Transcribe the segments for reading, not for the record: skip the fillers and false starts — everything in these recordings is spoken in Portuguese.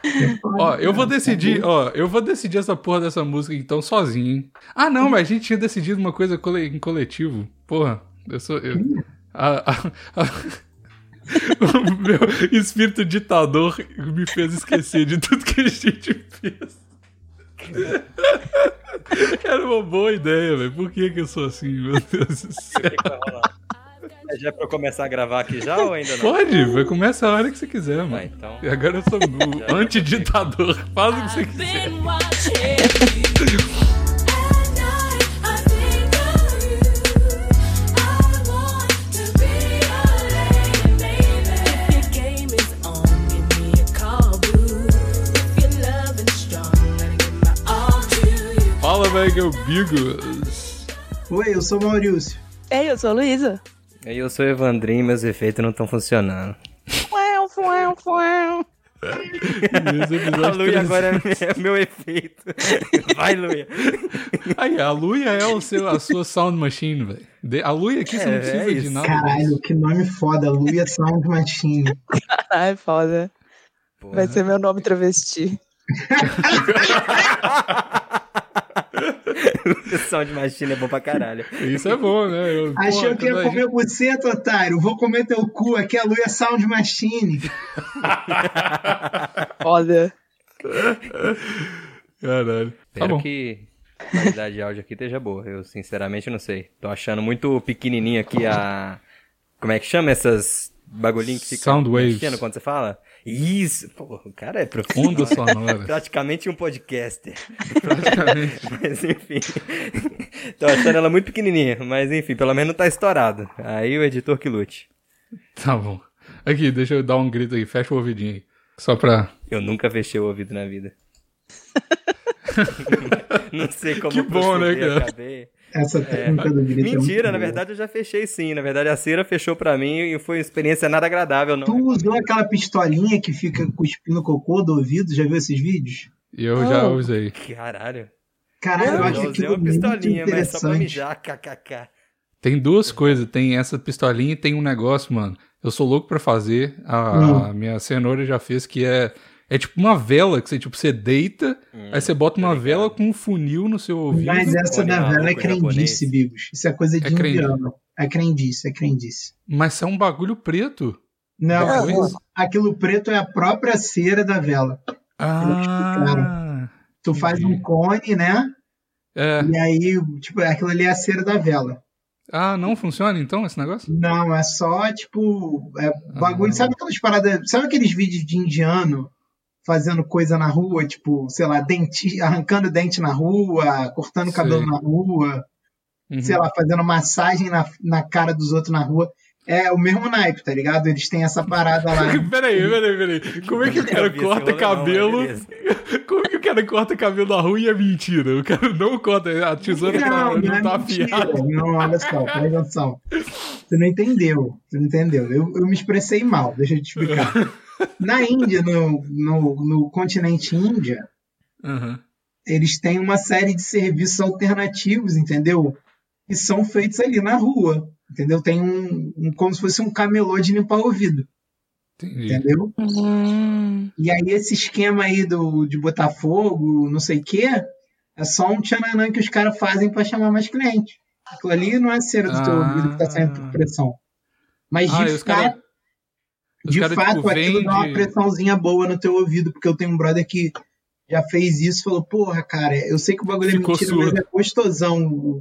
Ó, eu vou decidir essa porra dessa música então sozinho, hein? Ah, não, mas a gente tinha decidido uma coisa em coletivo. Porra, o meu espírito ditador me fez esquecer de tudo que a gente fez. Era uma boa ideia, velho. Por que eu sou assim, meu Deus do céu? O que vai rolar? Já é pra eu começar a gravar aqui já ou ainda não? Pode, vai começar a hora que você quiser, mano. Então. E agora eu sou o antiditador. Faz o que você quiser. Fala, velho, Bigos. Oi, eu sou o Maurício. Ei, eu sou a Luísa. Eu sou o Evandrinho e meus efeitos não estão funcionando. A Luia agora é meu efeito. Vai, Luia. Aí, a Luia é a sua sound machine, velho. A Luia aqui você não precisa de nada. Caralho, que nome foda. Luia Sound Machine. Ai, foda. Porra. Vai ser meu nome travesti. Sound Machine é bom pra caralho. Isso é bom, né? Achou que ia comer buceta, otário? Vou comer teu cu. Aqui é a Luia Sound Machine. Foda. Caralho. Espero que a qualidade de áudio aqui esteja boa. Eu sinceramente não sei. Tô achando muito pequenininho aqui a... Como é que chama essas bagulhinhos que fica Sound waves. mexendo quando você fala? Isso! Pô, o cara é profissional. Ondas sonoras. Praticamente um podcaster. Praticamente. Mas enfim. Tô achando ela muito pequenininha. Mas enfim, pelo menos não tá estourado. Aí o editor que lute. Tá bom. Aqui, deixa eu dar um grito aí. Fecha o ouvidinho aí. Só pra... Eu nunca fechei o ouvido na vida. Não sei como Que bom, né, cara? Acabei. Essa técnica do grito Mentira, é na muito verdade eu já fechei sim. Na verdade a Cira fechou pra mim e foi uma experiência nada agradável. Não. Tu usou aquela pistolinha que fica cuspindo cocô do ouvido? Já viu esses vídeos? Eu já usei. Caralho. Caralho, eu Eu acho usei aquilo uma muito pistolinha, mas só pra interessante. mijar, kkk. Tem duas coisas. Tem essa pistolinha e tem um negócio, mano. Eu sou louco pra fazer. A minha cenoura já fez, que é tipo uma vela, que você deita, aí você bota uma vela com um funil no seu ouvido. Mas essa Olha, da vela é maluco crendice, japonês. Bigos. Isso é coisa de indiano. É crendice, é crendice. Mas é um bagulho preto. Não, Depois? aquilo preto é a própria cera da vela. Ah, Tu faz um cone, né? é. E aí, tipo, aquilo ali é a cera da vela. Ah, não funciona então esse negócio? Não, é só, tipo, bagulho. Sabe aquelas paradas. Sabe aqueles vídeos de indiano fazendo coisa na rua, tipo, sei lá, arrancando dente na rua, cortando cabelo Sei. na rua, Uhum. sei lá, fazendo massagem na cara dos outros na rua. É o mesmo naipe, tá ligado? Eles têm essa parada lá. Peraí. Como é que o cara vi esse corta rolê, cabelo? não, mas beleza. Como é que o cara corta cabelo na rua e é mentira? O cara não corta, a tesoura Não não é tá mentira. afiada. Não, olha só, presta atenção. Você não entendeu. Eu me expressei mal, deixa eu te explicar. Na Índia, no continente Índia, Uhum. eles têm uma série de serviços alternativos, entendeu? Que são feitos ali na rua, entendeu? Tem como se fosse um camelô de limpar o ouvido, Entendi. entendeu? E aí esse esquema aí de botar fogo, não sei o quê, é só um tchananã que os caras fazem para chamar mais cliente. Aquilo ali não é cera do teu ouvido que tá saindo por pressão. Mas Ah, e de os cara- fato, os cara, tipo, aquilo dá uma vende- pressãozinha boa no teu ouvido, porque eu tenho um brother que já fez isso e falou, porra, cara, eu sei que o bagulho Ficou é mentira, surdo. mas é gostosão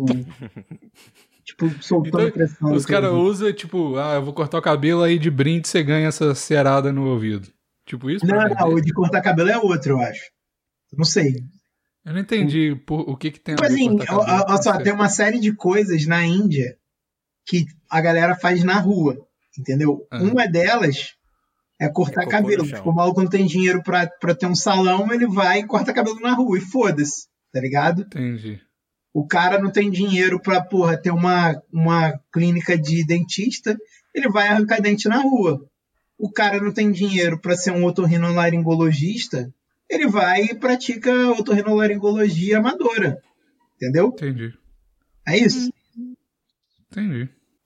tipo, soltando Então, pressão. os no teu caras ouvido. usam, tipo, eu vou cortar o cabelo, aí de brinde você ganha essa cerada no ouvido. Tipo isso? pra Não, vender? o de cortar cabelo é outro, eu acho. Não sei. Eu não entendi o que tem a Tipo ver assim, cortar cabelo. olha só, tem uma série de coisas na Índia que a galera faz na rua, entendeu? Uma delas é cortar cocô no cabelo. chão. Tipo, o maluco não tem dinheiro pra ter um salão, ele vai e corta cabelo na rua, e foda-se, tá ligado? Entendi. O cara não tem dinheiro pra, porra, ter uma clínica de dentista, ele vai arrancar dente na rua. O cara não tem dinheiro pra ser um otorrinolaringologista, ele vai e pratica otorrinolaringologia amadora. Entendeu? Entendi. É isso. Entendi.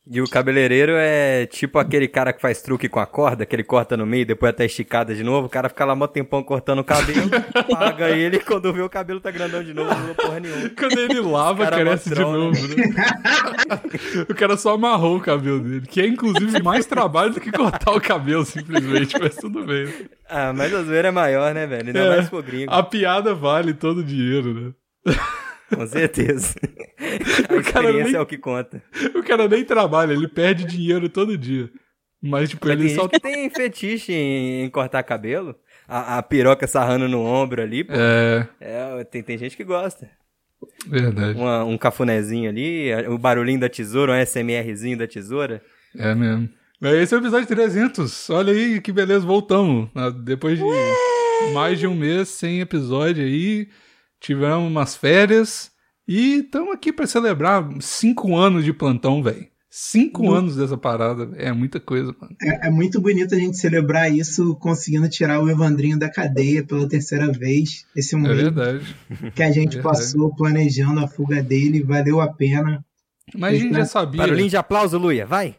E o cabeleireiro é tipo aquele cara que faz truque com a corda, que ele corta no meio e depois até esticada de novo. O cara fica lá mó tempão cortando o cabelo, paga ele, quando vê o cabelo tá grandão de novo, não usa porra nenhuma. Quando ele lava, cresce de novo, né? O cara só amarrou o cabelo dele, que é inclusive mais trabalho do que cortar o cabelo, simplesmente, mas tudo bem. Ah, mas a zoeira é maior, né, velho? Ainda mais pro gringo. A piada vale todo o dinheiro, né? Com certeza. A experiência é o que conta. O cara nem trabalha, ele perde dinheiro todo dia. Mas, tipo, Mas ele tem só... gente que tem fetiche em cortar cabelo. A piroca sarrando no ombro ali, pô. Tem gente que gosta. Verdade. Um cafunézinho ali, o barulhinho da tesoura, um SMRzinho da tesoura. É mesmo. Mas esse é o episódio 300. Olha aí que beleza, voltamos. Depois de mais de um mês sem episódio aí, tivemos umas férias e estamos aqui para celebrar 5 anos de plantão, velho. 5 anos dessa parada, é muita coisa, mano. É muito bonito a gente celebrar isso conseguindo tirar o Evandrinho da cadeia pela terceira vez. Esse mês verdade. que a gente passou planejando a fuga dele, valeu a pena. Mas a gente já sabia. Barulhinho de aplauso, Luia, vai!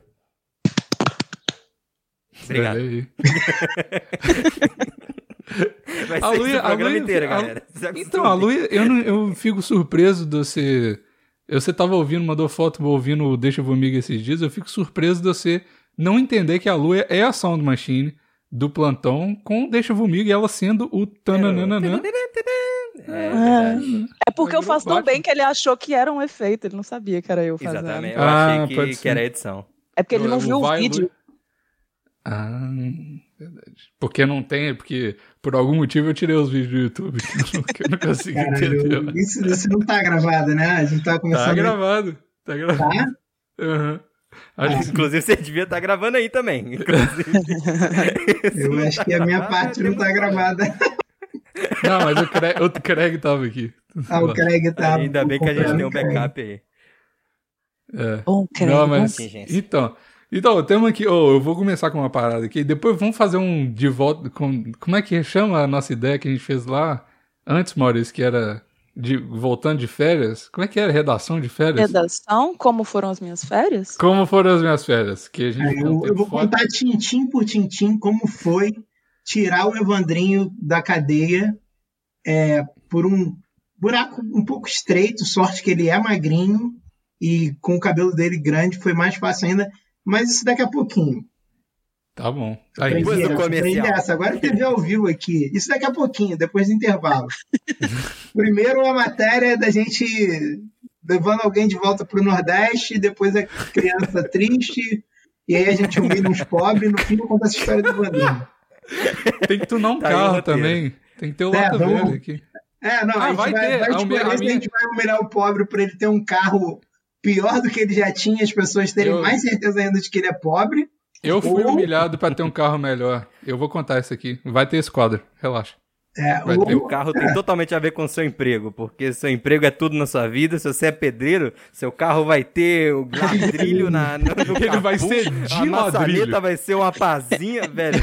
Obrigado. Vai ser esse programa inteiro, galera. Então, a Luia, eu fico surpreso de você... Você tava ouvindo, mandou foto ouvindo o Deixa Comigo esses dias, eu fico surpreso de você não entender que a Luia é a Sound Machine do plantão com Deixa Comigo e ela sendo o tananana. É porque eu faço tão bem que ele achou que era um efeito, ele não sabia que era eu fazendo. Exatamente, eu achei que era edição. É porque ele não viu o vídeo. Verdade. Porque não tem, porque por algum motivo eu tirei os vídeos do YouTube, que eu não consigo entender. Isso não tá gravado, né? A gente tá começando... Tá gravado. Tá? Uhum. Inclusive você devia estar gravando aí também. Eu acho que a minha parte não tá gravada. Não, mas o Craig tava aqui. O Craig tava. Ainda bem que a gente tem um backup aí. Bom, Craig. Não, mas... Então, temos aqui... eu vou começar com uma parada aqui. Depois vamos fazer um de volta... Como é que chama a nossa ideia que a gente fez lá antes, Maurício? Que era voltando de férias. Como é que era? Redação de férias? Redação? Como foram as minhas férias? Como foram as minhas férias? Que a gente eu vou contar tintim por tintim como foi tirar o Evandrinho da cadeia por um buraco um pouco estreito. Sorte que ele é magrinho e com o cabelo dele grande foi mais fácil ainda. Mas isso daqui a pouquinho. Tá bom. Aí, depois do comercial. Agora TV ao vivo aqui. Isso daqui a pouquinho, depois do intervalo. Primeiro a matéria da gente levando alguém de volta pro Nordeste, depois a criança triste, e aí a gente humilha uns pobres, no fim eu conto essa história do Evandrinho. Tem que tunar um carro também. Tem que ter o Lata Verde aqui. A gente vai humilhar o pobre para ele ter um carro pior do que ele já tinha, as pessoas terem mais certeza ainda de que ele é pobre. Eu fui humilhado para ter um carro melhor. Eu vou contar isso aqui. Vai ter esse quadro, relaxa. O carro tem totalmente a ver com o seu emprego, porque seu emprego é tudo na sua vida. Se você é pedreiro, seu carro vai ter o ladrilho no ele capô, vai ser de a maçaneta ladrilho. vai ser uma pazinha, velho.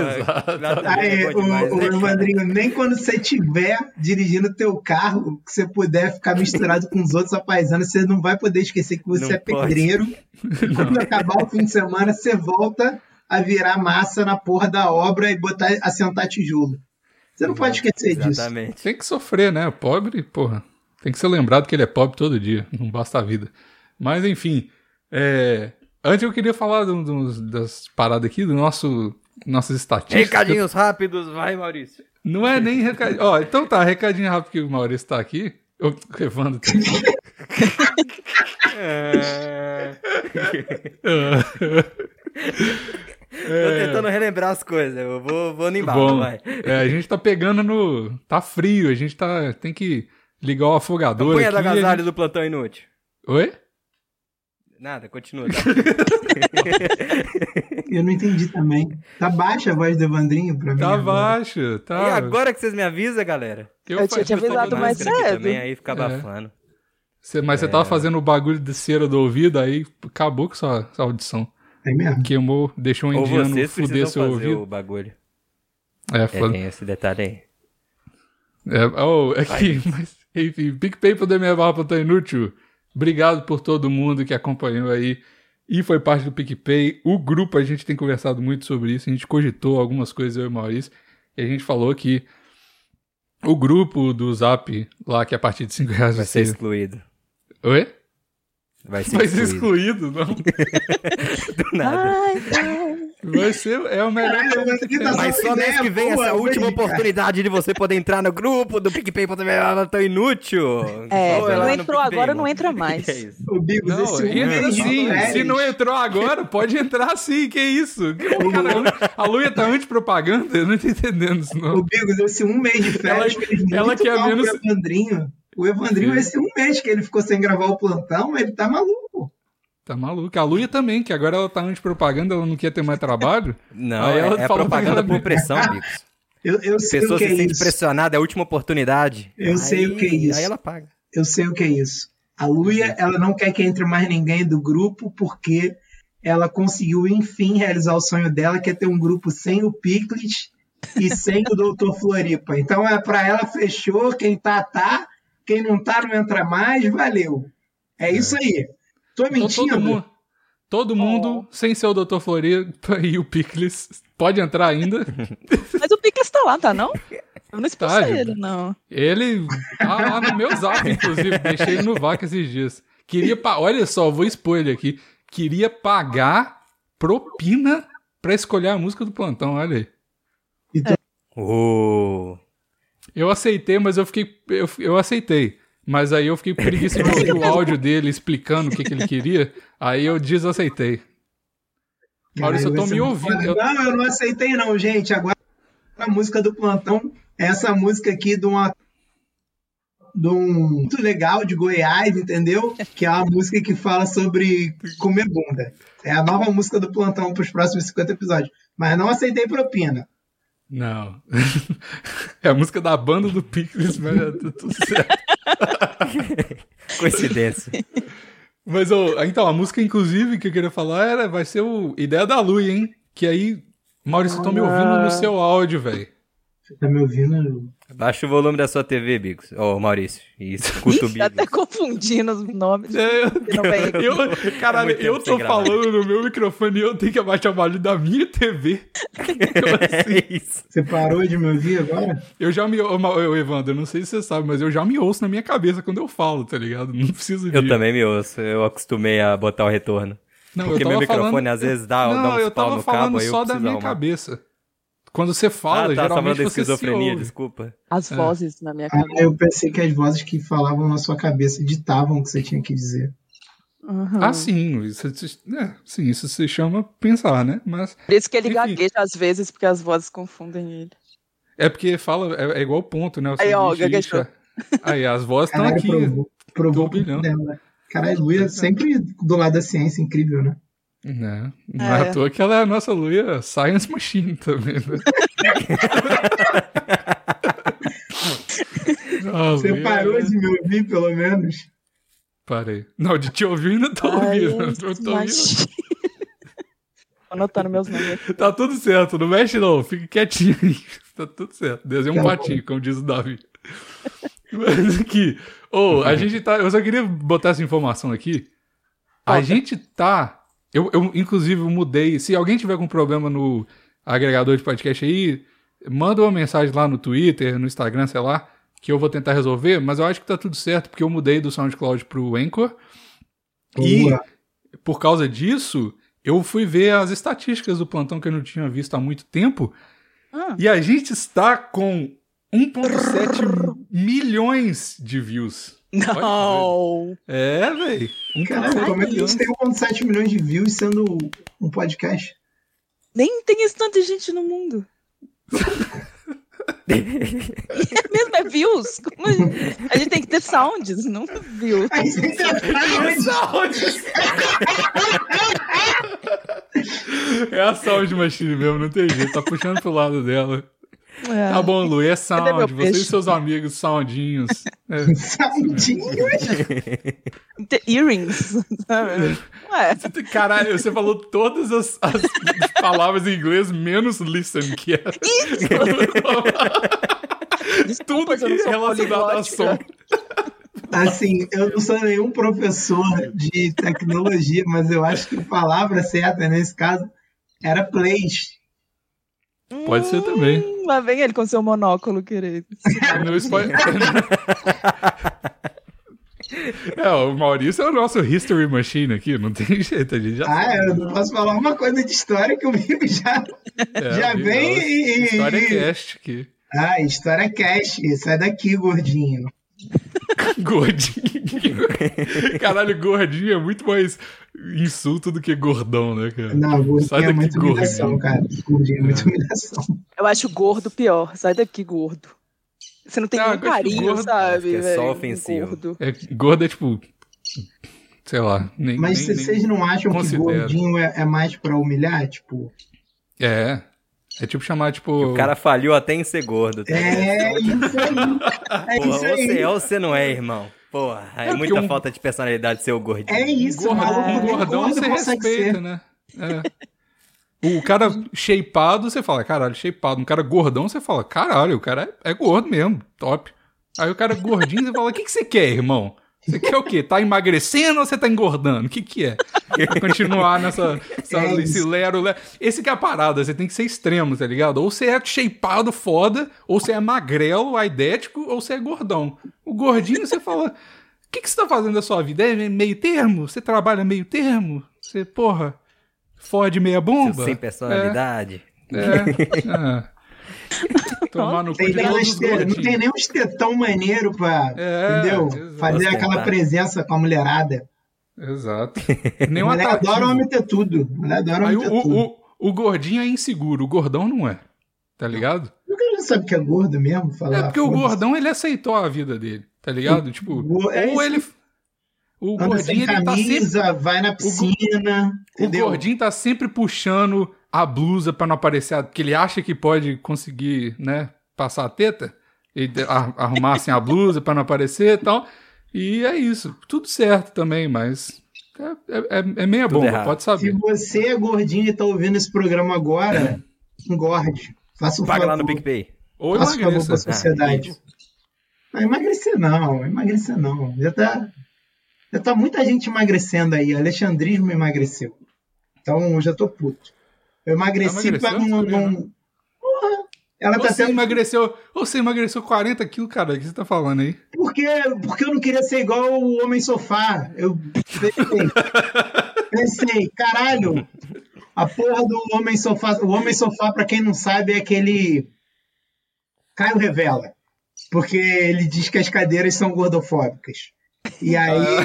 O Evandrinho, nem quando você estiver dirigindo teu carro, que você puder ficar misturado com os outros apaisanos, você não vai poder esquecer que você é pedreiro. Quando acabar o fim de semana, você volta a virar massa na porra da obra e assentar tijolo. Você não pode esquecer disso. Tem que sofrer, né? O pobre, porra, tem que ser lembrado que ele é pobre todo dia. Não basta a vida. Mas, enfim. Antes eu queria falar das paradas aqui, nossas estatísticas. Recadinhos rápidos, vai, Maurício. Não é nem recadinho. Então tá, recadinho rápido que o Maurício tá aqui. O Evandro tá aqui. Tô tentando relembrar as coisas, eu vou no embalo, vai. A gente tá pegando no... Tá frio, a gente tem que ligar o afogador Põe aqui. A da agasalho do plantão inútil. Oi? Nada, continua. Eu não entendi também. Tá baixa a voz do Evandrinho pra mim? Tá baixo, tá. E agora que vocês me avisam, galera? Eu tinha avisado mais cedo. Também, aí fica abafando. Mas você tava fazendo o bagulho de cera do ouvido, aí acabou com sua audição. É mesmo? Queimou, deixou um indiano fuder seu ouvido. O bagulho. Foda. Tem esse detalhe aí. Mas, enfim, PicPay.me/plantão inútil. Obrigado por todo mundo que acompanhou aí e foi parte do PicPay. O grupo, a gente tem conversado muito sobre isso, a gente cogitou algumas coisas, eu e o Maurício, e a gente falou que o grupo do Zap, lá que é a partir de R$5 Vai ser excluído. Oi? Vai ser excluído, não. Do nada. Vai ser, é o melhor. Mas só mês que vem essa última oportunidade de você poder entrar no grupo do PicPay, ela tão inútil. Não entrou agora, não entra mais. É isso. O Bigos, Não, esse entra sim. Se não entrou agora, pode entrar sim. Que isso? Cara, a Luia tá anti-propaganda? Eu não tô entendendo isso, não. O Bigos, esse mês de férias fez ela muito quer mal menos... pro Evandrinho. O Evandrinho, esse mês que ele ficou sem gravar o plantão, ele tá maluco. Tá maluco. A Luia também, que agora ela tá anti-propaganda, ela não quer ter mais trabalho. Não, aí ela é fala propaganda por pressão, Bigos. Eu sei Pessoa o que se é sente isso. pressionada, é a última oportunidade. Eu sei o que é isso. Aí ela paga. Eu sei o que é isso. A Luia, ela não quer que entre mais ninguém do grupo, porque ela conseguiu, enfim, realizar o sonho dela, que é ter um grupo sem o Picles e sem o Doutor Floripa. Então, pra ela, fechou. Quem tá. Quem não tá, não entra mais. Valeu. É isso aí. Tô mentindo? Então, todo mundo sem ser o Dr. Floripa e o Picles, pode entrar ainda. Mas o Picles tá lá, tá não? Eu não expulsei Tá, ele, não. Ele tá lá no meu Zap, inclusive. Deixei ele no VAC esses dias. Olha só, vou expor ele aqui. Queria pagar propina pra escolher a música do plantão, olha aí. Eu aceitei, mas eu aceitei. Mas aí eu fiquei preguiça de ouvir o áudio dele explicando o que ele queria. Aí eu desaceitei. Maurício, eu tô me ouvindo. Não, eu não aceitei não, gente. Agora a música do plantão é essa música aqui de um muito legal de Goiás, entendeu? Que é uma música que fala sobre comer bunda. É a nova música do plantão pros próximos 50 episódios. Mas não aceitei propina. Não. É a música da banda do Picles, mas é tudo certo. Coincidência. Mas, então, a música, inclusive, que eu queria falar vai ser Ideia da Luia, hein? Que aí, Maurício, eu tô me ouvindo no seu áudio, velho. Você tá me ouvindo? Baixa o volume da sua TV, Bigos. Maurício. Isso, escuta o Bigos. Tá até confundindo os nomes. Caralho, eu tô falando no meu microfone e eu tenho que abaixar o barulho da minha TV. Assim? É isso. Você parou de me ouvir agora? Eu já me... Evandro, eu não sei se você sabe, mas eu já me ouço na minha cabeça quando eu falo, tá ligado? Não preciso de... Eu também me ouço. Eu acostumei a botar o retorno. Não, porque meu microfone às vezes dá uns pau no cabo, aí eu só da minha cabeça. Quando você fala, geralmente você esquizofrenia, se ouve. Desculpa. As vozes na minha cabeça. Eu pensei que as vozes que falavam na sua cabeça ditavam o que você tinha que dizer. Uhum. Ah, sim. Isso se chama pensar, né? Mas, por isso que ele gagueja às vezes, porque as vozes confundem ele. É porque fala, é igual ponto, né? Aí, gaguejou. Aí, as vozes estão aqui. Provou dela. Caralho, Luia sempre do lado da ciência, incrível, né? Não é à toa que ela é a nossa Luia Science Machine também, né? Você parou de me ouvir, pelo menos? Parei. Não, de te ouvir ainda tô ouvindo. Não tô ouvindo. Anotando meus nomes. Tá tudo certo, não mexe não, fica quietinho aí. Tá tudo certo. Desenha um patinho, como diz o Davi. Mas aqui, a gente tá... Eu só queria botar essa informação aqui. A gente tá... Eu, inclusive, mudei. Se alguém tiver com problema no agregador de podcast aí, manda uma mensagem lá no Twitter, no Instagram, sei lá, que eu vou tentar resolver, mas eu acho que tá tudo certo, porque eu mudei do SoundCloud pro Anchor. E, por causa disso, eu fui ver as estatísticas do plantão que eu não tinha visto há muito tempo, e a gente está com 1,7 milhões de views. Não! Velho. Caralho, como é que você tem 1,7 milhões de views sendo um podcast? Nem tem esse tanto de gente no mundo. Mesmo é views? Como a gente tem que ter sounds, não views. A gente tem sounds! É a sound machine mesmo, não tem jeito. Tá puxando pro lado dela. Tá bom, Lu, é sound. Você e seus amigos soundinhos. Soundinhos? Earrings. Caralho, você falou todas as palavras em inglês, menos listen, que é... Desculpa, tudo que é relacionado a som. Assim, eu não sou nenhum professor de tecnologia, mas eu acho que a palavra certa nesse caso era place. Pode ser também. Lá vem ele com seu monóculo, querido. No spoiler. O Maurício é o nosso History Machine aqui, não tem jeito, a gente já sabe. Eu não posso falar uma coisa de história que o Bigo já vem e... História cast aqui. História cast, sai daqui, gordinho. Gordinho. Caralho, gordinho é muito mais insulto do que gordão, né, cara? Não, gordinho sai daqui, é muita humilhação, cara. Gordinho é muita humilhação. Eu acho gordo pior. Sai daqui, gordo. Você não tem nenhum carinho, gordo, sabe? É só ofensivo. Gordo. Gordo é tipo... Sei lá. Mas vocês não acham que gordinho é mais pra humilhar? Tipo... É tipo chamar, tipo... O cara falhou até em ser gordo. Tá? Isso aí. Porra, você é ou você não é, irmão? Porra, é muita falta de personalidade ser o gordinho. É isso, o gordão você respeita, né? O cara shapeado, você fala, caralho, shapeado. Um cara gordão, você fala, caralho, o cara é gordo mesmo, top. Aí o cara gordinho, você fala, o que você quer, irmão? Você quer o quê? Tá emagrecendo ou você tá engordando? O que é? Pra continuar esse lero. Esse que é a parada, você tem que ser extremo, tá ligado? Ou você é shapeado foda, ou você é magrelo, aidético, ou você é gordão. O gordinho, você fala, o que você tá fazendo da sua vida? É meio termo? Você trabalha meio termo? Você, porra, fode meia bomba? Sem personalidade. Tomar no cu de todos os gordinhos. Não tem nem um estetão maneiro pra, entendeu? Exato. Fazer aquela presença com a mulherada. Exato. A mulher adora homem ter tudo. O gordinho é inseguro, o gordão não é. Tá ligado? O cara não sabe que é gordo mesmo. Porque o gordão, ele aceitou a vida dele, tá ligado? Tipo, o anda gordinho, sem ele camisa, tá sempre... vai na piscina, entendeu? O gordinho tá sempre puxando a blusa pra não aparecer, porque ele acha que pode conseguir, né, passar a teta e arrumar assim a blusa pra não aparecer e tal. E é isso. Tudo certo também, mas é meia bomba, errado. Pode saber. Se você é gordinho e tá ouvindo esse programa agora, engorde. Faça um Paga favor. lá no PicPay. Ou faça um favor emagreça. pra sociedade. Não, emagrecer não. Já tá muita gente emagrecendo aí. Alexandrismo emagreceu. Então eu já tô puto. Eu emagreci pra não... Porra! Ela tá Você emagreceu 40 quilos, cara. O que você tá falando aí? Porque eu não queria ser igual o Homem Sofá. Eu pensei, caralho, a porra do Homem Sofá. O Homem Sofá, pra quem não sabe, é aquele Caio Revela. Porque ele diz que as cadeiras são gordofóbicas. E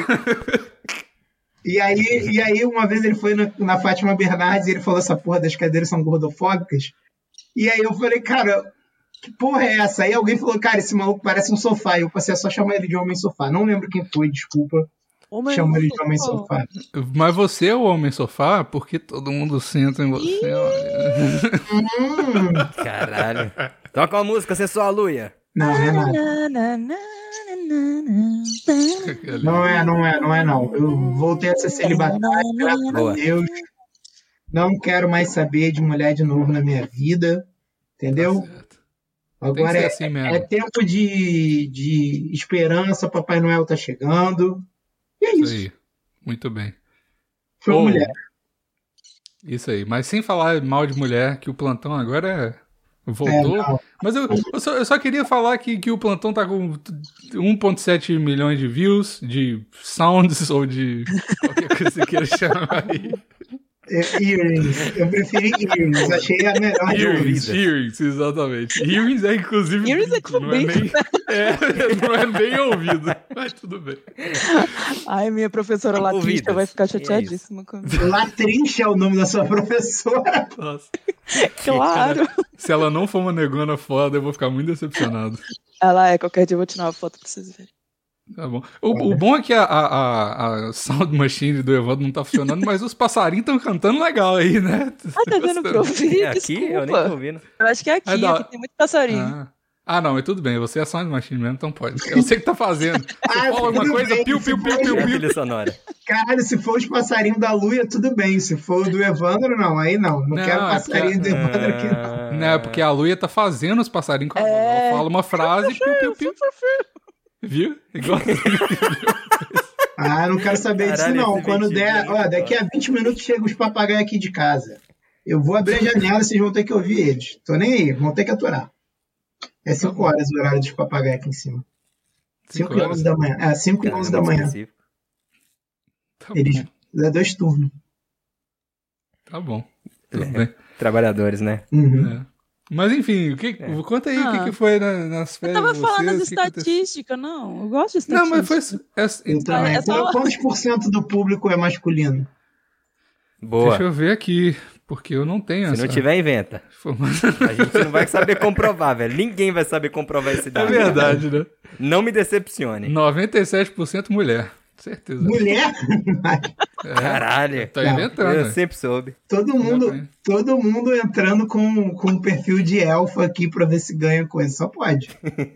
aí, uma vez ele foi na Fátima Bernardes e ele falou essa porra das cadeiras são gordofóbicas. E aí eu falei, cara, que porra é essa? Aí alguém falou, cara, esse maluco parece um sofá. E eu passei a só chamar ele de Homem Sofá. Não lembro quem foi, desculpa. Chama ele de Homem Sofá. Mas você é o Homem Sofá porque todo mundo senta em você. Caralho. Toca uma música, sensual, Luia. Não é nada. Não é. Eu voltei a ser celibatário, graças a Deus. Não quero mais saber de mulher de novo na minha vida. Entendeu? Tá agora assim é tempo de esperança. Papai Noel tá chegando. E é isso. Aí. Muito bem. Foi uma mulher. Isso aí. Mas sem falar mal de mulher, que o plantão agora voltou. Mas eu só queria falar que o plantão tá com 1,7 milhões de views, de sounds ou de qualquer coisa que você queira chamar aí. Earrings. Eu preferi earrings. Achei a melhor de Earrings, exatamente. Earrings é inclusive. Earrings é com não é nem ouvido. Mas tudo bem. Ai, minha professora Latrincha vai ficar chateadíssima comigo. Latrincha é o nome da sua professora? Nossa. Claro. Cara, se ela não for uma negona foda, eu vou ficar muito decepcionado. Ela é, qualquer dia eu vou tirar uma foto pra vocês verem. Tá bom. O bom é que a Sound Machine do Evandro não tá funcionando, mas os passarinhos estão cantando legal aí, né? Tá dando pra ouvir? Aqui? Desculpa. Eu nem tô ouvindo. Eu acho que é aqui, aqui tem muito passarinho. Não, mas tudo bem, você é Sound Machine mesmo, então pode. Eu sei que tá fazendo. Você fala alguma coisa, bem, piu. Trilha sonora. Caralho, se for os passarinhos da Luia, tudo bem. Se for o do Evandro, não. Aí não. Não quero passarinho do Evandro aqui, não. Não, é porque a Luia tá fazendo os passarinhos com a voz. Ela fala uma frase, piu. Viu? Igual... Ah, não quero saber disso, não. Quando der, ó, daqui a 20 minutos chegam os papagaios aqui de casa. Eu vou abrir a janela e vocês vão ter que ouvir eles. Tô nem aí, vão ter que aturar. É 5 horas o horário dos papagaios aqui em cima. 5 e 11 da manhã. É, 5 e 11 da manhã. Tá Eles dão 2 turnos. Tá bom. Tudo bem. Trabalhadores, né? Uhum. É. Mas enfim, conta aí o que foi nas Eu férias. tava falando das vocês, o que aconteceu? estatísticas, não. Eu gosto de estatística. Não, mas foi. Eu também. É só- Quantos por cento do público é masculino? Boa. Deixa eu ver aqui, porque eu não tenho Se essa não tiver, inventa. informação. A gente não vai saber comprovar, velho. Ninguém vai saber comprovar esse É dado. verdade, né? Não me decepcione. 97% mulher. Certeza. Mulher? Caralho. Tá inventando. Eu né? sempre soube. todo mundo entrando com um perfil de elfo aqui pra ver se ganha coisa. Só pode.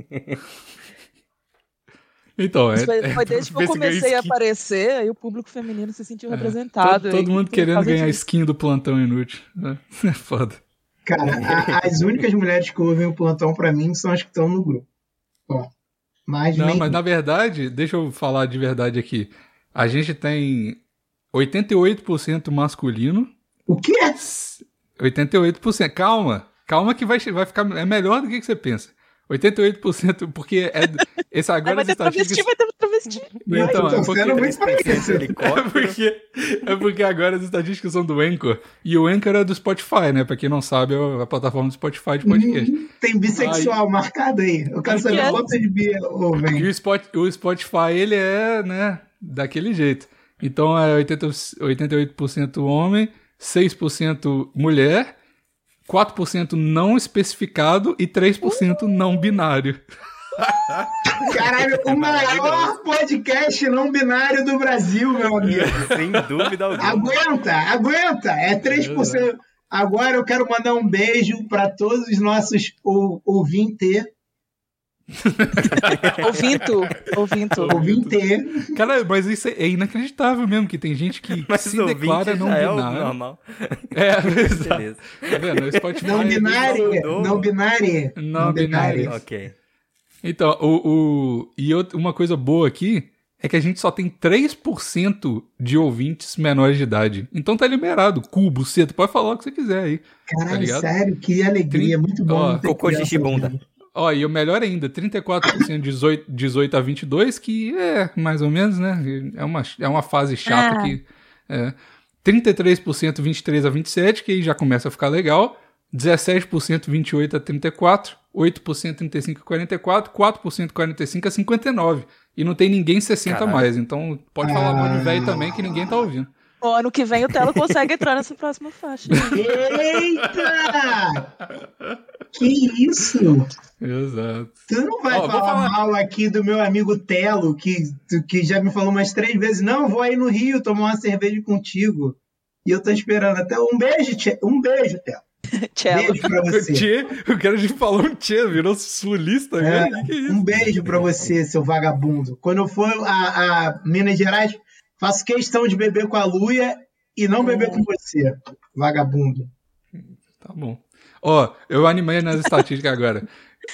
Então, Mas foi desde que eu ver se ganha comecei a skin. aparecer, aí o público feminino se sentiu representado. Todo mundo por querendo causa ganhar disso. skin do plantão inútil. Né? É foda. Cara, as únicas mulheres que ouvem o plantão pra mim são as que estão no grupo. Ó, mas Não, mas na verdade, deixa eu falar de verdade aqui. A gente tem 88% masculino. O quê? 88%. Calma que vai ficar. É melhor do que você pensa. 88%, porque esse Aí agora vai as ter travesti, estatísticas. vai ter travesti. Então, Tô sendo muito pra isso. É porque agora as estatísticas são do Anchor. E o Anchor é do Spotify, né? Pra quem não sabe, é a plataforma do Spotify de podcast. Tem bissexual marcado aí. Eu quero saber Yes. quantas bi ouvem. E o Spotify, ele é, né, daquele jeito. Então é 88% homem, 6% mulher, 4% não especificado e 3% não binário. Caralho, o maior podcast não binário do Brasil, meu amigo. Sem dúvida alguma. Aguenta. É 3%. Agora eu quero mandar um beijo para todos os nossos ouvintes. Ouvinto. Cara, mas isso é inacreditável mesmo, que tem gente que Mas se os declara ouvintes não já é o binário. normal. Exato. Beleza. Tá vendo? O Spotify Não binário. Não binário. Ok. Então, uma coisa boa aqui é que a gente só tem 3% de ouvintes menores de idade. Então tá liberado. Cubo, cedo, pode falar o que você quiser aí. Caralho, ligado? sério, que alegria. Muito bom. Ó, não ter cocô, criança xixi, bunda. ouvindo. Ó, e o melhor ainda, 34% de 18 a 22, que é mais ou menos, né? É uma fase chata que... 33% 23 a 27, que aí já começa a ficar legal. 17% 28 a 34, 8% 35 a 44, 4% 45 a 59. E não tem ninguém 60 a Caralho. mais. Então pode falar mal de velho também que ninguém tá ouvindo. Ó, ano que vem o Telo consegue entrar nessa próxima faixa. Eita! Que isso? Exato. Tu não vai Ó, vou falar falar- mal aqui do meu amigo Telo, que já me falou umas 3 vezes. Não, vou aí no Rio tomar uma cerveja contigo. E eu tô esperando até um beijo, Telo. Tchelo. Beijo pra você. Tchê, o cara já falou um tchê, virou sulista, É, cara. Que isso? um beijo pra você, seu vagabundo. Quando eu for a Minas Gerais, faço questão de beber com a Luia e não beber com você, vagabundo. Tá bom. Ó, eu animei nas estatísticas agora.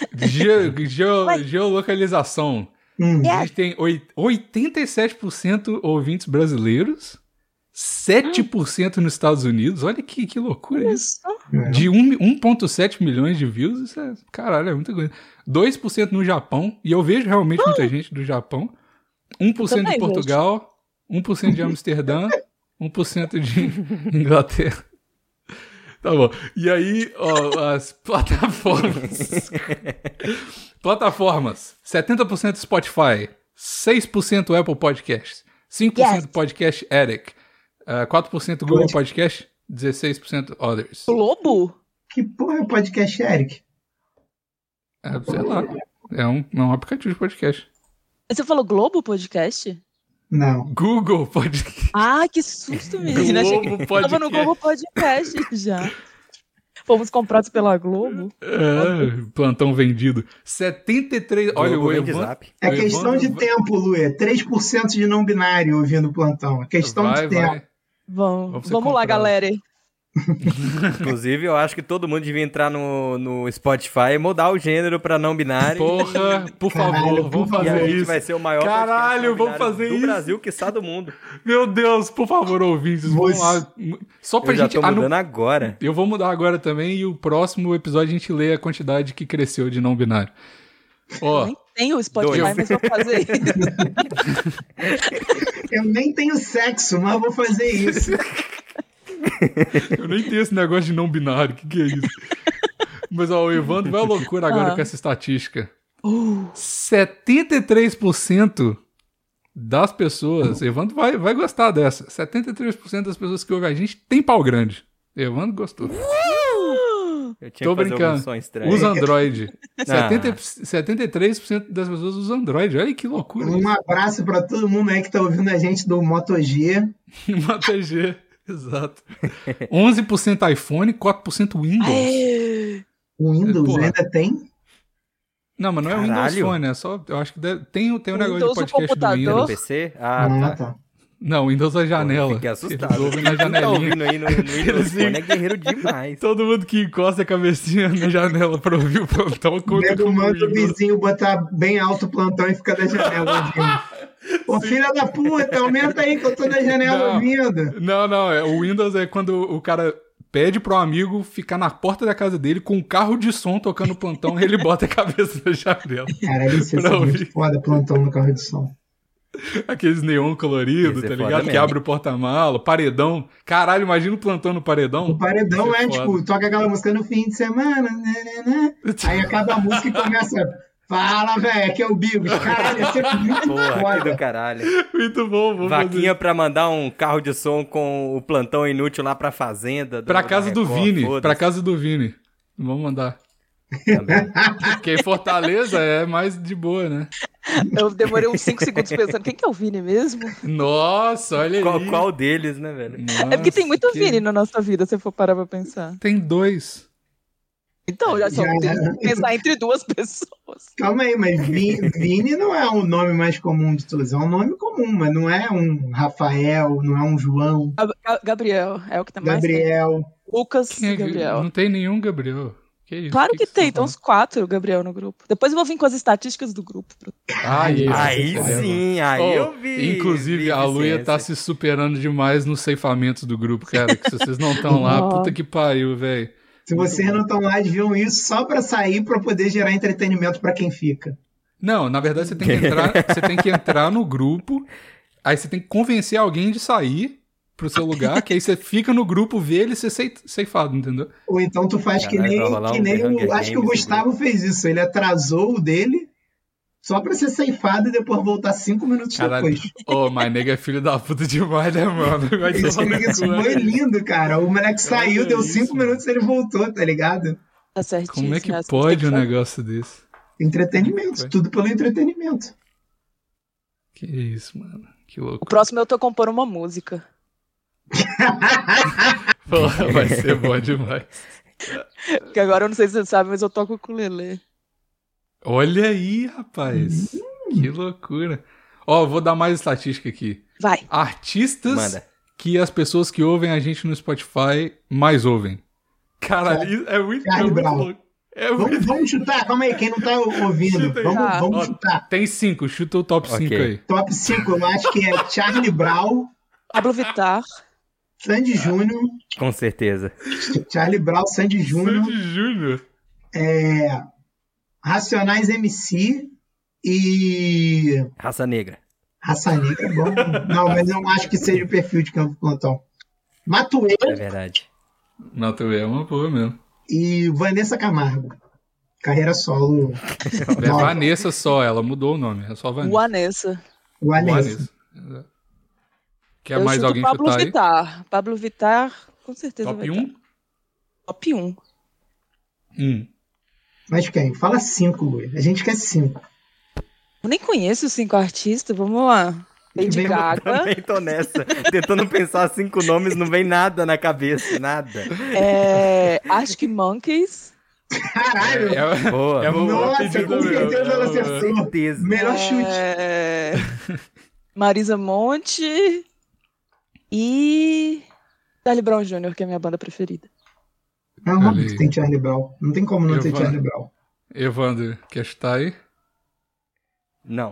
Geolocalização. A gente tem 87% ouvintes brasileiros, 7% nos Estados Unidos. Olha que loucura isso. De 1,7 milhões de views, isso é, caralho, é muita coisa. 2% no Japão, e eu vejo realmente muita gente do Japão. 1% de também Portugal, 1% de Amsterdã, 1% de Inglaterra. Tá bom. E aí, ó, as plataformas. Plataformas. 70% Spotify, 6% Apple Podcasts, 5% Podcast Addict, 4% Google Podcast, 16% Others. Globo? Que porra é o podcast, Eric? Sei lá. É um aplicativo de podcast. Você falou Globo Podcast? Não. Google Podcast. Ah, que susto, menina. Achei que Globo tava no Podcast. Globo Podcast já. Fomos comprados pela Globo. Plantão vendido. 73. Olha, Globo o vem de Evandro. zap. É O questão Evandro de tempo, Luê. 3% de não binário ouvindo o plantão. É questão de tempo. Vamos Vamos ser lá, comprados. galera. Inclusive, eu acho que todo mundo devia entrar no Spotify e mudar o gênero pra não binário. Porra, por favor, vamos E a fazer gente isso. vai ser o maior Caralho, podcast não vamos binário fazer do isso. Brasil, quiçá do mundo. Meu Deus, por favor, ouvintes, vamos lá. Só pra Eu já gente... tô mudando agora. Eu vou mudar agora também e o próximo episódio a gente lê a quantidade que cresceu de não binário. Ó, Nem tenho o Spotify, Dois. mas vou fazer isso. Eu nem tenho sexo, mas vou fazer isso. eu nem tenho esse negócio de não binário, que é isso? Mas ó, o Evandro vai à loucura agora com essa estatística. 73% das pessoas, Evandro vai gostar dessa, 73% das pessoas que ouvem a gente tem pau grande. Evandro gostou. Eu tinha Tô que fazer brincando. algum som estranho. Usa Android. Ah. 73% das pessoas usam Android. Olha que loucura. Um abraço pra todo mundo aí que tá ouvindo a gente do Moto G. Moto G, exato. 11% iPhone, 4% Windows. Aê! O Windows Porra. ainda tem? Não, mas não é o Windows Caralho. Phone, é só. Eu acho que tem um negócio de Windows no podcast do computador? No Windows. PC? Ah, tá. tá. Não, Windows é janela. Fiquei assustado. Eles ouvem na Quem tá janelinha. ouvindo aí no Windows Phone é guerreiro demais. Todo mundo que encosta a cabecinha na janela pra ouvir o plantão O conta nego como manda o Windows. vizinho botar bem alto o plantão e ficar da janela ouvindo. Ô, filha da puta, aumenta aí que eu tô da janela Não. ouvindo. Não, o Windows é quando o cara pede pro amigo ficar na porta da casa dele com um carro de som tocando plantão e ele bota a cabeça na janela. Caralho, isso Pra é muito ouvir. foda, plantão no carro de som. Aqueles neon coloridos, Esse é tá foda ligado? Que mesmo. abre o porta-mala, paredão. Caralho, imagina o plantão no paredão. O paredão Isso é, foda. tipo, toca aquela música no fim de semana, né? Aí acaba a música e começa. Fala, velho, aqui é o Bigos. Caralho, é sempre muito Porra, que do foda. caralho. Muito bom, vamos fazer. Vaquinha pra mandar um carro de som com o plantão inútil lá pra fazenda. Pra da casa do Record, Vini, foda-se. pra casa do Vini. Vamos mandar. Também. Porque em Fortaleza é mais de boa, né? Eu demorei uns 5 segundos pensando, quem que é o Vini mesmo? Nossa, olha aí. Qual deles, né, velho? É porque tem muito que- Vini na nossa vida, se eu for parar pra pensar. Tem 2. Então, já só Já- tem que pensar entre duas pessoas. Calma aí, mas Vini não é o nome mais comum de todos. É um nome comum, mas não é um Rafael, não é um João, Gabriel, é o que tá mais tem. Gabriel. Lucas Quem é e que- Gabriel. Não tem nenhum Gabriel. Que isso? Claro que você tem, tá tem uns 4 Gabriel no grupo. Depois eu vou vir com as estatísticas do grupo. Aí Sim, aí Oh, eu vi. inclusive, vi a Luia ciência. tá se superando demais nos ceifamentos do grupo, cara. Que se vocês não estão lá, Ó. puta que pariu, velho. Se vocês não estão lá, deviam isso só pra sair, pra poder gerar entretenimento pra quem fica. Não, na verdade você tem que entrar no grupo, aí você tem que convencer alguém de sair pro seu lugar, que aí você fica no grupo, vê ele ser ceifado, entendeu? Ou então tu faz Caralho, que nem, vai rolar que um nem The Hunger acho que o Games, Gustavo fez isso. Ele atrasou o dele só pra ser ceifado e depois voltar 5 minutos Caralho. depois. Ô, mas nega é filho da puta demais, né, mano? Vai Isso, tomar no isso cu, foi né? lindo, cara. O moleque saiu, deu isso, 5 minutos e ele voltou, tá ligado? Tá certinho. Como é que né? Assim pode tem um que fazer. negócio desse? Entretenimento, Foi. tudo pelo entretenimento. Que isso, mano. Que O louco. próximo eu tô compondo uma música. Porra, vai ser bom demais. Que agora eu não sei se você sabe, mas eu toco ukulele. Olha aí, rapaz. Que loucura. Ó, vou dar mais estatística aqui. Vai. Artistas Manda. que as pessoas que ouvem a gente no Spotify mais ouvem. Caralho, isso é muito, Charlie Brown. louco. É muito... Vamos chutar, calma aí, quem não tá ouvindo. Chuta aí. Vamos, Tá. vamos Ó, chutar. Tem 5, chuta o top 5 Ok. aí. Top 5, eu acho que é Charlie Brown, Pablo Vittar. Sandy Júnior, Com certeza. Charlie Brown, Sandy Júnior, Sandy Júnior. Racionais MC e Raça Negra. Raça Negra é bom. Não, mas eu não acho que seja o perfil de Campo Plantão. Matuê É verdade. Não, tu é uma boa mesmo. e Vanessa Camargo. Carreira solo. É nova. Vanessa só, ela mudou o nome. É só Vanessa. Vanessa. Vanessa. Vanessa. Quer Eu mais chuto alguém Pablo chutar aí? Vittar. Pablo Vittar, com certeza Top vai 1? estar. Top 1. Mas quem? Fala 5, Luiz. A gente quer 5. Eu nem conheço os 5 artistas, vamos lá. Lady Vem Gaga, Também tô nessa. Tentando pensar 5 nomes, não vem nada na cabeça. Nada. Arctic Monkeys, Caralho! Boa. É uma Nossa, pedida com meu, certeza ela é uma- acertou. certeza. Melhor chute. Marisa Monte e... Charlie Brown Jr., que é a minha banda preferida. É óbvio que tem Charlie Brown. Não tem como não ter Charlie Brown. Evandro, quer chutar aí? Não.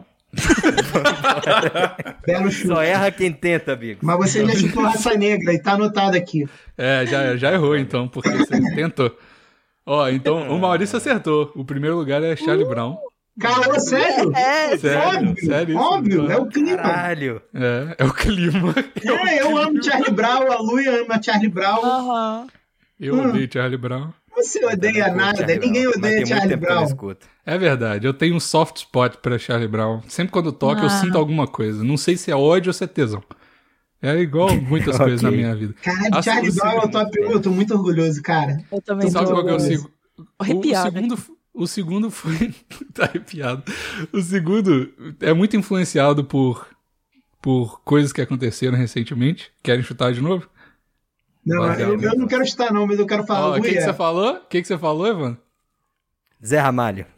Belo chute. Só erra quem tenta, Bigos. Mas você já chutou Raça Negra e tá anotado aqui. Já errou então, porque você tentou. Ó, então o Maurício acertou. O primeiro lugar é Charlie Brown. Cara, sério? Sério. Óbvio, isso, é o clima. Caralho. É o clima. Eu amo Charlie Brown, a Luia ama Charlie Brown. Aham. Eu odeio Charlie Brown. Você odeia nada, ninguém odeia Charlie Brown. É verdade, eu tenho um soft spot pra Charlie Brown. Sempre quando toca eu sinto alguma coisa. Não sei se é ódio ou se é tesão. É igual muitas coisas na minha vida. Caralho, Charlie Brown é o top 1, eu tô muito orgulhoso, cara. Eu também Sabe qual que é o segundo? Arrepiado. O segundo foi... tá arrepiado. O segundo é muito influenciado por coisas que aconteceram recentemente. Querem chutar de novo? Não, eu não quero chutar não, mas eu quero falar. O que você falou? O que você falou, Evandro? Zé Ramalho.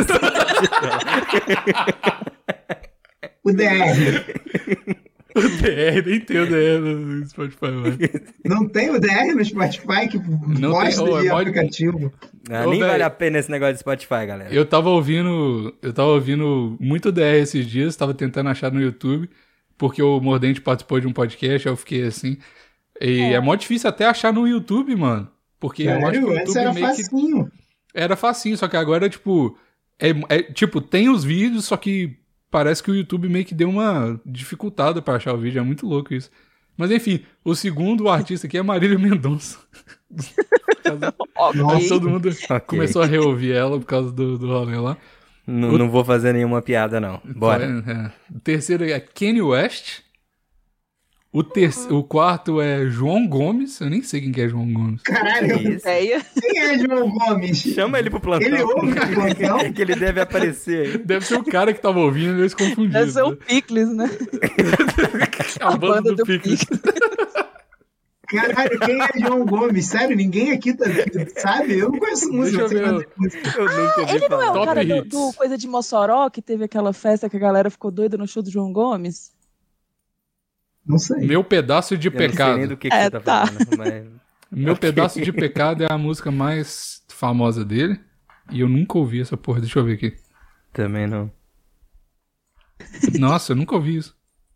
O DR. O DR, nem tem o DR no Spotify. Mano. Não tem o DR no Spotify que gosta de aplicativo. Nem vale a pena esse negócio de Spotify, galera. Eu tava ouvindo muito DR esses dias, tava tentando achar no YouTube, porque o Mordente participou de um podcast, aí eu fiquei assim... E é mó difícil até achar no YouTube, mano. Porque eu acho que o YouTube era meio facinho. que... Era facinho, só que agora, tipo... tipo, tem os vídeos, só que parece que o YouTube meio que deu uma dificultada pra achar o vídeo. É muito louco isso. Mas enfim, o segundo artista aqui é Marília Mendonça. Todo mundo começou a reouvir ela por causa do rolê lá. Não vou fazer nenhuma piada, não. Bora. O terceiro é Kanye West. O quarto é João Gomes. Eu nem sei quem que é João Gomes. Caralho, quem é João Gomes? Chama ele pro plantão. Ele ouve o plantão? É que ele deve aparecer aí. Deve ser o cara que tava ouvindo e eles confundiram. Deve ser o Pickles, né? A banda do Pickles. Caralho, quem é João Gomes? Sério, ninguém aqui sabe? Eu não conheço música. Deixa eu ver. Ele não é o Top cara Hits. do Coisa de Mossoró, que teve aquela festa que a galera ficou doida no show do João Gomes? Não sei. Meu Pedaço de Pecado. Eu não sei nem do que você tá falando, mas... Meu Pedaço de Pecado é a música mais famosa dele. E eu nunca ouvi essa porra. Deixa eu ver aqui. Também não. Nossa, eu nunca ouvi isso.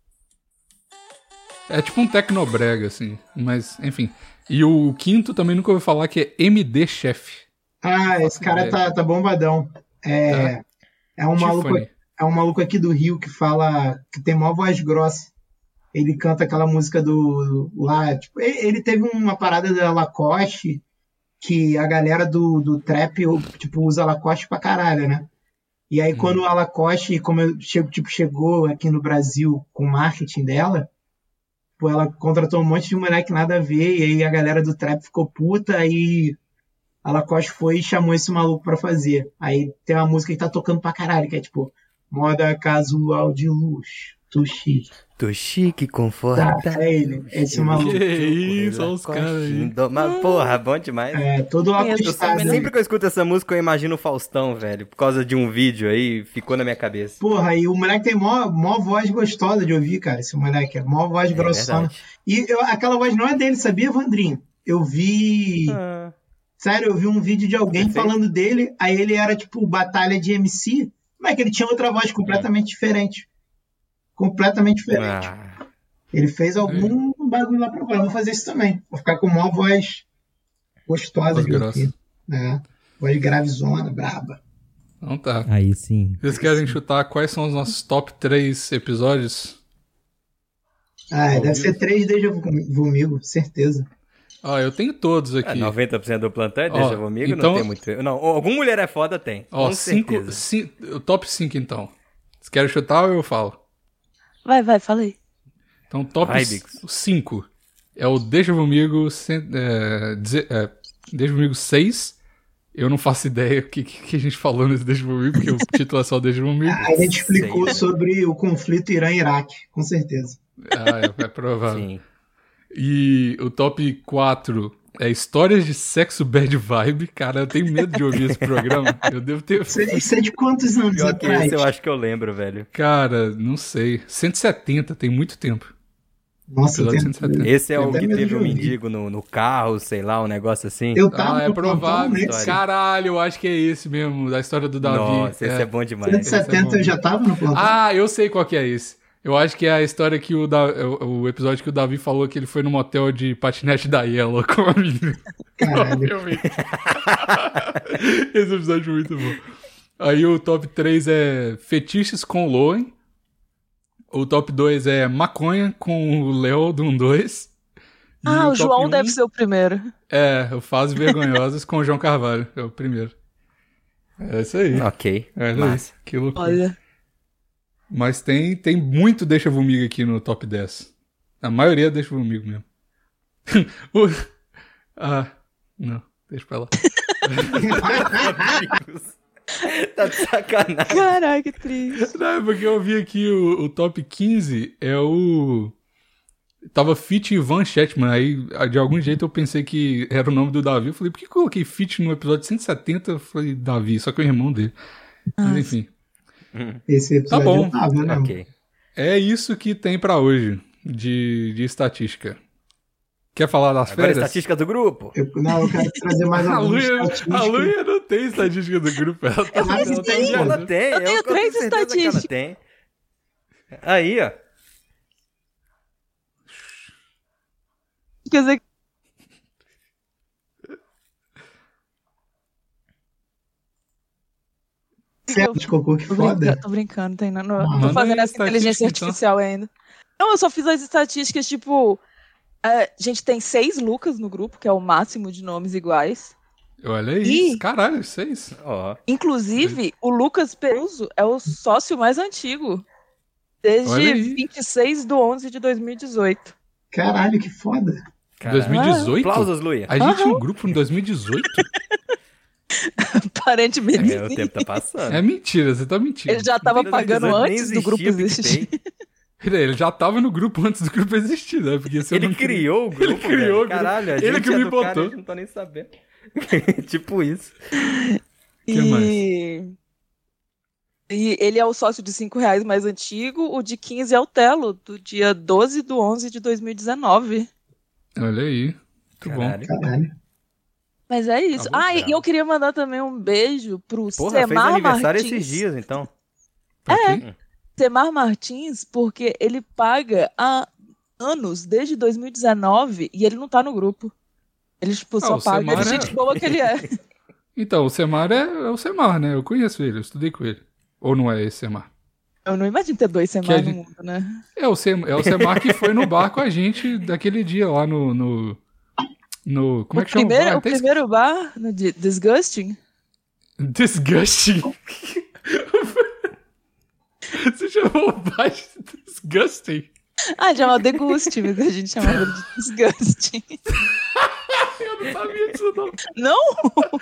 É tipo um tecnobrega, assim. Mas, enfim. E o quinto também nunca ouvi falar, que é MD Chef. Ah, esse cara tá bombadão. É um maluco aqui do Rio que fala... Que tem maior voz grossa. Ele canta aquela música do lá, tipo, ele teve uma parada da Lacoste, que a galera do trap, tipo, usa Lacoste pra caralho, né? E aí quando a Lacoste, chegou aqui no Brasil com o marketing dela, pô, ela contratou um monte de moleque nada a ver, e aí a galera do trap ficou puta, aí a Lacoste foi e chamou esse maluco pra fazer. Aí tem uma música que tá tocando pra caralho, que é tipo, moda casual de luxo. Tô chique, confortável. É ele, esse maluco. Que isso, olha os caras aí. Mas, porra, bom demais. Todo acostado. Sempre que eu escuto essa música, eu imagino o Faustão, velho. Por causa de um vídeo aí, ficou na minha cabeça. Porra, e o moleque tem mó voz gostosa de ouvir, cara. Esse moleque, mó voz grossona. E aquela voz não é dele, sabia, Vandrinho? Eu vi... Sério, eu vi um vídeo de alguém falando dele, aí ele era, tipo, batalha de MC, mas que ele tinha outra voz completamente diferente. Completamente diferente. Ele fez algum bagulho lá pra fora. Vou fazer isso também. Vou ficar com uma voz gostosa de ouvir. Voz gravezona, braba. Então tá. Aí sim. Vocês querem chutar quais são os nossos top 3 episódios? Deve ser 3 Deja Vumigo, certeza. Eu tenho todos aqui. 90% do plantão é Deja Vumigo, então... não tem muito... Não, algum Mulher é Foda tem. O top 5 então. Vocês querem chutar ou eu falo? Vai, fala aí. Então, top 5 é o Deja Vumigo, Deja Vumigo 6. Eu não faço ideia o que a gente falou nesse Deja Vumigo, porque o título é só Deja Vumigo. A gente explicou sobre o conflito Irã-Iraque, com certeza. É provável. Sim. E o top 4 é Histórias de Sexo Bad Vibe. Cara, eu tenho medo de ouvir esse programa. Eu devo ter... Isso é de quantos anos atrás? Esse eu acho que eu lembro, velho. Cara, não sei. 170, tem muito tempo. Nossa, Episódio tem- 170. Esse é Eu o até que mesmo teve já um ouvi. mendigo no carro, sei lá, um negócio assim. Eu tava É no plantão provável. nesse. Caralho, eu acho que é esse mesmo, da história do Davi. Nossa, esse é bom demais. 170 eu já tava no plantão. Ah, eu sei qual que é esse. Eu acho que é a história que o episódio que o Davi falou que ele foi no motel de patinete da Yellow com a menina. Caralho. Realmente. Esse episódio foi muito bom. Aí o top 3 é fetiches com o Loen. O top 2 é maconha com o Léo do 1-2. E Ah, o top João 1 deve ser o primeiro. É, o Fases Vergonhosas com o João Carvalho. É o primeiro. É isso aí. Ok, É isso massa. aí. Que loucura. Olha. Mas tem muito Deixa Vomigo aqui no top 10. A maioria é Deixa Vomigo mesmo. Não, deixa pra lá. Tá de sacanagem. Caraca, que triste. Não, é porque eu vi aqui o top 15 é o... Tava Fit Ivan Chetman, aí de algum jeito eu pensei que era o nome do Davi. Eu falei, por que eu coloquei Fit no episódio 170? Eu falei, Davi, só que é o irmão dele. Mas enfim, Esse episódio Tá bom. eu tava, né? Ok. é isso que tem pra hoje de estatística. Quer falar das Agora a férias? estatística do grupo. Eu quero trazer mais A algumas Luia estatísticas. não tem estatística do grupo. Ela tá Mas ela tá tem, viajando. Ela tem. Eu tenho tenho 3 certeza que ela estatísticas. tem. Aí, ó. Quer dizer, Céu de cocô, que tô foda. brincando, tô brincando, tem não, não Manda tô fazendo aí essa inteligência estatística, então. artificial ainda. Não, eu só fiz as estatísticas, tipo, a gente tem 6 Lucas no grupo, que é o máximo de nomes iguais. Olha isso, Ih. caralho, 6. Ó. Inclusive, o Lucas Peruso é o sócio mais antigo. Desde Olha aí. 26 de 11 de 2018. Caralho, que foda. Caralho. 2018? Aplausos, Luia. A gente tinha um grupo em 2018? Aparentemente, É, o sim. tempo tá passando. É mentira, você tá mentindo. Ele já tava 2018 pagando nem antes do grupo existia existir. PicPay. Ele já tava no grupo antes do grupo existir, né? Porque se eu Ele não queria- criou o grupo, Ele criou velho. o grupo. Caralho, a Ele gente que é me do cara, botou. a gente não tá nem sabendo. Tipo isso. Que E ele é o sócio de R$5 mais antigo, o de 15 é o Telo, do dia 12 de 11 de 2019. Olha aí. Muito bom. Caralho. Caralho. Mas é isso. Tá bom, E cara. eu queria mandar também um beijo pro Porra, fez Semar aniversário Martins. esses dias, então. Pra quê? Semar Martins, porque ele paga há anos, desde 2019, e ele não tá no grupo. Ele, tipo, só o paga Semar de gente boa que ele é. Então, o Semar é o Semar, né? Eu conheço ele, eu estudei com ele. Ou não é esse Semar? Eu não imagino ter 2 Que Semar a no gente- mundo, né? É o Semar que foi no bar com a gente daquele dia lá no como é que chama? O Até primeiro bar, no Disgusting, Disgusting. Você chamou o bar de Disgusting? chama Deguste, mas a gente chamava ele de Disgusting. Eu não sabia disso, não. Não?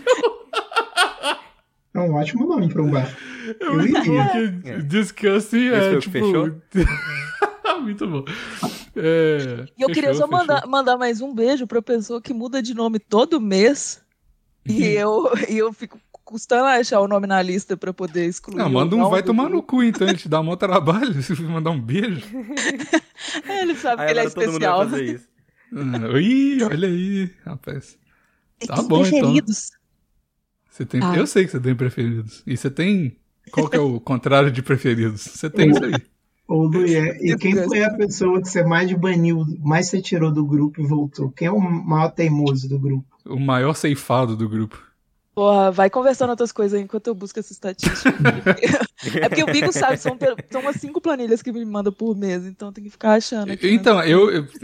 É um ótimo nome pra um bar. É Eu muito bom, iria. porque Disgusting Esse é foi o que tipo... fechou? Muito bom. E eu queria só mandar mais um beijo pra pessoa que muda de nome todo mês. E eu fico custando achar o nome na lista pra poder excluir. Não, manda o um nome vai do tomar no grupo. cu, então, a gente dá mó trabalho se mandar um beijo. Ele sabe Aí que ele é agora todo mundo vai especial. fazer isso. Ih, olha aí, rapaz. Tá Tem bom, então. preferidos. Você tem... Ah. Eu sei que você tem preferidos. E você tem... Qual que é o contrário de preferidos? Você tem isso aí. Ô, Luia, e quem foi a pessoa que você mais baniu, mais você tirou do grupo e voltou? Quem é o maior teimoso do grupo? O maior ceifado do grupo. Porra, vai conversando outras coisas aí enquanto eu busco essa estatística. É porque o Bigo sabe, são umas 5 planilhas que me manda por mês, então tem que ficar achando aqui. Então, né?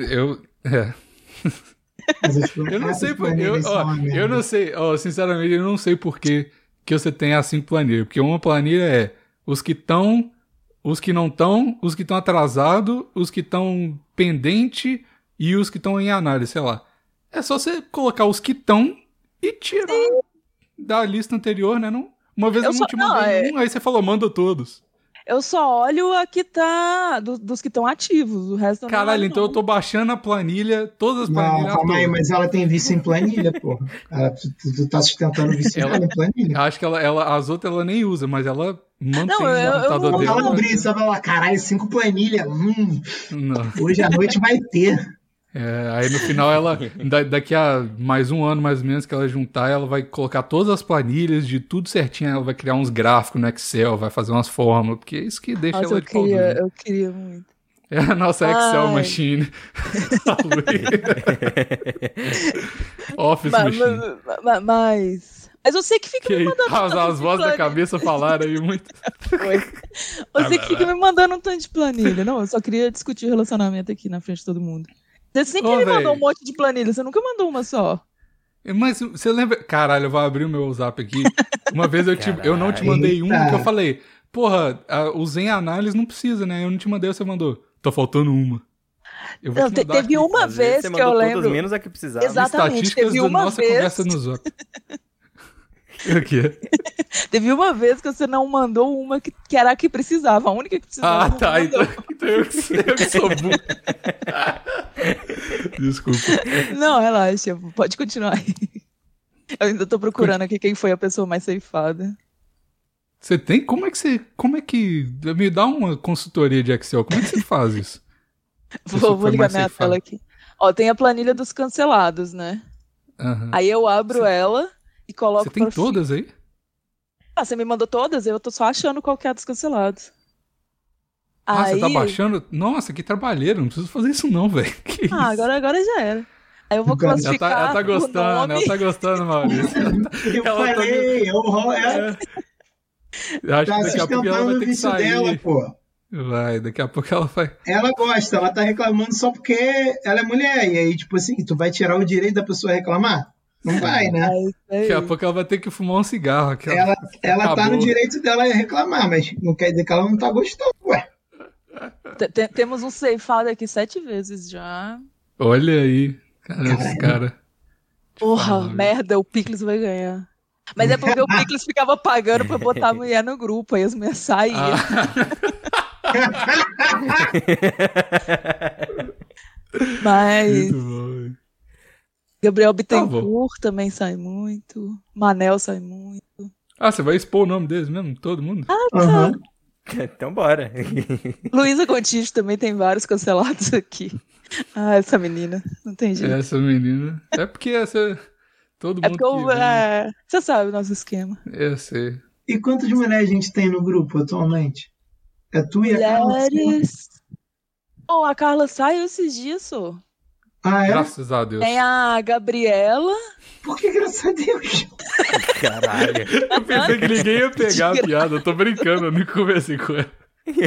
Eu não sei por eu não sei, sinceramente, eu não sei por que você tem as 5 planilhas. Porque uma planilha é os que estão, os que não estão, os que estão atrasados, os que estão pendente e os que estão em análise, sei lá. É só você colocar os que estão e tirar da lista anterior, né? Não? Uma vez eu não te mandei nenhum, aí você falou, manda todos. Eu só olho a que tá dos que estão ativos, o resto eu não Caralho, olho, então eu não. tô baixando a planilha, todas as Não, planilhas. calma aí, todas. mas ela tem vício em planilha, porra. Tu tá sustentando vício Ela- em planilha. Eu acho que ela as outras ela nem usa, mas ela mantém Não, no eu computador não- dele. Ela não, brisa, você vai lá, caralho, 5 planilhas. Não. Hoje à noite vai ter. Aí no final ela, daqui a mais um ano mais ou menos que ela juntar, ela vai colocar todas as planilhas de tudo certinho, ela vai criar uns gráficos no Excel, vai fazer umas fórmulas, porque é isso que deixa Nossa, ela de pau duro. eu queria muito. É a nossa Excel Ai. machine. Office machine. Mas você que fica Que me aí, mandando as vozes da cabeça falaram aí muito. Você que fica me mandando um tanto de planilha. Não, eu só queria discutir o relacionamento aqui na frente de todo mundo. Você sempre Ô, me mandou véi. um monte de planilha, você nunca mandou uma só. Mas você lembra... Caralho, eu vou abrir o meu zap aqui. Uma vez eu não te mandei um Eita. que eu falei, porra, usei a análise, não precisa, né? Eu não te mandei, você mandou. Tô faltando uma. Eu vou Não, te mandar teve aqui. uma Às vezes vez você que eu mandou lembro. todas menos a que precisava. Exatamente, Estatísticas teve da uma nossa vez. conversa no zap. O quê? Teve uma vez que você não mandou uma que era a que precisava, a única que precisava. Ah, você tá. não mandou. Então eu que sou burro. Desculpa. Não, relaxa, pode continuar aí. Eu ainda tô procurando aqui quem foi a pessoa mais ceifada. Você tem? Como é que... Me dá uma consultoria de Excel. Como é que você faz isso? Vou foi ligar mais minha ceifada. tela aqui. Ó, tem a planilha dos cancelados, né? Aham. Aí eu abro ela e coloco. Você tem pra todas aí? Ah, você me mandou todas? Eu tô só achando qual que é a dos cancelados. Ah, Aí... você tá baixando? Nossa, que trabalheiro. Não preciso fazer isso não, velho. Que isso? Ah, agora já era. Aí eu vou Agora- classificar Ela tá o gostando, nome. ela tá gostando, Maurício. Eu Ela tá- falei, Eu acho tá que daqui a pouco ela sustentando vai o ter que vício sair. dela, pô. Vai, daqui a pouco ela vai. Ela gosta, ela tá reclamando só porque ela é mulher. E aí, tipo assim, tu vai tirar o direito da pessoa reclamar? Não vai, né? É isso aí. Daqui a pouco ela vai ter que fumar um cigarro. Aqui, ó. Ela tá Acabou. no direito dela reclamar, mas não quer dizer que ela não tá gostando, ué. Temos um ceifado aqui 7 vezes já. Olha aí. Cara, esse cara. Porra, Fala, merda, o Picles vai ganhar. Mas é porque o Picles ficava pagando pra botar a mulher no grupo, aí as mulheres saíam. Mas Muito bom. Gabriel Tá Bittencourt também sai muito. Manel sai muito. Ah, você vai expor o nome deles mesmo? Todo mundo? Aham. Então bora. Luísa Gontijo também tem vários cancelados aqui. Ah, essa menina. Não tem jeito. Essa menina. É porque essa. Todo É mundo porque que vem, você sabe o nosso esquema. eu sei. E quantas mulheres a gente tem no grupo atualmente? É tu e a Carla? Mulheres. Oh, a Carla saiu esses dias, só. Ah, é? Graças a Deus. Tem a Gabriela. Por que, graças a Deus? Caralho. Eu pensei que ninguém ia pegar a piada. Eu tô brincando, eu nem conversei com ela.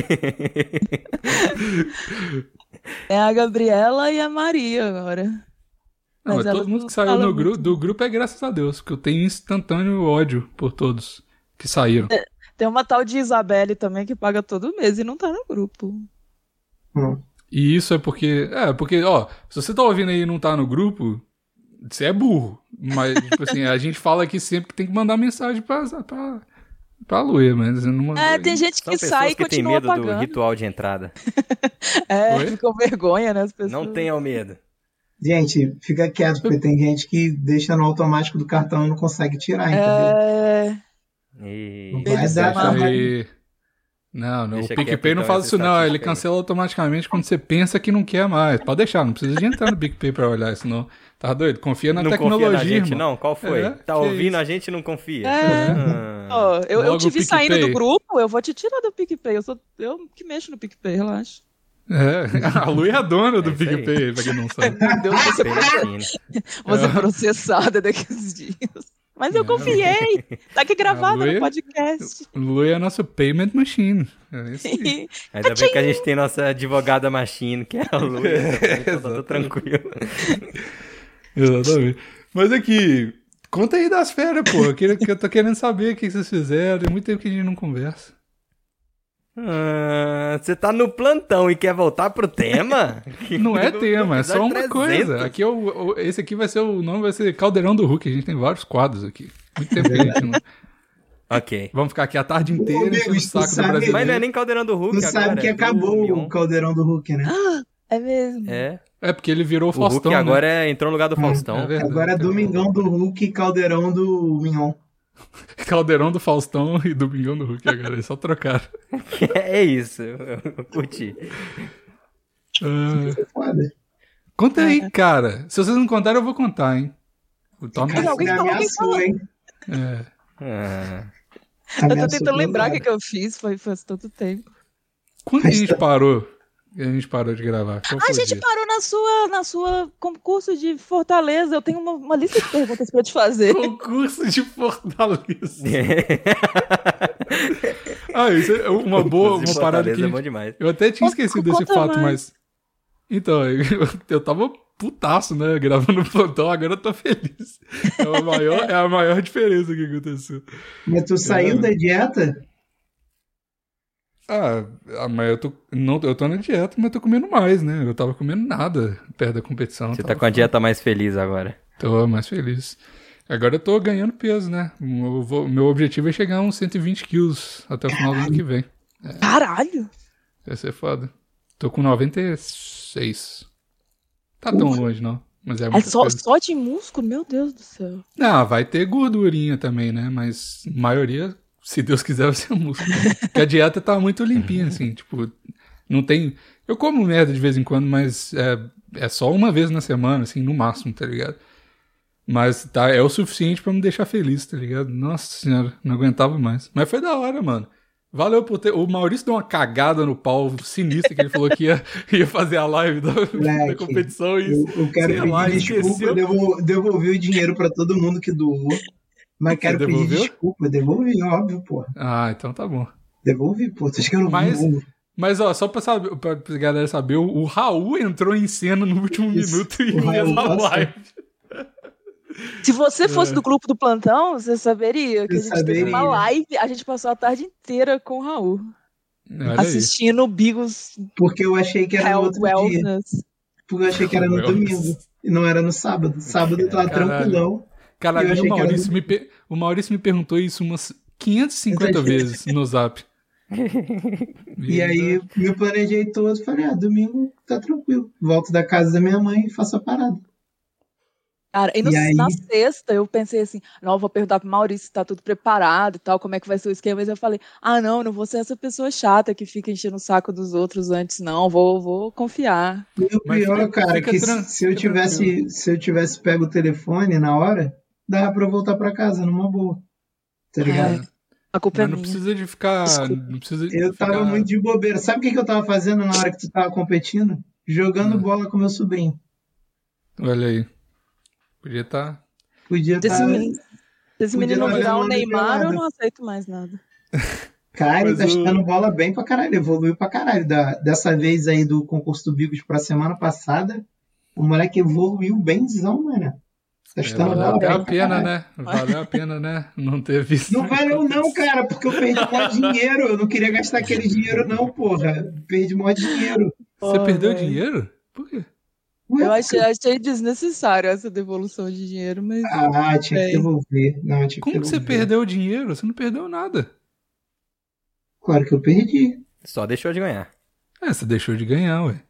Tem a Gabriela e a Maria agora. Não, mas elas todo mundo não que saiu falam no muito. do grupo é graças a Deus, porque eu tenho instantâneo ódio por todos que saíram. Tem uma tal de Isabelle também que paga todo mês e não tá no grupo. E isso é porque, ó, se você tá ouvindo aí e não tá no grupo, você é burro. Mas, tipo assim, a gente fala aqui sempre que tem que mandar mensagem pra Luia, mas não mandou. É, tem gente São que pessoas sai e que têm continua medo do pagando. ritual de entrada. É, Oi? ficou vergonha, né, as pessoas. Não tenham medo. Gente, fica quieto, porque tem gente que deixa no automático do cartão e não consegue tirar, entendeu? É... E... Não vai Eles dar, são não. Aí... Não, Deixa o quieto, PicPay não então, faz essa isso não, ele estatística aí. cancela automaticamente quando você pensa que não quer mais. Pode deixar, não precisa de entrar no PicPay pra olhar isso não. Tá doido? Confia na Não tecnologia, confia na gente, irmão. não? Qual foi? É, Tá que ouvindo isso. a gente e não confia? É. Ah. Ó, eu Logo te vi o saindo PicPay. do grupo, eu vou te tirar do PicPay. Eu que mexo no PicPay, relaxa. É, a Lu é a dona do É isso aí. PicPay, pra quem não sabe. Meu Deus, vou ser, Bem fino. vou ser processada daqui uns dias. Mas eu Não. confiei. Tá aqui gravado A Lu no é- podcast. Lu é a nossa payment machine. É isso aí. Ainda bem que a gente tem nossa advogada machine, que é a Lu. Então tá tudo tranquilo. Exatamente. Mas aqui, conta aí das férias, pô. Que eu tô querendo saber o que vocês fizeram. Tem muito tempo que a gente não conversa. Você tá no plantão e quer voltar pro tema? Não é tema, é só uma 300. coisa. Aqui esse aqui vai ser o nome, vai ser Caldeirão do Hulk. A gente tem vários quadros aqui. Muito tempo que a gente não. Ok. Vamos ficar aqui a tarde inteira Ô, enchendo o Deus, tu saco do sabe- brasileiro. Mas não é nem Caldeirão do Hulk Tu agora. sabe que é do acabou Mion. o Caldeirão do Hulk, né? É mesmo. É. É porque ele virou O Faustão, Hulk né? agora entrou no lugar do Faustão. É verdade. Agora é Domingão do Hulk e Caldeirão do Mignon. Caldeirão do Faustão e Domingão do Hulk agora, eles só trocaram. É isso, eu curti. Foda. Conta aí, cara. Se vocês não contarem, eu vou contar, hein? Alguém ameaçou, hein? Eu tô tentando lembrar o que eu fiz, faz tanto tempo. Quando a gente parou? A gente parou de gravar. A gente parou na sua concurso de Fortaleza. Eu tenho uma lista de perguntas pra te fazer. Concurso de Fortaleza. Isso é uma boa, uma parada que... É bom demais. Eu até tinha esquecido desse fato, mas... Então, eu tava putaço, né? Gravando o plantão, agora eu tô feliz. É a maior diferença que aconteceu. Mas tu saiu da dieta? Mas eu tô na dieta, mas eu tô comendo mais, né? Eu tava comendo nada perto da competição. Você tá com a dieta mais feliz agora? Tô mais feliz. Agora eu tô ganhando peso, né? Meu objetivo é chegar a uns 120 quilos até o final do ano que vem. Caralho! Vai ser foda. Tô com 96. Tá tão longe, não. Mas é só de músculo? Meu Deus do céu. Não, vai ter gordurinha também, né? Mas a maioria... Se Deus quiser, vai ser músculo. Porque a dieta tá muito limpinha, assim, tipo, não tem... Eu como merda de vez em quando, mas é só uma vez na semana, assim, no máximo, tá ligado? Mas é o suficiente pra me deixar feliz, tá ligado? Nossa senhora, não aguentava mais. Mas foi da hora, mano. Valeu por ter... O Maurício deu uma cagada no pau sinistra, que ele falou que ia fazer a live da competição e... Eu quero pedir desculpa, devolver o dinheiro pra todo mundo que doou. Mas quero pedir desculpa, devolvi, óbvio, pô. Então tá bom. Devolvi, pô. Vocês querem Mas, ó, só pra galera saber, o Raul entrou em cena no último minuto e fez a live. Se você fosse do grupo do plantão, você saberia que a gente teve uma live, a gente passou a tarde inteira com o Raul. Assistindo o Bigos. Porque eu achei que era no outro dia. Porque eu achei que era no domingo. E não era no sábado. Sábado eu tava tranquilão. Caralho, o Maurício me perguntou isso umas 550 vezes no Zap. E aí, me planejei todo, falei, domingo tá tranquilo. Volto da casa da minha mãe e faço a parada. Cara, na sexta eu pensei assim, não, eu vou perguntar pro Maurício se tá tudo preparado e tal, como é que vai ser o esquema, mas eu falei, não vou ser essa pessoa chata que fica enchendo o saco dos outros antes, não, vou confiar. E o pior, cara, que se eu tivesse pego o telefone na hora, dava pra eu voltar pra casa, numa boa. Tá ligado? A culpa é minha. Não precisa de ficar... Eu tava muito de bobeira. Sabe o que eu tava fazendo na hora que tu tava competindo? Jogando bola com meu sobrinho. Olha aí. Podia estar... Esse menino virar o Neymar, eu não aceito mais nada. Cara, ele tá jogando bola bem pra caralho. Evoluiu pra caralho. Dessa vez aí do concurso do Bigos pra semana passada, o moleque evoluiu bemzão, mano. Valeu a pena, né? Valeu a pena, né? Não ter visto. Não valeu não, cara, porque eu perdi maior dinheiro. Eu não queria gastar aquele dinheiro não, porra. Perdi maior dinheiro. Você perdeu dinheiro? Por quê? Eu achei desnecessário essa devolução de dinheiro, mas... tinha que devolver. Como que você perdeu dinheiro? Você não perdeu nada. Claro que eu perdi. Só deixou de ganhar. Você deixou de ganhar, ué.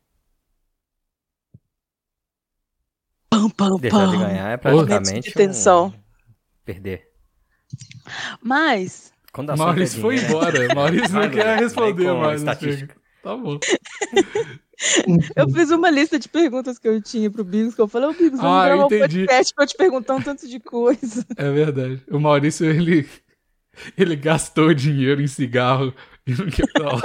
Deixar de ganhar é praticamente perder. Mas... Maurício foi embora. Maurício não quer responder mais. Tá bom. Eu fiz uma lista de perguntas que eu tinha pro Bigos, que eu falei, Bigos, vamos gravar um podcast pra eu te perguntar um tanto de coisa. É verdade. O Maurício, ele gastou dinheiro em cigarro e não quer falar.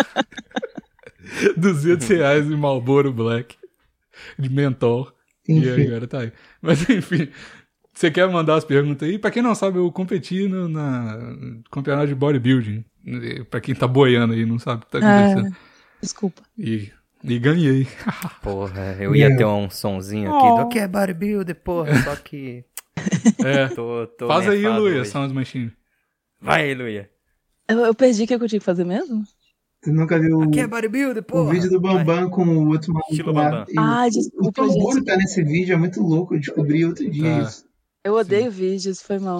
R$200 em Marlboro Black de mentol. E agora tá aí. Mas enfim, você quer mandar as perguntas aí? Pra quem não sabe, eu competi no campeonato de bodybuilding. Pra quem tá boiando aí, não sabe o que tá acontecendo. Desculpa. E ganhei. Porra, eu ia ter um sonzinho aqui do que é bodybuilder, porra, só que... Tô faz aí, Luia, hoje. Sound Machine. Vai, Luia. Eu perdi o que eu tinha que fazer mesmo? Tu nunca viu aqui é bodybuilder, porra. O vídeo do Bambam com o outro maluco lá. Desculpa, o Tamboro tá nesse vídeo, é muito louco, eu descobri outro dia isso. Eu odeio vídeos, foi mal.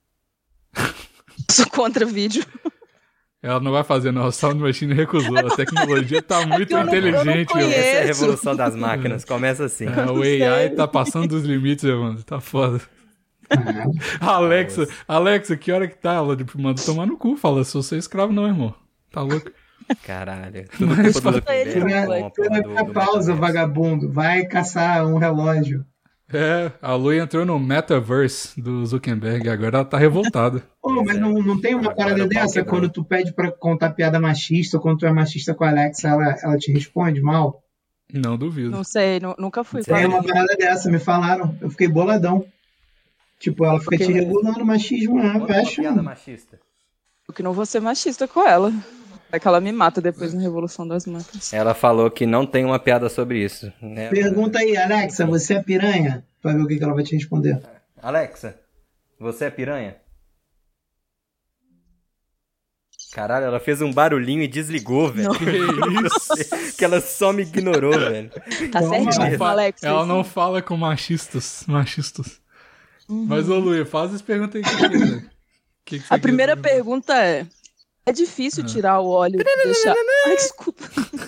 Sou contra vídeo. Ela não vai fazer, não. A Sound Machine recusou. A tecnologia tá muito inteligente. Essa é a revolução das máquinas. Começa assim. O AI tá passando dos limites, mano. Tá foda. Alexa, que hora que tá? Ela manda tomar no cu. Fala, sou seu escravo não, irmão. Tá louco? Caralho. Mas Tudo Pausa, vagabundo. Vai caçar um relógio. A Lu entrou no metaverse do Zuckerberg. Agora ela tá revoltada. Mas não tem uma parada dessa? Quando tu pede pra contar piada machista, ou quando tu é machista com a Alexa, ela te responde mal? Não duvido. Não sei, nunca fui. Tem uma parada dessa, me falaram. Eu fiquei boladão. Tipo, ela fica te regulando machismo, né? Fecha. Piada machista. Eu que não vou ser machista com ela. É que ela me mata depois na Revolução das Máquinas. Ela falou que não tem uma piada sobre isso. Né? Pergunta aí, Alexa, você é piranha? Pra ver o que ela vai te responder. Alexa, você é piranha? Caralho, ela fez um barulhinho e desligou, velho. Que isso? Que ela só me ignorou, velho. Tá certinho, Alexa. Ela não fala com machistas. Mas, ô Luia, faz as perguntas aí. Que a primeira pergunta é difícil tirar o óleo e deixar... Ai, desculpa.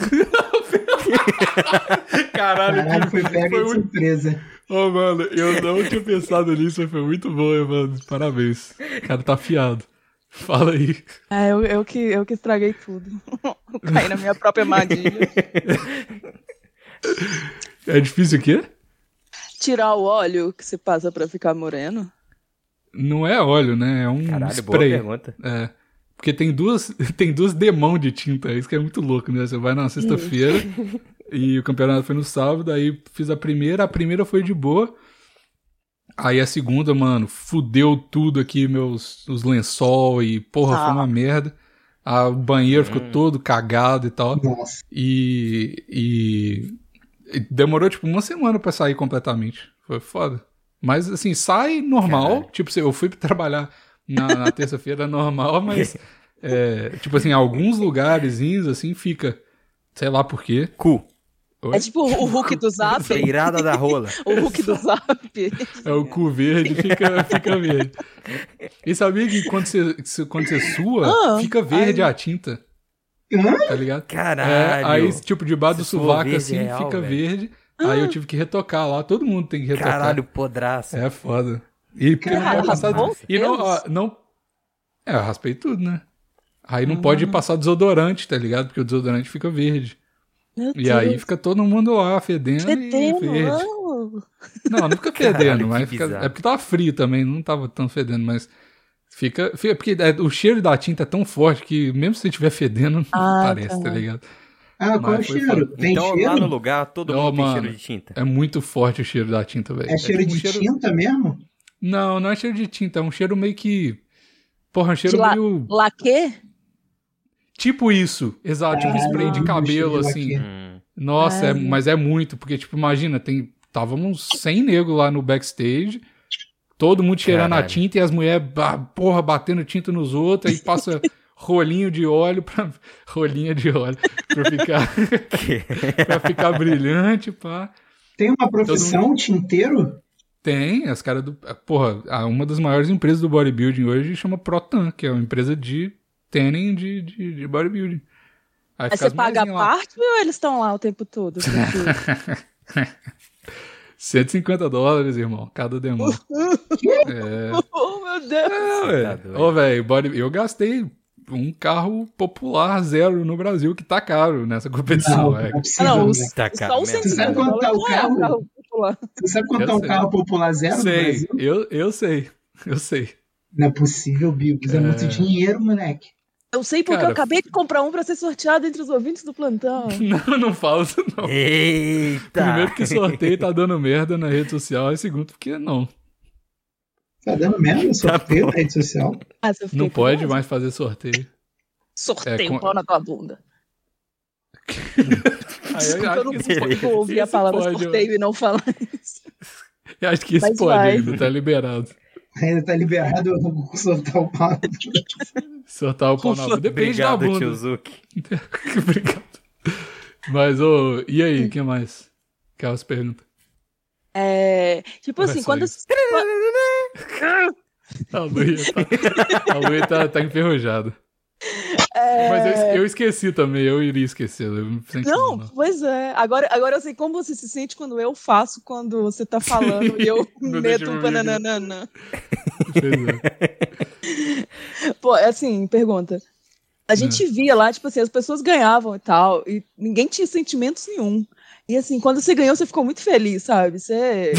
Caralho, foi pega de surpresa. Mano, eu não tinha pensado nisso, mas foi muito bom, mano. Parabéns. O cara tá afiado. Fala aí. Eu que estraguei tudo. Caí na minha própria armadilha. É difícil o quê? Tirar o óleo que se passa pra ficar moreno? Não é óleo, né? É um Caralho, boa spray. pergunta. Porque tem duas demãos de tinta, isso que é muito louco, né? Você vai na sexta-feira e o campeonato foi no sábado, aí fiz a primeira foi de boa. Aí a segunda, mano, fudeu tudo aqui, os lençol e, porra, foi uma merda. O banheiro ficou todo cagado e tal. Nossa. E demorou, tipo, uma semana pra sair completamente. Foi foda. Mas, assim, sai normal. Caralho. Tipo, eu fui trabalhar na terça-feira normal, mas, tipo assim, alguns lugarzinhos, assim, fica, sei lá por quê. Cu. Oi? É tipo o Hulk do Zap. Feirada da rola. O Hulk do Zap. É o cu verde, fica verde. E sabia que quando você sua, fica verde a tinta. Tá ligado? Caralho. Aí, tipo, debaixo do sovaco, assim, real, fica velho. verde. Aí eu tive que retocar lá. Todo mundo tem que retocar. Caralho, podraço. É foda. E porque não pode passar... E não... eu raspei tudo, né? Aí não pode passar desodorante, tá ligado? Porque o desodorante fica verde. Meu e Deus. aí fica todo mundo lá fedendo e verde. Não fica fedendo, mas fica... É porque tava frio também, não tava tão fedendo, mas fica porque o cheiro da tinta é tão forte que mesmo se estiver fedendo, não parece, tá ligado? Qual é o cheiro? Tem então cheiro? Lá no lugar todo mundo tem cheiro de tinta. É muito forte o cheiro da tinta, velho. É cheiro de tinta mesmo? Não é cheiro de tinta, é um cheiro meio que... Porra, um cheiro meio... Laquê? Tipo isso, exato, tipo spray de cabelo, assim. Nossa, mas é muito, porque, tipo, imagina, estávamos 100 negros lá no backstage, todo mundo cheirando a tinta e as mulheres, porra, batendo tinta nos outros, aí passa rolinho de óleo pra ficar brilhante, pá. Tem uma profissão tinteiro? Tem, as caras do... Porra, uma das maiores empresas do bodybuilding hoje chama Protan, que é uma empresa de tanning de bodybuilding. Aí você paga a parte ou eles estão lá o tempo todo? $150, irmão, cada demão. Oh, meu Deus! Velho, eu gastei um carro popular zero no Brasil, que tá caro nessa competição. Tá caro. Você sabe quanto tá o carro? Você sabe quanto tá um carro popular zero no Brasil? Eu sei. Não é possível, Bigos. É muito dinheiro, moleque. Eu sei porque eu acabei de comprar um pra ser sorteado entre os ouvintes do plantão. Não fala isso, não. Eita! Primeiro que sorteio tá dando merda na rede social, e segundo porque não. Tá dando merda sorteio na rede social? Não pode mais fazer sorteio. Sorteio pau na tua bunda. Eu não vou ouvir a palavra sorteio e não falar isso. Eu acho que isso pode ainda, tá liberado. Ainda tá liberado, eu não vou soltar o pau. Soltar o pau na bunda. Depende da bunda. Tio Zuki. Obrigado. Mas, e aí, o que mais? Aquelas perguntas. Tipo assim, quando... A Luia tá enferrujada. Mas eu esqueci também, eu iria esquecer. Não, pois é. Agora eu sei como você se sente quando eu faço, quando você tá falando e eu meto um bananana. Pô, assim, pergunta. A gente via lá, tipo assim, as pessoas ganhavam e tal, e ninguém tinha sentimentos nenhum. E assim, quando você ganhou, você ficou muito feliz, sabe? Você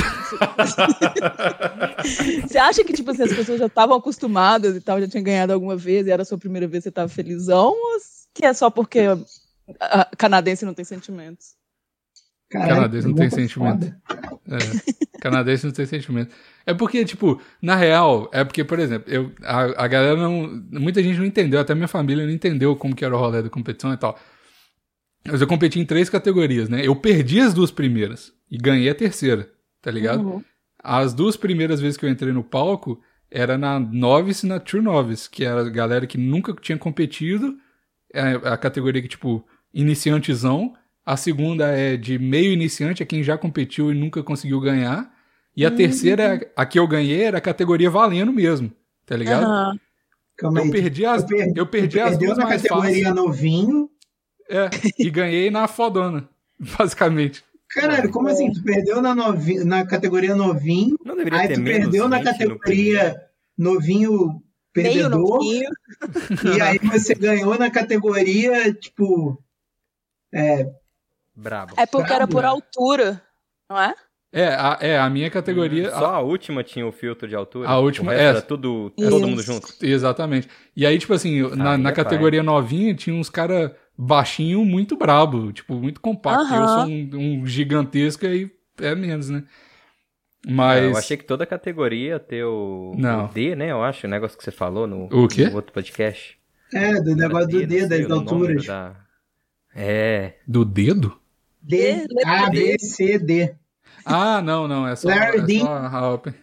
acha que, tipo assim, as pessoas já estavam acostumadas e tal, já tinham ganhado alguma vez, e era a sua primeira vez, você estava felizão, ou que é só porque a canadense não tem sentimentos? Canadense não tem sentimento. Canadense não tem sentimento. É porque, tipo, na real, é porque, por exemplo, a galera não... Muita gente não entendeu, até minha família não entendeu como que era o rolê da competição e tal. Mas eu competi em 3 categorias, né? Eu perdi as 2 primeiras e ganhei a terceira, tá ligado? Uhum. As 2 primeiras vezes que eu entrei no palco era na Novice e na True Novice, que era a galera que nunca tinha competido, é a categoria que, tipo, iniciantezão. A segunda é de meio iniciante, é quem já competiu e nunca conseguiu ganhar. E a terceira, a que eu ganhei, era a categoria valendo mesmo, tá ligado? Uhum. Eu perdi as 2 na mais categoria fáceis. novinho. E ganhei na fodona, basicamente. Caralho, como assim? Tu perdeu na categoria novinho, Não deveria aí ter tu menos perdeu na 20 no categoria novinho Meio perdedor, novinho. e aí você ganhou na categoria, tipo... Brabo. É porque era Brabo, por né? altura, não é? A minha categoria... Só a última tinha o filtro de altura? A última, o resto era tudo, todo mundo junto? Exatamente. E aí, tipo assim, na categoria novinha, tinha uns caras baixinho muito brabo, tipo, muito compacto. Eu sou um gigantesco e é menos, né? Mas... eu achei que toda categoria ia ter o D, né? Eu acho, o negócio que você falou no outro podcast. do negócio do D, das alturas. Do dedo? D, A, B, C, D. Ah, não, é só a Open.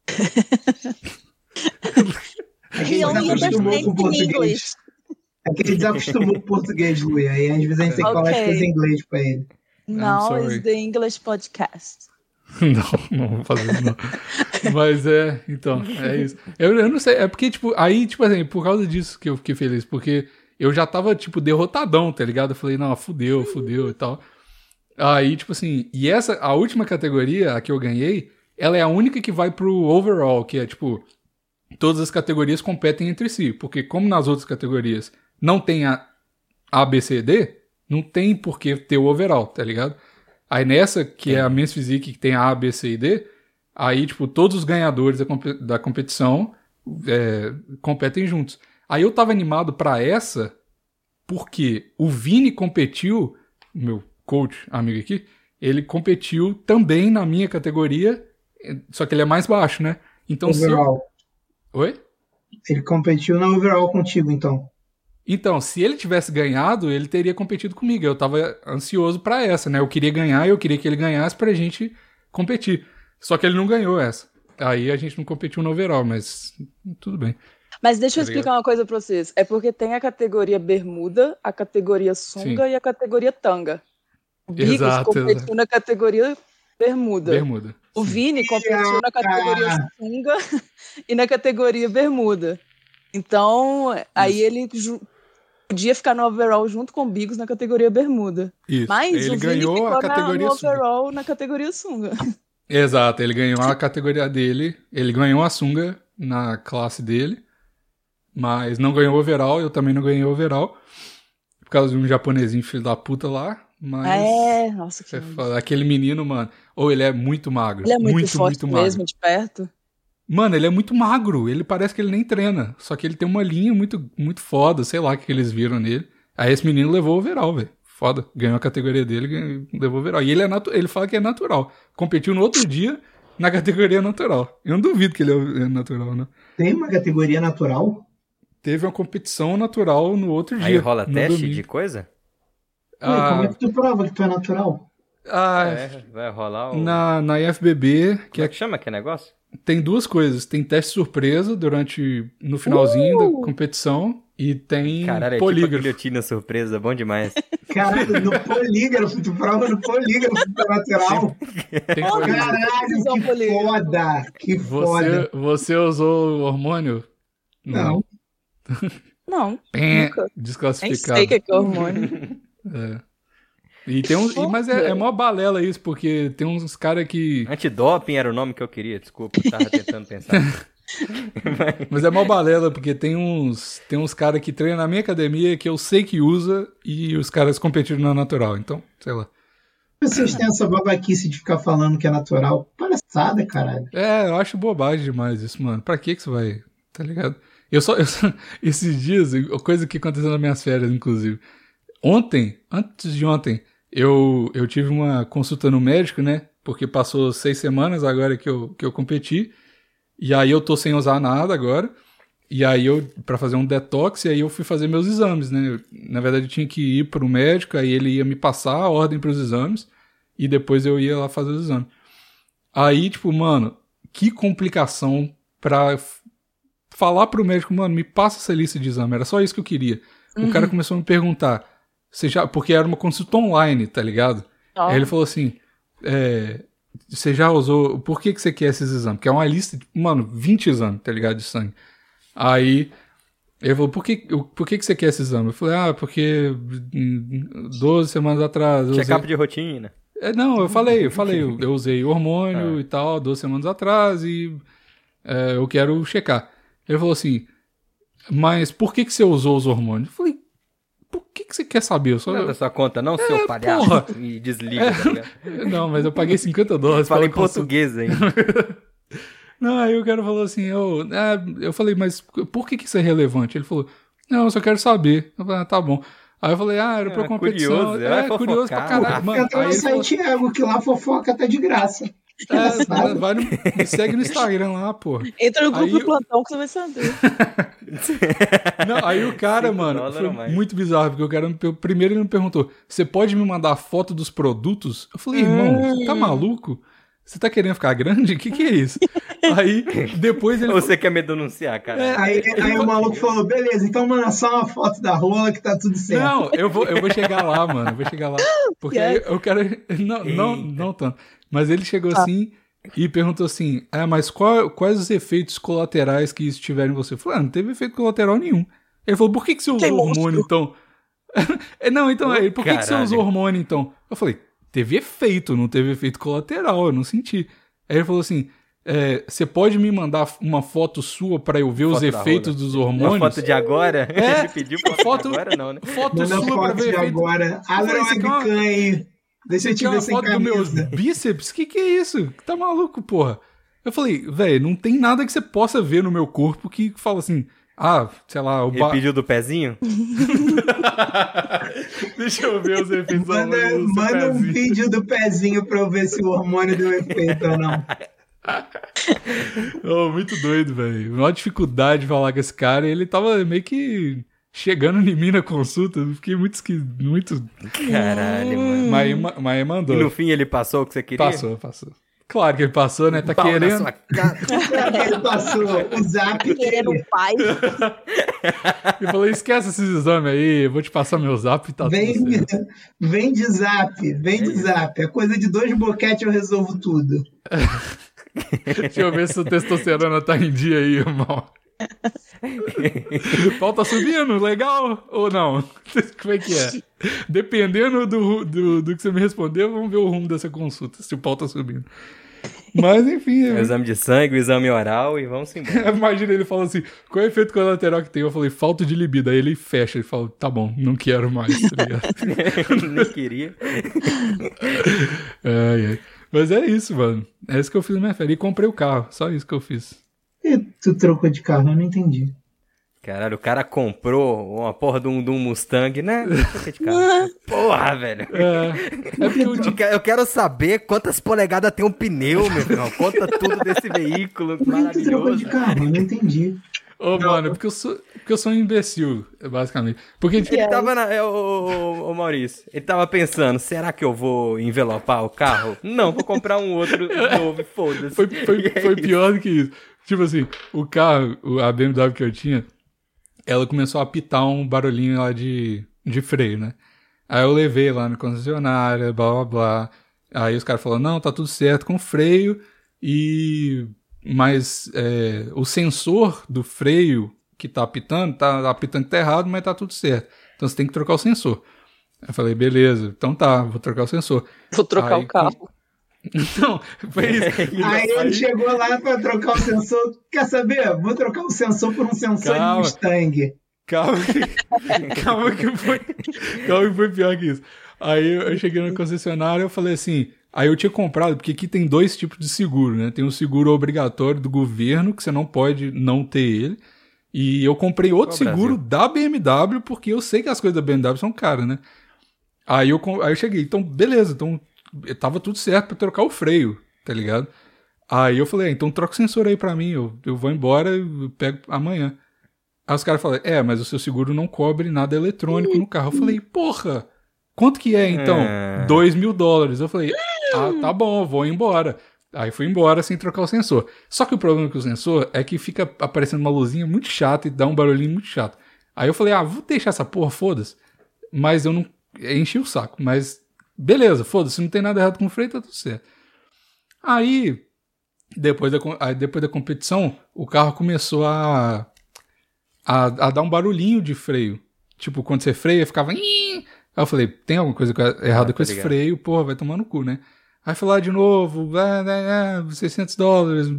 He only understands in English. É que ele desacostumou com o português, Luiz. Aí às vezes a gente tem que falar as coisas em inglês pra ele. Now is the English podcast. Não vou fazer isso não. Mas então, é isso. Eu não sei, é porque, tipo, aí, tipo assim, por causa disso que eu fiquei feliz, porque eu já tava, tipo, derrotadão, tá ligado? Eu falei, não, fudeu e tal. Aí, tipo assim, e a última categoria, a que eu ganhei, ela é a única que vai pro overall, que é, tipo, todas as categorias competem entre si, porque como nas outras categorias não tem A, B, C, D, não tem por que ter o overall, tá ligado? Aí nessa, que é a Men's Physique, que tem A, B, C e D, aí, tipo, todos os ganhadores da competição competem juntos. Aí eu tava animado pra essa, porque o Vini competiu, meu coach, amigo aqui, ele competiu também na minha categoria, só que ele é mais baixo, né? Então overall. Oi? Ele competiu na overall contigo, então. Então, se ele tivesse ganhado, ele teria competido comigo. Eu tava ansioso pra essa, né? Eu queria ganhar, eu queria que ele ganhasse pra gente competir. Só que ele não ganhou essa. Aí a gente não competiu no overall, mas tudo bem. Mas deixa eu explicar uma coisa pra vocês. É porque tem a categoria bermuda, a categoria sunga e a categoria tanga. O Bigos competiu na categoria bermuda. O Vini competiu na categoria sunga e na categoria bermuda. Então, aí ele podia ficar no overall junto com o Bigos na categoria bermuda. Isso. Mas ele o Vini ganhou ficou a categoria no overall na categoria sunga. Exato, ele ganhou a categoria dele, ele ganhou a sunga na classe dele, mas não ganhou overall, eu também não ganhei overall, por causa de um japonesinho filho da puta lá, mas... nossa, que aquele menino, mano, ele é muito magro. Ele é muito forte muito mesmo, de perto. Mano, ele é muito magro, ele parece que ele nem treina, só que ele tem uma linha muito, muito foda, sei lá o que eles viram nele. Aí esse menino levou o overall, velho. Foda, ganhou a categoria dele, levou o overall. E ele fala que é natural. Competiu no outro dia na categoria natural. Eu não duvido que ele é natural, né? Tem uma categoria natural? Teve uma competição natural no outro dia. Aí rola teste de coisa? Como é que tu prova que tu é natural? Vai rolar o... Na IFBB... Como é que chama que negócio? Tem 2 coisas. Tem teste surpresa no finalzinho da competição e tem polígrafo. Tipo guilhotina surpresa, bom demais. Caralho, no polígrafo, tu prova no polígrafo que é natural. Caralho, que foda. Você usou o hormônio? Não. Não, nunca. Nem Desclassificado. sei o que é hormônio. E tem mas é mó balela isso, porque tem uns caras que... Antidoping era o nome que eu queria, desculpa, eu tava tentando pensar. Mas é mó balela, porque tem uns caras que treinam na minha academia que eu sei que usa e os caras competiram na natural, então, sei lá. Vocês têm essa babaquice de ficar falando que é natural. Palhaçada, caralho. Eu acho bobagem demais isso, mano. Pra que você vai, tá ligado? Esses dias, coisa que aconteceu nas minhas férias, inclusive. Antes de ontem, eu tive uma consulta no médico, né? Porque passou 6 semanas agora que eu competi. E aí eu tô sem usar nada agora. E aí pra fazer um detox, e aí eu fui fazer meus exames, né? Na verdade eu tinha que ir pro médico, aí ele ia me passar a ordem pros exames. E depois eu ia lá fazer os exames. Aí, tipo, mano, que complicação pra falar pro médico, mano, me passa essa lista de exame. Era só isso que eu queria. O cara começou a me perguntar, porque era uma consulta online, tá ligado? Aí ele falou assim, você já usou, por que você quer esses exames? Porque é uma lista, mano, 20 exames, tá ligado, de sangue. Aí ele falou, por que você quer esse exame? Eu falei, porque 12 semanas atrás... Check-up de rotina. Não, eu falei, eu usei hormônio e tal, 12 semanas atrás e eu quero checar. Ele falou assim, mas por que você usou os hormônios? Eu falei, por que você quer saber? Eu só... Não é da sua conta, não, seu palhaço. Porra. E desliga, tá ligado? Não, mas eu paguei $50. Fala em português ainda. Não, aí o cara falou assim, eu falei, mas por que isso é relevante? Ele falou, não, eu só quero saber. Eu falei, tá bom. Aí eu falei, era pra competição. Curioso, curioso pra caralho. Mano, entra no site Ego, que lá fofoca tá de graça. Me segue no Instagram lá, pô. Entra no grupo do plantão que você vai saber. Não, aí o cara, mano, foi muito bizarro, porque o cara, primeiro ele me perguntou, você pode me mandar foto dos produtos? Eu falei, irmão, você tá maluco? Você tá querendo ficar grande? O que é isso? Aí, depois ele... Você quer me denunciar, cara? Aí o maluco falou, beleza, então manda só uma foto da rola que tá tudo certo. Não, eu vou chegar lá, mano, eu vou chegar lá. Porque aí eu quero... Não tanto. Mas ele chegou assim e perguntou assim, mas quais os efeitos colaterais que isso tiver em você? Eu falei, não teve efeito colateral nenhum. Ele falou, por que você usou hormônio, então? Não, então, por que você usou hormônio, então? Eu falei, teve efeito, não teve efeito colateral, eu não senti. Aí ele falou assim, você pode me mandar uma foto sua pra eu ver os efeitos dos hormônios? Uma foto de agora? Ele pediu foto de agora, não, né? Foto sua pra ver efeito. Agora. Abre uma webcam aí. Deixa eu te ver sem camisa. Dos meus bíceps? Que é isso? Tá maluco, porra? Eu falei, velho, não tem nada que você possa ver no meu corpo que fala assim, sei lá... Ele pediu do pezinho? Deixa eu ver os efeitos. Manda um vídeo do pezinho pra eu ver se o hormônio deu efeito ou não. Muito doido, velho. Uma dificuldade de falar com esse cara, e ele tava meio que... chegando em mim na consulta, eu fiquei muito esquisito. Caralho, mano. Mas mandou. E no fim ele passou o que você queria? Passou. Claro que ele passou, né? Tá querendo. Ele passou o zap querendo o pai. Ele falou, esquece esses exames aí, eu vou te passar meu zap e tá vem de zap. É coisa de 2 boquetes, eu resolvo tudo. Deixa eu ver se a testosterona tá em dia aí, irmão. O pau tá subindo, legal ou não? Como é que é? Dependendo do que você me responder, vamos ver o rumo dessa consulta, se o pau tá subindo. Mas enfim. O exame de sangue, o exame oral e vamos embora. Imagina ele falando assim: qual é o efeito colateral que tem? Eu falei, falta de libido. Aí ele fecha e fala, tá bom, não quero mais, tá ligado? Nem queria. Mas é isso, mano. É isso que eu fiz na minha férias. E comprei o carro, só isso que eu fiz. E tu trocou de carro? Eu não entendi. Caralho, o cara comprou uma porra de um Mustang, né? De carro. Porra, velho. Eu quero saber quantas polegadas tem um pneu, meu irmão. Conta tudo desse veículo maravilhoso. Tu trocou de carro? Eu não entendi. Mano, porque eu sou um imbecil, basicamente. Porque ele tava ô Maurício, ele tava pensando, será que eu vou envelopar o carro? Não, vou comprar um outro novo, foda-se. Foi pior do que isso. Tipo assim, o carro, a BMW que eu tinha, ela começou a apitar um barulhinho lá de freio, né? Aí eu levei lá na concessionária, blá blá blá. Aí os caras falaram, não, tá tudo certo com o freio, mas o sensor do freio que tá apitando que tá errado, mas tá tudo certo. Então você tem que trocar o sensor. Eu falei, beleza, então tá, vou trocar o sensor. Vou trocar o carro. Não, foi isso. Aí ele chegou lá pra trocar o sensor. Quer saber? Vou trocar o sensor por um sensor de Mustang. Calma que foi pior que isso. Aí eu cheguei na concessionária e eu falei assim... Aí eu tinha comprado, porque aqui tem 2 tipos de seguro, né? Tem o seguro obrigatório do governo, que você não pode não ter ele. E eu comprei outro seguro da BMW, porque eu sei que as coisas da BMW são caras, né? Aí eu cheguei, então beleza, então tava tudo certo pra trocar o freio, tá ligado? Aí eu falei, então troca o sensor aí pra mim, eu vou embora e pego amanhã. Aí os caras falaram, mas o seu seguro não cobre nada eletrônico no carro. Eu falei, porra, quanto que é então? $2.000. Eu falei, tá bom, vou embora. Aí fui embora sem trocar o sensor. Só que o problema com o sensor é que fica aparecendo uma luzinha muito chata e dá um barulhinho muito chato. Aí eu falei, vou deixar essa porra, foda-se. Mas eu não enchi o saco. Mas beleza, foda-se, não tem nada errado com o freio, tá tudo certo. Aí, depois da competição, o carro começou a dar um barulhinho de freio. Tipo, quando você freia, ficava... Aí eu falei, tem alguma coisa errada com esse freio? Porra, vai tomar no cu, né? Aí foi lá de novo, $600, $200,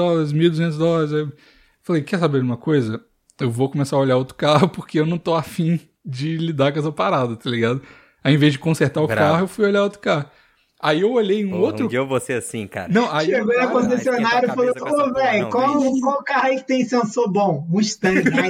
$1.200. Aí eu falei, quer saber de uma coisa? Eu vou começar a olhar outro carro porque eu não tô afim de lidar com essa parada, tá ligado? Aí, em vez de consertar o carro, eu fui olhar outro carro. Aí eu olhei outro... Um dia eu vou ser assim, cara. Não, aí chegou na concessionária e falou, velho, qual carro aí que tem sensor bom? Mustang. Aí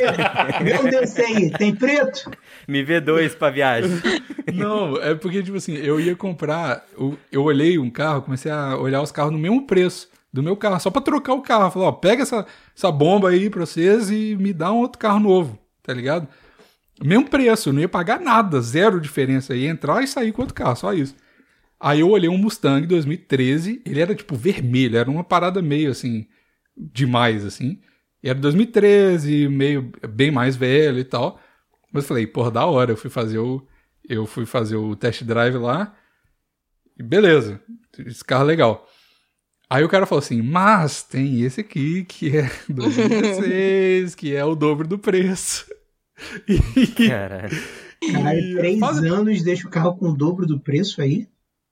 vê um desse aí, tem preto? Me vê 2 pra viagem. Não, é porque, tipo assim, eu ia comprar... Eu olhei um carro, comecei a olhar os carros no mesmo preço do meu carro, só pra trocar o carro. Falei, pega essa bomba aí pra vocês e me dá um outro carro novo, tá ligado? Mesmo preço, eu não ia pagar nada, 0 diferença. Ia entrar e sair com outro carro, só isso. Aí eu olhei um Mustang 2013, ele era tipo vermelho, era uma parada meio assim, demais assim. E era 2013, meio bem mais velho e tal. Mas eu falei, porra, da hora, eu fui fazer o test drive lá. E beleza, esse carro é legal. Aí o cara falou assim, mas tem esse aqui que é 2016, que é o dobro do preço. Caralho, 3 anos deixa o carro com o dobro do preço aí?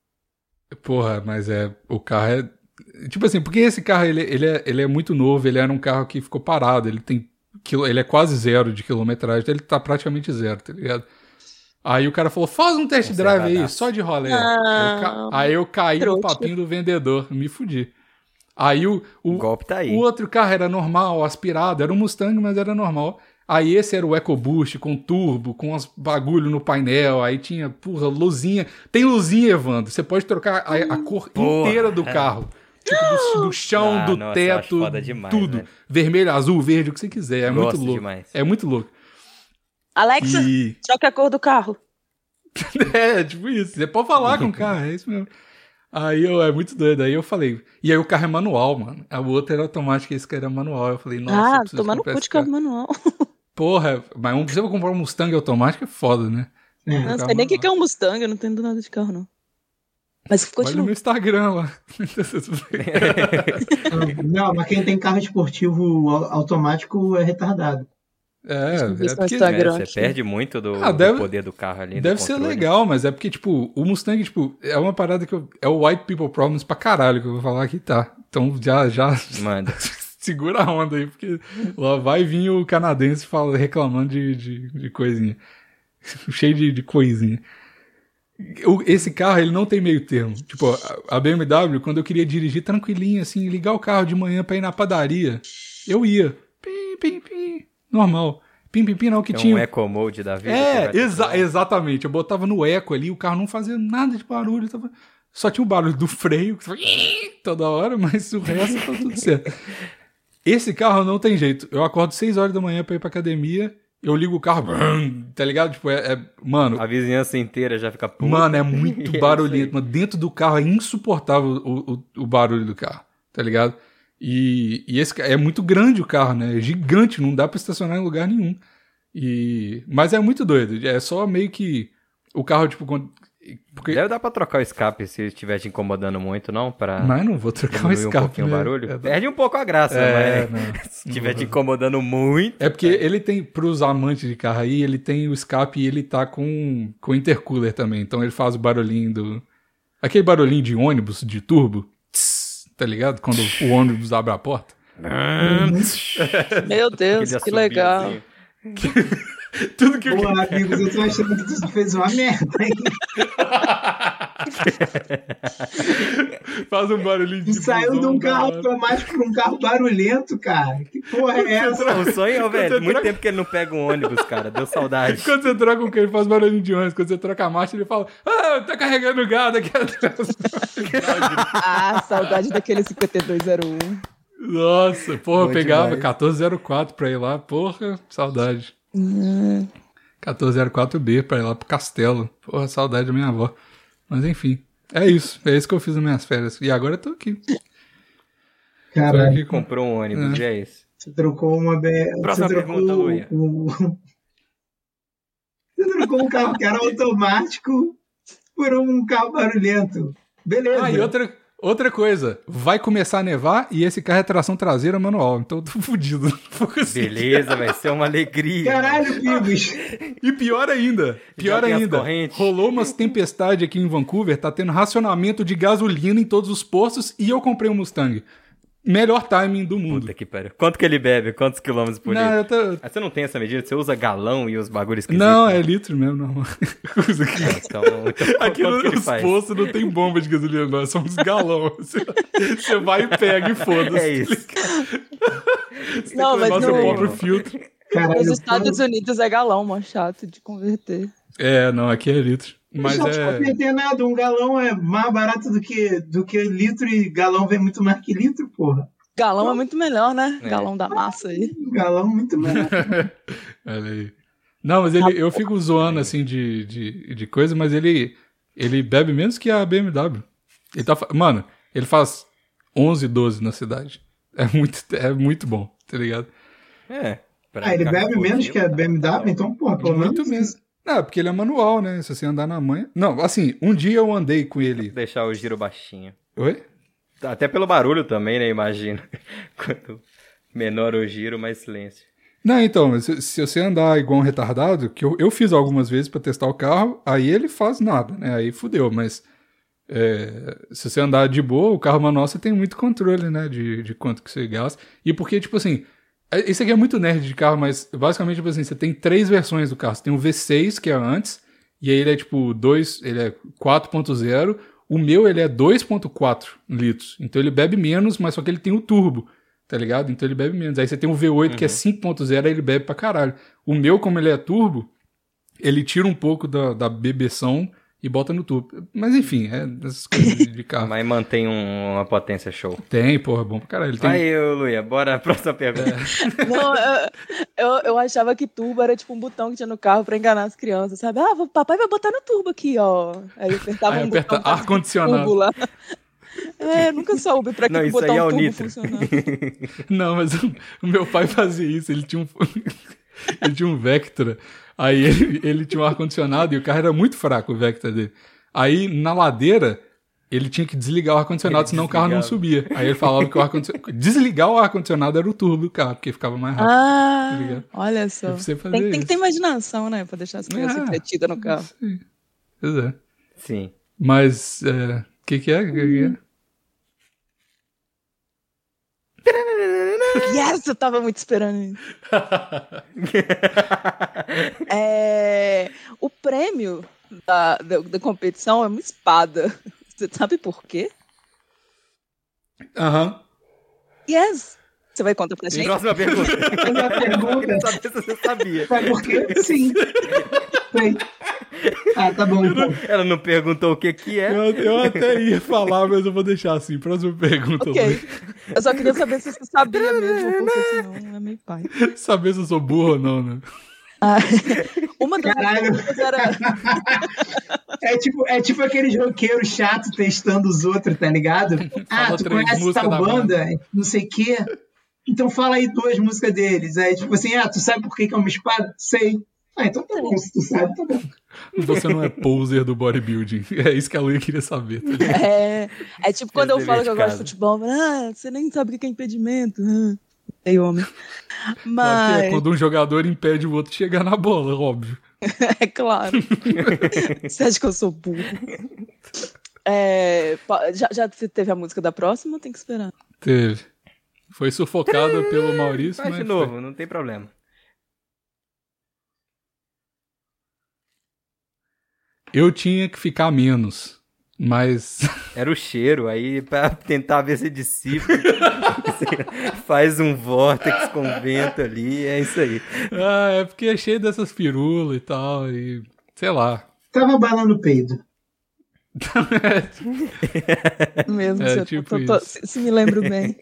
Porra, mas o carro é... Tipo assim, porque esse carro, ele é muito novo, ele era um carro que ficou parado, ele é quase 0 de quilometragem, então ele tá praticamente 0, tá ligado? Aí o cara falou, faz um test drive aí, só de rolê. Aí eu caí no papinho do vendedor, me fudi. Aí o golpe tá aí. O outro carro era normal, aspirado, era um Mustang, mas era normal. Aí esse era o EcoBoost com turbo, com uns bagulho no painel, aí tinha, porra, luzinha. Tem luzinha, Evandro, você pode trocar a cor inteira do carro. Tipo, do chão, do teto, demais, tudo. Né? Vermelho, azul, verde, o que você quiser. É muito louco. Demais. É muito louco. Alexa, troca a cor do carro. Tipo isso. Você pode falar com o carro, é isso mesmo. Aí é muito doido. Aí eu falei. E aí o carro é manual, mano. O outro era automático, esse cara era manual. Eu falei, nossa. Tomar no cu de carro manual. Porra, mas você vai comprar um Mustang automático é foda, né? Não sei nem o que é um Mustang, eu não entendo nada de carro, não. Mas continua. Olha no meu Instagram lá. Não, mas quem tem carro esportivo automático é retardado. Porque você perde muito do poder do carro ali. Deve ser legal, mas é porque, tipo, o Mustang, tipo, é uma parada que é o white people problems pra caralho que eu vou falar aqui, tá? Então já manda. Segura a onda aí, porque lá vai vir o canadense reclamando de coisinha. Cheio de coisinha. Esse carro, ele não tem meio termo. Tipo, a BMW, quando eu queria dirigir tranquilinho, assim, ligar o carro de manhã pra ir na padaria, eu ia. Pim, pim, pim. Normal. Pim, pim, pim, não, que tinha... um Eco Mode da vida. Exatamente. Eu botava no Eco ali, o carro não fazia nada de barulho. Só tinha o barulho do freio, que toda hora, mas o resto tá tudo certo. Esse carro não tem jeito. Eu acordo 6 horas da manhã pra ir pra academia, eu ligo o carro, tá ligado? Tipo, mano... A vizinhança inteira já fica puta. Mano, é muito barulhento. Mas dentro do carro é insuportável o barulho do carro, tá ligado? E esse é muito grande o carro, né? É gigante, não dá pra estacionar em lugar nenhum. Mas é muito doido. É só meio que... O carro, tipo, Porque... Deve dar pra trocar o escape se estiver te incomodando muito, não? Mas não vou trocar o escape. Um pouquinho o barulho. Perde um pouco a graça, mas se estiver te incomodando muito... É porque ele tem, pros amantes de carro aí, ele tem o escape e ele tá com intercooler também. Então ele faz o barulhinho do... Aquele barulhinho de ônibus, de turbo. Tss, tá ligado? Quando o ônibus abre a porta. Meu Deus, que legal. Assim. Tudo que Pô, amigos, eu tô achando que tu fez uma merda, hein? Faz um barulhinho de saiu de um carro automático pra um carro barulhento, cara. Que porra é essa? O sonho, velho, muito tempo que ele não pega um ônibus, cara. Deu saudade. Quando você troca o que ele faz barulhinho de ônibus. Quando você troca a marcha, ele fala: tá carregando gado aqui atrás. Saudade daquele 5201. Nossa, porra, eu pegava 1404 pra ir lá, porra, saudade. 1404B pra ir lá pro Castelo. Porra, saudade da minha avó. Mas enfim, é isso que eu fiz nas minhas férias. E agora eu tô aqui. Caralho. Comprou um ônibus, já é esse. Você trocou uma... Próxima pergunta, Luia. Você trocou um carro que era automático por um carro barulhento. Beleza. E outra coisa, vai começar a nevar e esse carro é tração traseira manual, então eu tô fudido. Beleza, vai ser uma alegria. Caralho, Pibos. E pior ainda, rolou umas tempestades aqui em Vancouver, tá tendo racionamento de gasolina em todos os postos e eu comprei um Mustang. Melhor timing do mundo. Puta que pariu. Quanto que ele bebe? Quantos quilômetros por litro? Você não tem essa medida? Você usa galão e os bagulhos esquisitos? Não, é litro mesmo, não. Então, aqui nos postos não tem bomba de gasolina, não. São uns galão. Você vai e pega e foda-se. É isso. Você não, tem que levar seu próprio filtro. Caralho, nos Estados Unidos é galão, mó chato de converter. Não, aqui é litro. Mas não converter nada, um galão é mais barato do que litro e galão vem muito mais que litro, porra. Galão é muito melhor, né? Galão da massa aí. Galão muito melhor. Olha aí. Não, mas eu fico zoando assim de coisa, mas ele bebe menos que a BMW. Mano, ele faz 11, 12 na cidade. É muito bom, tá ligado? Ele bebe menos que a BMW, então, porra, pelo menos. Não, porque ele é manual, né? Se você andar na manha... Não, assim, um dia eu andei com ele... Deixar o giro baixinho. Oi? Até pelo barulho também, né? Imagino. Quanto menor o giro, mais silêncio. Não, então, se você andar igual um retardado, que eu fiz algumas vezes pra testar o carro, aí ele faz nada, né? Aí fudeu, mas... se você andar de boa, o carro manual você tem muito controle, né? De quanto que você gasta. E porque, tipo assim... Esse aqui é muito nerd de carro, mas basicamente, tipo assim, você tem 3 versões do carro. Você tem o V6, que é antes, e aí ele é tipo ele é 4.0. O meu, ele é 2.4 litros. Então ele bebe menos, mas só que ele tem o turbo, tá ligado? Então ele bebe menos. Aí você tem o V8, que é 5.0, aí ele bebe pra caralho. O meu, como ele é turbo, ele tira um pouco da bebeção e bota no turbo. Mas enfim, essas coisas de carro. Mas mantém uma potência show. Tem, porra, bom pra caralho. Aí, Luia, bora a próxima pergunta. Não, eu achava que turbo era tipo um botão que tinha no carro pra enganar as crianças, sabe? Papai vai botar no turbo aqui, ó. Aí eu apertava botão ar-condicionado. Lá. Nunca soube pra que botar um turbo funcionar. Não, mas o meu pai fazia isso, ele tinha um Vectra. Aí ele tinha um ar-condicionado e o carro era muito fraco, o Vectra dele. Aí, na ladeira, ele tinha que desligar o ar-condicionado, senão o carro não subia. Aí ele falava que desligar o ar-condicionado era o turbo do carro, porque ficava mais rápido. Tá, olha só. Tem que ter imaginação, né? Pra deixar as crianças entretidas no carro. Sim. Pois é. Sim. Mas, o que é? Yes, eu tava muito esperando isso. O prêmio da competição é uma espada. Você sabe por quê? Yes. Você vai contar pra gente? Próxima pergunta. Eu queria saber se você sabia. Sabe por quê? Sim. Tá bom, então. Ela não perguntou o que é. Eu até ia falar, mas eu vou deixar assim. Próxima pergunta. Ok. Eu só queria saber se você sabia mesmo, porque senão é meio pai. Saber se eu sou burro ou não, né? Uma das perguntas era... É tipo aqueles roqueiros chato testando os outros, tá ligado? Tu conhece tal banda? Não sei o quê. Então fala aí 2 músicas deles. Aí tipo assim, tu sabe por que é uma espada? Sei. Então tá bom, se tu sabe, tá bom. Você não é poser do bodybuilding. É isso que a Luia queria saber. Tá ligado? É tipo quando eu falo que eu gosto de futebol, você nem sabe o que é impedimento. Ei, homem. Mas... Claro que é quando um jogador impede o outro de chegar na bola, óbvio. É claro. Você acha que eu sou burro? Já teve a música da próxima ou tem que esperar? Teve. Foi sufocada pelo Maurício, Faz mas de novo, não tem problema. Eu tinha que ficar menos, mas... Era o cheiro, aí pra tentar ver se dissipa, faz um vórtex com vento ali, é isso aí. É porque é cheio dessas firulas e tal, e sei lá. Tava balando o peido. Mesmo, tipo se me lembro bem.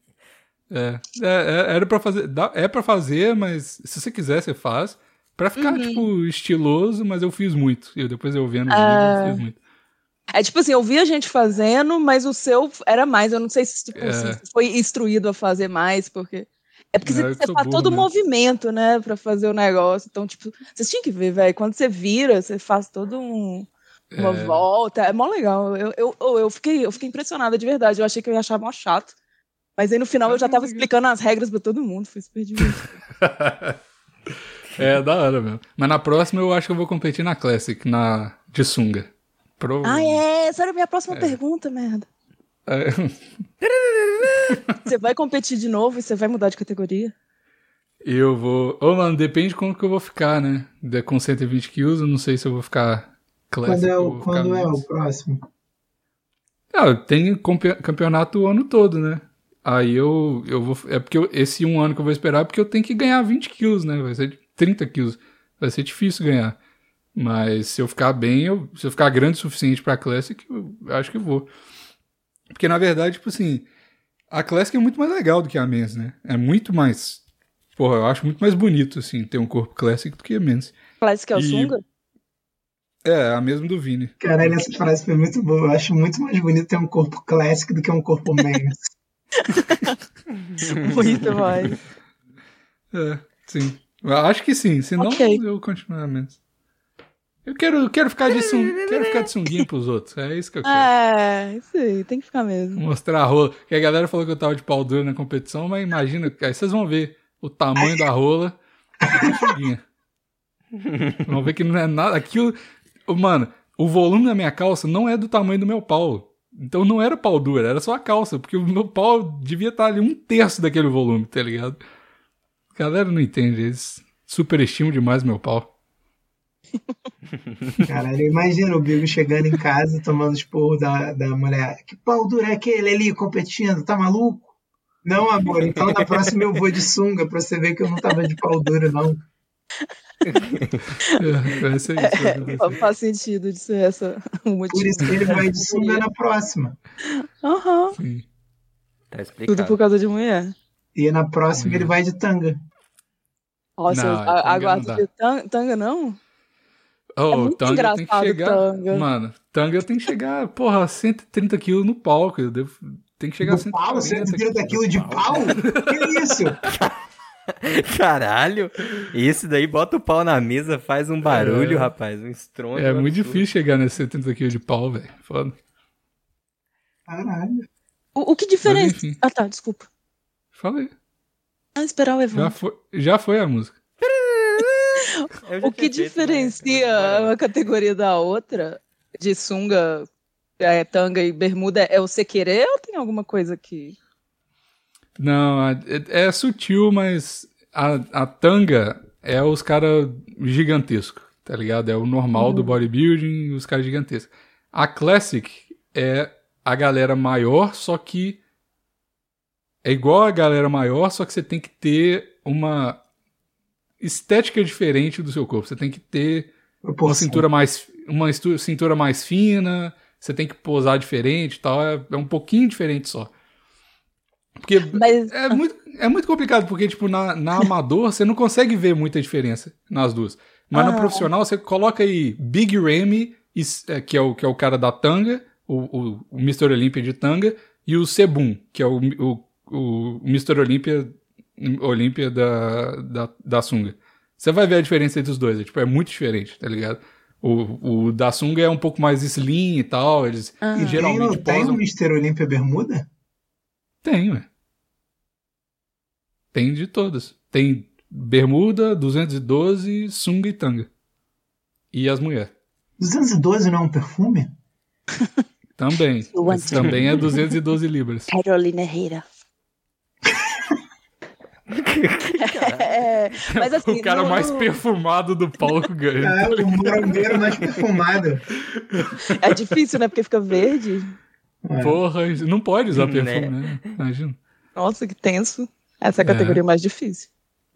Era pra fazer, é pra fazer, mas se você quiser, você faz. Pra ficar, tipo, estiloso, mas eu fiz muito. Depois eu vendo o vídeo, eu fiz muito. É tipo assim, eu vi a gente fazendo, mas o seu era mais. Eu não sei se tipo, assim, você foi instruído a fazer mais, porque... É porque você faz todo o movimento, né, pra fazer o negócio. Então, tipo, vocês tinham que ver, velho. Quando você vira, você faz todo uma volta. É mó legal. Eu fiquei impressionada de verdade. Eu achei que eu ia achar mó chato. Mas aí no final eu já tava explicando as regras pra todo mundo. Foi super divertido. Da hora mesmo. Mas na próxima eu acho que eu vou competir na Classic, de sunga. Essa era a minha próxima pergunta, merda. Você vai competir de novo e você vai mudar de categoria? Eu vou... mano, depende de como que eu vou ficar, né? Com 120 quilos, eu não sei se eu vou ficar Classic. Quando é o próximo? Tem campeonato o ano todo, né? Aí eu vou... É porque esse um ano que eu vou esperar é porque eu tenho que ganhar 20 quilos, né? Vai ser 30 quilos. Vai ser difícil ganhar. Mas se eu ficar bem, se eu ficar grande o suficiente pra Classic, eu acho que eu vou. Porque, na verdade, tipo assim, a Classic é muito mais legal do que a Men's, né? É muito mais... Porra, eu acho muito mais bonito, assim, ter um corpo Classic do que a Men's. Classic é o sunga? A mesma do Vini. Caralho, essa frase foi muito boa. Eu acho muito mais bonito ter um corpo Classic do que um corpo Men's. Muito mais. Sim. Eu acho que sim, senão eu continuo a Men's. Eu quero ficar de sunguinha pros outros. É isso que eu quero. Isso aí, tem que ficar mesmo. Mostrar a rola. Porque a galera falou que eu tava de pau duro na competição, mas imagina, aí vocês vão ver o tamanho da rola e sunguinha. Vão ver que não é nada. Aquilo. Mano, o volume da minha calça não é do tamanho do meu pau. Então não era pau duro, era só a calça. Porque o meu pau devia estar ali 1/3 daquele volume, tá ligado? A galera não entende, eles superestimam demais meu pau. Caralho, imagina o Bigo chegando em casa tomando esporro da mulher. Que pau duro é aquele ali competindo? Tá maluco? Não, amor, então na próxima eu vou de sunga pra você ver que eu não tava de pau duro, não. Vai ser isso. Faz sentido de ser essa o motivo. Por isso que ele vai de sunga na próxima. Sim. Tá explicado. Tudo por causa de mulher. E na próxima ele vai de tanga. Nossa, aguardo de tanga não? É muito tanga engraçado, tem que chegar, tanga. Mano, tanga tem que chegar, porra, 130 quilos no palco. Tem que chegar a 140. 130 quilos de pau? Que isso? Caralho, esse daí bota o pau na mesa, faz um barulho, rapaz, um estrondo. É muito difícil chegar nesse 70 quilos de pau, velho. Foda. Caralho. O que diferença? Tá, desculpa. Falei. Esperar o Evandro. Já foi a música. O que diferencia uma categoria da outra, de sunga, tanga e bermuda, é você querer ou tem alguma coisa que... Não, é sutil, mas a tanga é os caras gigantescos, tá ligado? É o normal do bodybuilding e os caras gigantescos. A Classic é a galera maior, só que é igual a galera maior, só que você tem que ter uma estética diferente do seu corpo. Você tem que ter uma cintura mais fina, você tem que posar diferente e tal. É um pouquinho diferente só. Porque é muito complicado, porque tipo, na amador você não consegue ver muita diferença nas duas. Mas no profissional você coloca aí Big Ramy, que é o cara da tanga, o Mr. Olympia de tanga, e o Sebum, que é o Mr. Olympia da sunga. Você vai ver a diferença entre os dois, é muito diferente, tá ligado? O da sunga é um pouco mais slim e tal. Eles geralmente tem o Mr. Olímpia Bermuda? Tem, ué. Tem de todas. Tem bermuda, 212, sunga e tanga. E as mulheres. 212 não é um perfume? Também. Também é 212 libras. Carolina Herrera. Mas assim, o cara mais perfumado do palco ganha. O morangueiro mais perfumado. É difícil, né? Porque fica verde. Porra, não pode usar perfume, né? Imagina. Nossa, que tenso. Essa é a categoria mais difícil.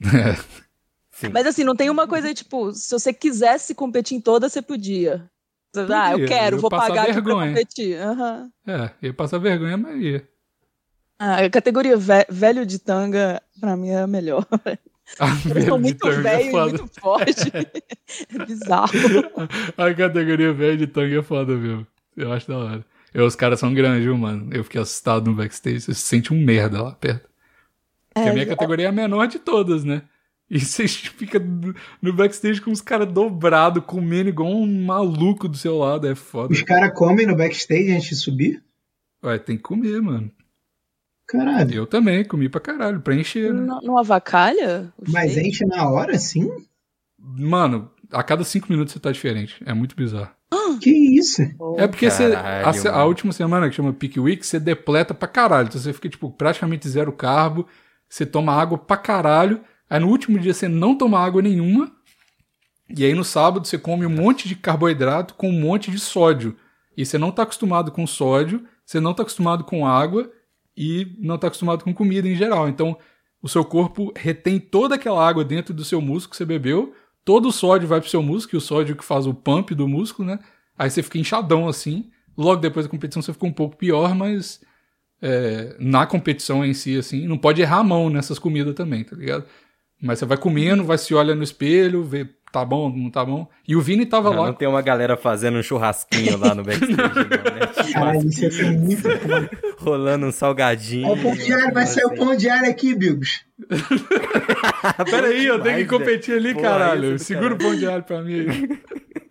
Mas assim, não tem uma coisa tipo, se você quisesse competir em todas, você podia. Eu quero, vou pagar aqui pra competir. Ia passar vergonha, mas ia. A categoria velho de tanga, pra mim, é a melhor. Eles são muito velho e muito forte. É bizarro. A categoria velho de tanga é foda mesmo. Eu acho da hora. Os caras são grandes, viu, mano? Eu fiquei assustado no backstage. Você se sente um merda lá perto. Porque a minha categoria é a menor de todas, né? E você fica no backstage com os caras dobrados, comendo igual um maluco do seu lado. É foda. Os caras comem no backstage antes de subir? Ué, tem que comer, mano. Caralho. Eu também, comi pra caralho, pra encher, né? Não avacalha? Mas enche na hora, sim? Mano, a cada 5 minutos você tá diferente. É muito bizarro. Que isso? É porque a última semana, que chama Peak Week, você depleta pra caralho. Então você fica, tipo, praticamente zero carbo. Você toma água pra caralho. Aí no último dia você não toma água nenhuma. E aí no sábado você come um monte de carboidrato com um monte de sódio. E você não tá acostumado com sódio, você não tá acostumado com água e não tá acostumado com comida em geral. Então o seu corpo retém toda aquela água dentro do seu músculo que você bebeu. Todo o sódio vai pro seu músculo, que o sódio que faz o pump do músculo, né? Aí você fica inchadão assim. Logo depois da competição você fica um pouco pior, mas na competição em si, assim, não pode errar a mão nessas comidas também, tá ligado? Mas você vai comendo, vai se olhar no espelho, vê tá bom, não tá bom. E o Vini tava lá. Não tem uma galera fazendo um churrasquinho lá no backstage, não, né? Caralho, isso ia ser muito foda. Rolando um salgadinho. O pão diário, vai sair o pão diário aqui, Bigos. Peraí, eu tenho que competir ali, caralho. Segura o pão de alho pra mim aí.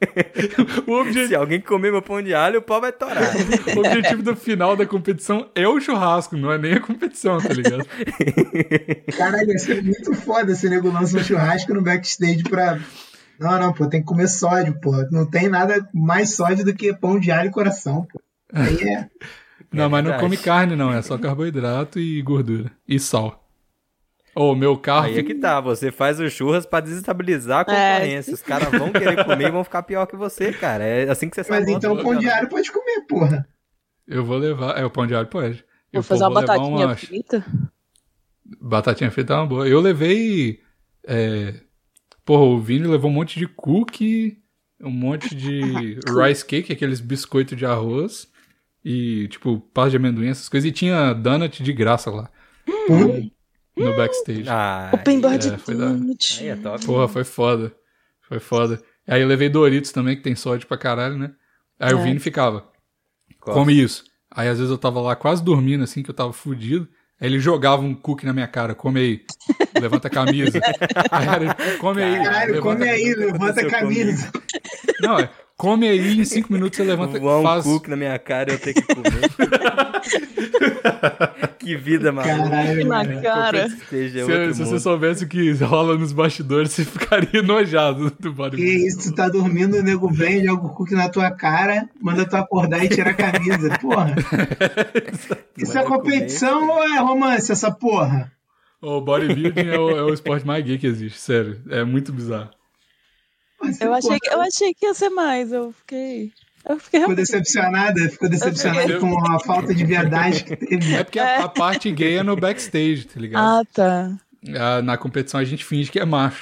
Se alguém comer meu pão de alho, o pau vai torar. O objetivo do final da competição é o churrasco, não é nem a competição, tá ligado? Caralho, ia ser muito foda se o nego lança um churrasco no backstage pra... Não, pô, tem que comer sódio, pô. Não tem nada mais sódio do que pão de alho e coração, pô. Aí é... Não, mas não come carne, não. É só carboidrato e gordura. E sal. Meu carro... Aí é que tá, você faz o churras pra desestabilizar a concorrência. Os caras vão querer comer e vão ficar pior que você, cara. É assim que você sabe. Mas então o pão de alho pode comer, porra. Eu vou levar... o pão de alho pode. Vou fazer uma batatinha frita. Batatinha frita é uma boa. Eu levei... o Vini levou um monte de cookie, um monte de rice cake, aqueles biscoitos de arroz, e, tipo, pasta de amendoim, essas coisas. E tinha donut de graça lá. No backstage. Open bar de donut. Aí é top. Porra, foi foda. Foi foda. Aí eu levei Doritos também, que tem sódio pra caralho, né? Aí o Vini ficava, come isso. Aí às vezes eu tava lá quase dormindo, assim, que eu tava fudido. Aí ele jogava um cookie na minha cara, come aí, levanta a camisa. Aí, come aí. Caralho, come aí, levanta a camisa. Não, come aí, em 5 minutos você levanta... Faz um cookie na minha cara e eu tenho que comer. Que vida, mano. Caralho, na cara. Se você soubesse o que rola nos bastidores, você ficaria enojado do bodybuilding. Que isso, tu tá dormindo, o nego vem, joga o cookie na tua cara, manda tu acordar e tira a camisa. Porra. Isso é competição ou é romance, essa porra? O bodybuilding é o esporte mais gay que existe, sério. É muito bizarro. Eu achei que ia ser mais, eu fiquei Ficou decepcionada com a falta de verdade que teve. É porque a parte gay é no backstage, tá ligado? Ah, tá. Na competição a gente finge que é macho.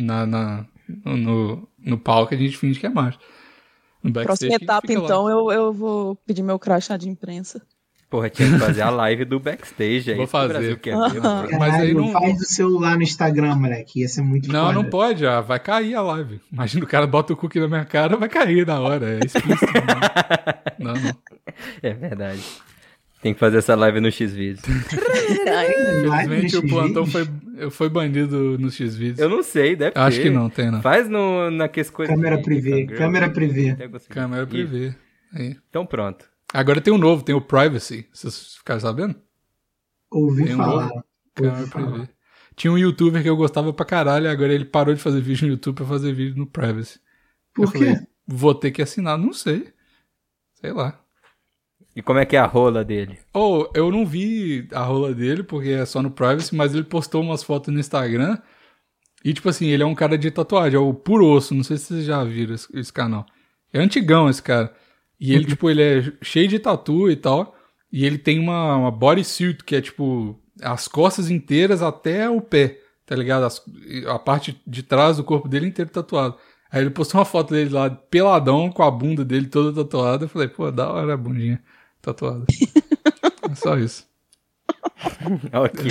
No palco a gente finge que é macho. No backstage, próxima etapa, então, eu vou pedir meu crachá de imprensa. Porra, tinha que fazer a live do backstage aí. Vou fazer. Brasil quer ver, mas aí não faz do celular no Instagram, moleque. Ia ser muito foda. Não pode. Vai cair a live. Imagina o cara bota o cookie na minha cara, vai cair na hora. É explícito. Não. É verdade. Tem que fazer essa live no X-Vídeos. Infelizmente o plantão foi banido no X-Vídeos. Eu não sei, deve ter. Acho que não, tem não. Faz naquelas coisas. Câmera privê. Câmera privê. Câmera privê. Aí. Então pronto. Agora tem um novo, tem o Privacy. Vocês ficaram sabendo? Ouvi falar. Câmera privê. Tinha um youtuber que eu gostava pra caralho, agora ele parou de fazer vídeo no YouTube pra fazer vídeo no Privacy. Por quê? Vou ter que assinar, não sei. Sei lá. E como é que é a rola dele? Eu não vi a rola dele, porque é só no Privacy, mas ele postou umas fotos no Instagram. E, tipo assim, ele é um cara de tatuagem, é o Puro Osso, não sei se vocês já viram esse canal. É antigão esse cara. E ele, tipo, ele é cheio de tatu e tal. E ele tem uma bodysuit, que é, tipo, as costas inteiras até o pé, tá ligado? A parte de trás do corpo dele inteiro tatuado. Aí ele postou uma foto dele lá, peladão, com a bunda dele toda tatuada. Eu falei, pô, da hora a bundinha tatuada. É só isso. Ok.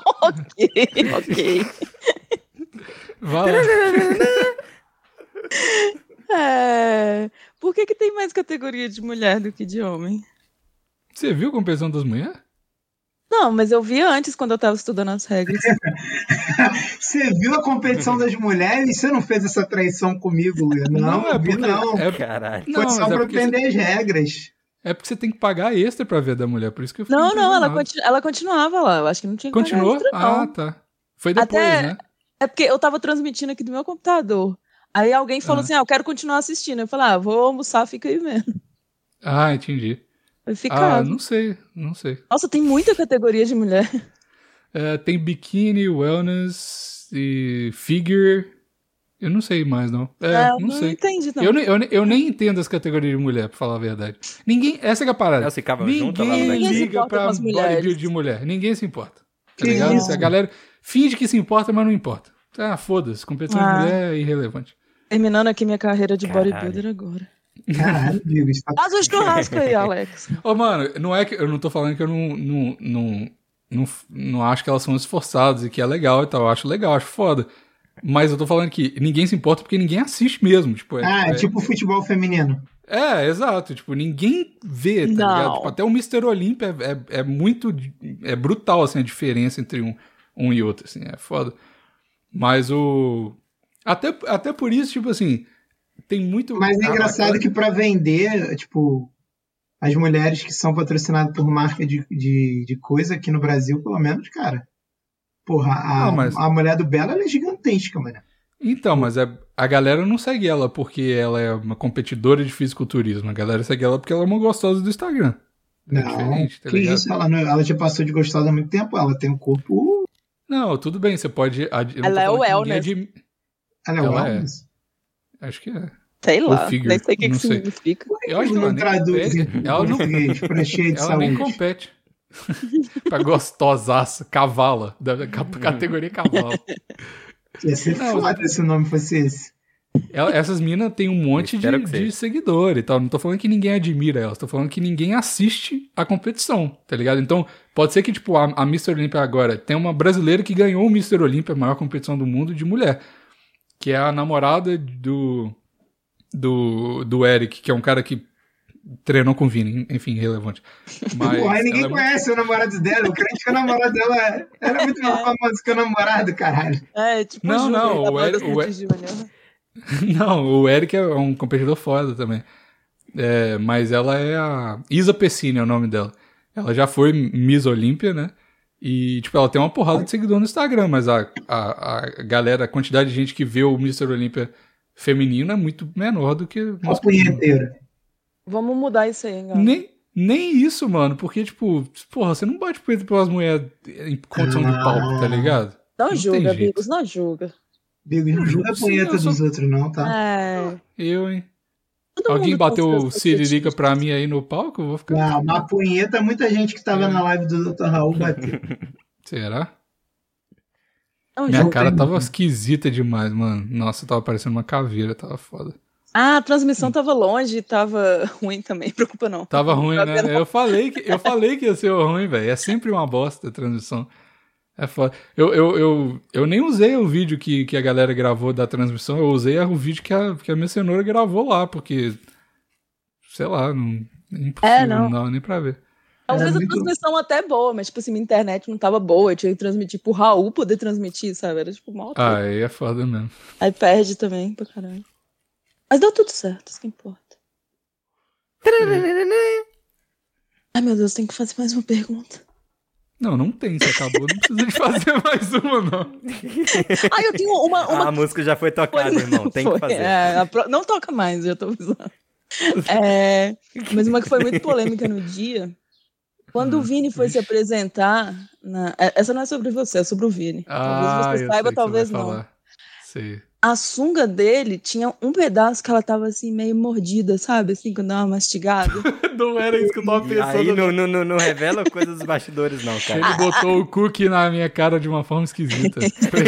Ok. Vai lá. Por que tem mais categoria de mulher do que de homem? Você viu a competição das mulheres? Não, mas eu vi antes quando eu tava estudando as regras. Você viu a competição das mulheres? Você não fez essa traição comigo, Luiz? Não, eu vi não. Caralho. Foi só pra aprender as regras. É porque você tem que pagar extra pra ver a da mulher, por isso que eu fiquei ela continuava lá. Eu acho que não tinha que Continuou? pagar extra, não. Ah, tá. Foi depois, né? É porque eu tava transmitindo aqui do meu computador. Aí alguém falou assim, eu quero continuar assistindo. Eu falei, vou almoçar, fica aí mesmo. Ah, entendi. Não sei. Nossa, tem muita categoria de mulher. Tem biquíni, wellness e figure. Eu não sei mais, não. Não sei. Entendi, não. Eu nem entendo as categorias de mulher, pra falar a verdade. Essa que é a parada. Elas ficavam juntas lá no Ninguém Brasil. liga pra bodybuilding de mulher. Ninguém se importa. Tá ligado? A galera finge que se importa, mas não importa. Foda-se. Competição de mulher é irrelevante. Terminando aqui minha carreira de bodybuilder agora. Caralho, Diego. Faz o churrasco aí, Alex. Mano, não é que eu não tô falando que eu não acho que elas são esforçadas e que é legal e tal. Eu acho legal, acho foda. Mas eu tô falando que ninguém se importa porque ninguém assiste mesmo. Tipo, tipo futebol feminino. Exato. Tipo, ninguém vê, tá ligado? Tipo, até o Mr. Olympia é muito... É brutal, assim, a diferença entre um e outro, assim. É foda. Mas até por isso, tipo assim... Tem muito... Mas é engraçado que pra vender, tipo, as mulheres que são patrocinadas por marca de coisa aqui no Brasil, pelo menos, cara, porra, a mulher do Bela, ela é gigantesca, mano. Então, mas a galera não segue ela porque ela é uma competidora de fisiculturismo. A galera segue ela porque ela é uma gostosa do Instagram. Não, diferente, tá que ligado? isso? Ela já passou de gostosa há muito tempo, ela tem um corpo... Não, tudo bem, você pode... Ela é o wellness. Ela é o wellness? Acho que é. Sei lá, nem sei o que significa. Eu acho que não traduz ela nem compete. Pra gostosaça, cavala, da categoria cavalo. Ia ser foda se o nome fosse esse. Essas minas têm um monte de seguidor e tal. Não tô falando que ninguém admira elas, tô falando que ninguém assiste a competição, tá ligado? Então, pode ser que, tipo, a Mr. Olympia agora tem uma brasileira que ganhou o Mr. Olympia, a maior competição do mundo de mulher, que é a namorada do Eric, que é um cara que treinou com o Vini, enfim, relevante. Mas porra, ninguém conhece o namorado dela. O crente que o namorado dela era muito mais famoso que o namorado, caralho. Tipo não, o Eric é um competidor foda também. Mas ela é a Isa Pessini, é o nome dela. Ela já foi Miss Olímpia, né? E, tipo, ela tem uma porrada de seguidor no Instagram, mas a galera, a quantidade de gente que vê o Mr. Olímpia feminino é muito menor do que o masculino. Vamos mudar isso aí, galera. Nem isso, mano, porque, tipo, porra, você não bate peito pelas mulheres em condição de palco, tá ligado? Não julga, Bigos, não julga. Bigos, não julga a punheta dos outros, não, tá? Eu, hein? Alguém bateu siririca pra mim aí no palco? Eu vou ficar... Não, uma punheta, muita gente que tava na live do Dr. Raul bateu. Será? Minha cara tava esquisita demais, mano. Nossa, tava parecendo uma caveira, tava foda. A transmissão tava longe, tava ruim também, preocupa não. Tava ruim, né? Eu falei que ia ser ruim, velho. É sempre uma bosta a transmissão. É foda. Eu nem usei o vídeo que a galera gravou da transmissão, eu usei o vídeo que a minha cenoura gravou lá, porque, sei lá, é impossível, não dava nem pra ver. Às vezes a transmissão até boa, mas, tipo assim, minha internet não tava boa. Eu tinha que transmitir pro Raul poder transmitir, sabe? Era, tipo, mal. Aí é foda mesmo. Aí perde também, pra caralho. Mas deu tudo certo, isso que importa. Ai, meu Deus, tem que fazer mais uma pergunta. Não tem, você acabou, não precisa de fazer mais uma, não. Eu tenho uma... A música já foi tocada, irmão, tem que fazer. Não toca mais, já tô avisando. Mas uma que foi muito polêmica no dia, quando o Vini foi se apresentar, essa não é sobre você, é sobre o Vini. Talvez você saiba, talvez não. Sei. A sunga dele tinha um pedaço que ela tava assim, meio mordida, sabe? Assim, quando dava uma mastigada. Não era isso que eu tava pensando. Aí não revela coisas dos bastidores, não, cara. Ele botou o cookie na minha cara de uma forma esquisita.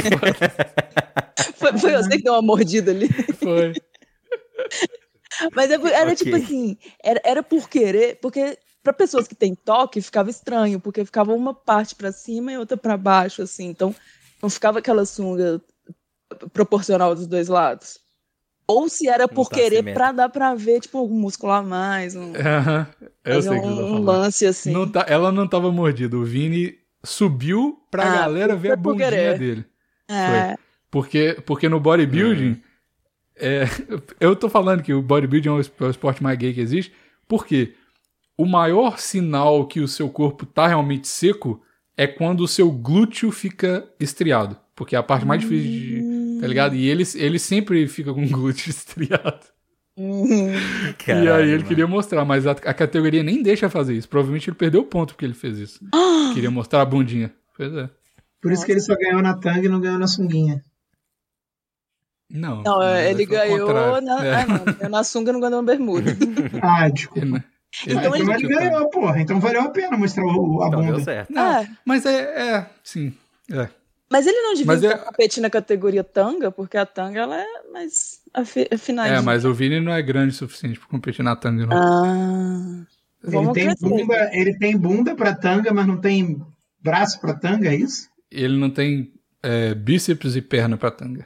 Foi você que deu uma mordida ali? Foi. Mas era tipo assim, era por querer, porque pra pessoas que têm toque ficava estranho, porque ficava uma parte pra cima e outra pra baixo, assim. Então, não ficava aquela sunga proporcional dos dois lados. Ou se era por querer pra dar pra ver, tipo, algum músculo a mais. Eu sei que um lance assim. Ela não tava mordida. O Vini subiu pra galera ver a bundinha dele. Porque no bodybuilding, eu tô falando que o bodybuilding é o esporte mais gay que existe, porque o maior sinal que o seu corpo tá realmente seco é quando o seu glúteo fica estriado. Porque é a parte mais difícil de... Tá ligado? E ele sempre fica com o glúteo estriado. Caralho, e aí ele queria mostrar, mas a categoria nem deixa fazer isso. Provavelmente ele perdeu o ponto porque ele fez isso. Queria mostrar a bundinha. Pois é. Por isso que ele só ganhou na tanga e não ganhou na sunguinha. Não, ele ganhou na sunga e não ganhou na bermuda. Desculpa. Então ele ganhou, porra. Então valeu a pena mostrar a bunda. Deu certo. Mas sim. Mas ele não devia competir na categoria tanga, porque a tanga ela é mais afinadinha. Mas o Vini não é grande o suficiente pra competir na tanga, não. Ele tem bunda pra tanga, mas não tem braço pra tanga, é isso? Ele não tem bíceps e perna pra tanga.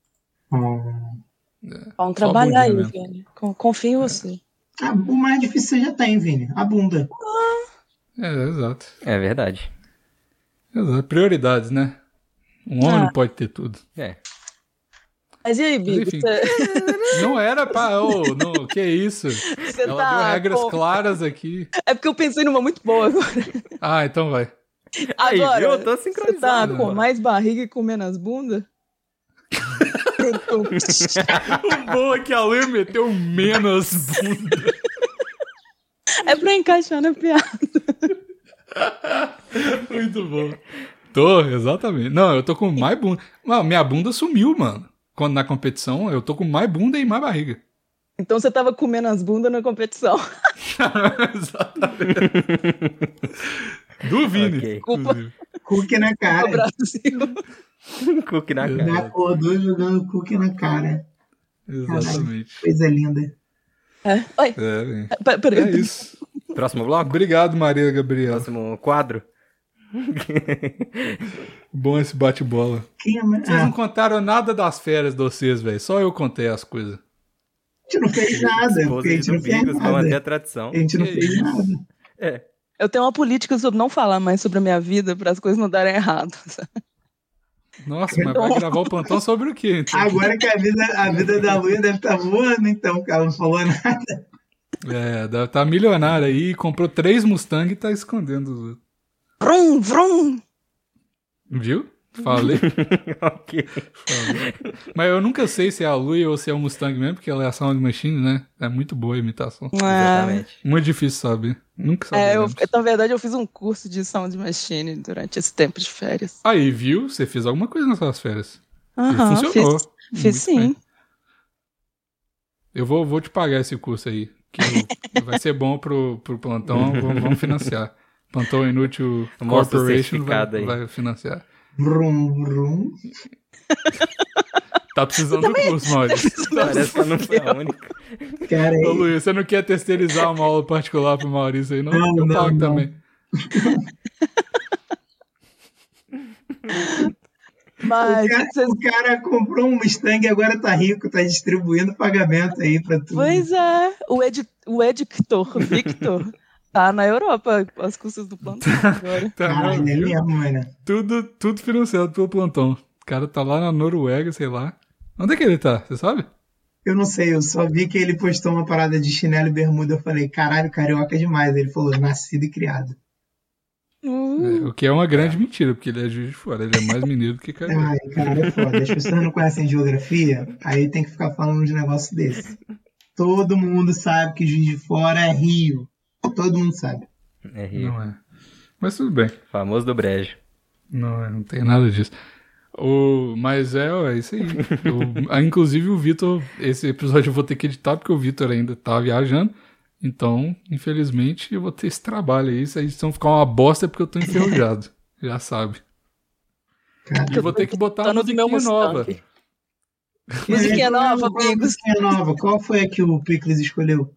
Vamos trabalhar aí, Vini. Confio em você. O mais difícil você já tem, Vini. A bunda. Exato. É verdade. Exato. Prioridades, né? Um homem não pode ter tudo. Mas e aí, Bibi? Não era pra... que isso? Ela deu regras claras aqui. É porque eu pensei numa muito boa agora. Então vai. Agora, eu tô sincronizado. Você tá com mais barriga e com menos bunda? O bom é que a Lê meteu menos bunda. É pra encaixar na piada. Muito bom. Exatamente. Não, eu tô com mais bunda. Minha bunda sumiu, mano. Quando na competição, eu tô com mais bunda e mais barriga. Então você tava comendo as bundas na competição. Exatamente. Do Vini. Cookie na cara. No Brasil. Cookie na cara. Acordou jogando cookie na cara. Exatamente. Coisa linda. Oi. É isso. Próximo bloco? Obrigado, Maria Gabriela. Próximo quadro? Bom esse bate-bola. Vocês não contaram nada das férias de vocês, velho. Só eu contei as coisas. A gente não fez nada. Esposa de Bigos, vão manter a tradição. A gente não fez nada. Eu tenho uma política sobre não falar mais sobre a minha vida para as coisas não darem errado. Nossa, mas vai gravar o plantão sobre o quê? Então? Agora que a vida da Luia deve estar voando, então, cara, não falou nada. Deve estar milionária aí, comprou 3 Mustang e tá escondendo os outros. Vrum, vrum. Viu? Falei. Ok. Falei. Mas eu nunca sei se é a Luia ou se é o Mustang mesmo, porque ela é a Sound Machine, né? É muito boa a imitação. Exatamente. Muito difícil saber. Nunca sabemos. Na verdade, eu fiz um curso de Sound Machine durante esse tempo de férias. Aí, viu? Você fez alguma coisa nas suas férias. Funcionou. Fiz sim. Bem. Eu vou te pagar esse curso aí, que vai ser bom pro plantão, vamos financiar. Plantão Inútil Corporation vai financiar. Vrum, vrum. Tá precisando do curso, Maurício. Parece que não foi a única. Cara, Ô, Luiz, você não quer terceirizar uma aula particular pro Maurício aí, não? Eu pago também. Mas o cara comprou um Mustang e agora tá rico, tá distribuindo pagamento aí pra tudo. Pois é, o editor Victor Tá na Europa, as custas do plantão agora. Caralho, é mesmo, mano. Tudo financiado pelo plantão. O cara tá lá na Noruega, sei lá. Onde é que ele tá? Você sabe? Eu não sei, eu só vi que ele postou uma parada de chinelo e bermuda. Eu falei, caralho, carioca é demais. Ele falou, nascido e criado. O que é uma grande mentira, porque ele é Juiz de Fora. Ele é mais mineiro do que carioca. Ai, cara, é foda. As pessoas não conhecem geografia, aí tem que ficar falando de negócio desse. Todo mundo sabe que Juiz de Fora é Rio. Todo mundo sabe. É Rio. Não é. Mas tudo bem. Famoso do Brejo. Não tem nada disso. Mas é isso aí. Inclusive o Vitor, esse episódio eu vou ter que editar porque o Vitor ainda tá viajando. Então, infelizmente, eu vou ter esse trabalho aí. Se a edição ficar uma bosta é porque eu tô enferrujado. Já sabe. E eu vou ter que botar uma musiquinha nova. Musiquinha nova, amigos. Musiquinha nova. Qual foi a que o Pickles escolheu?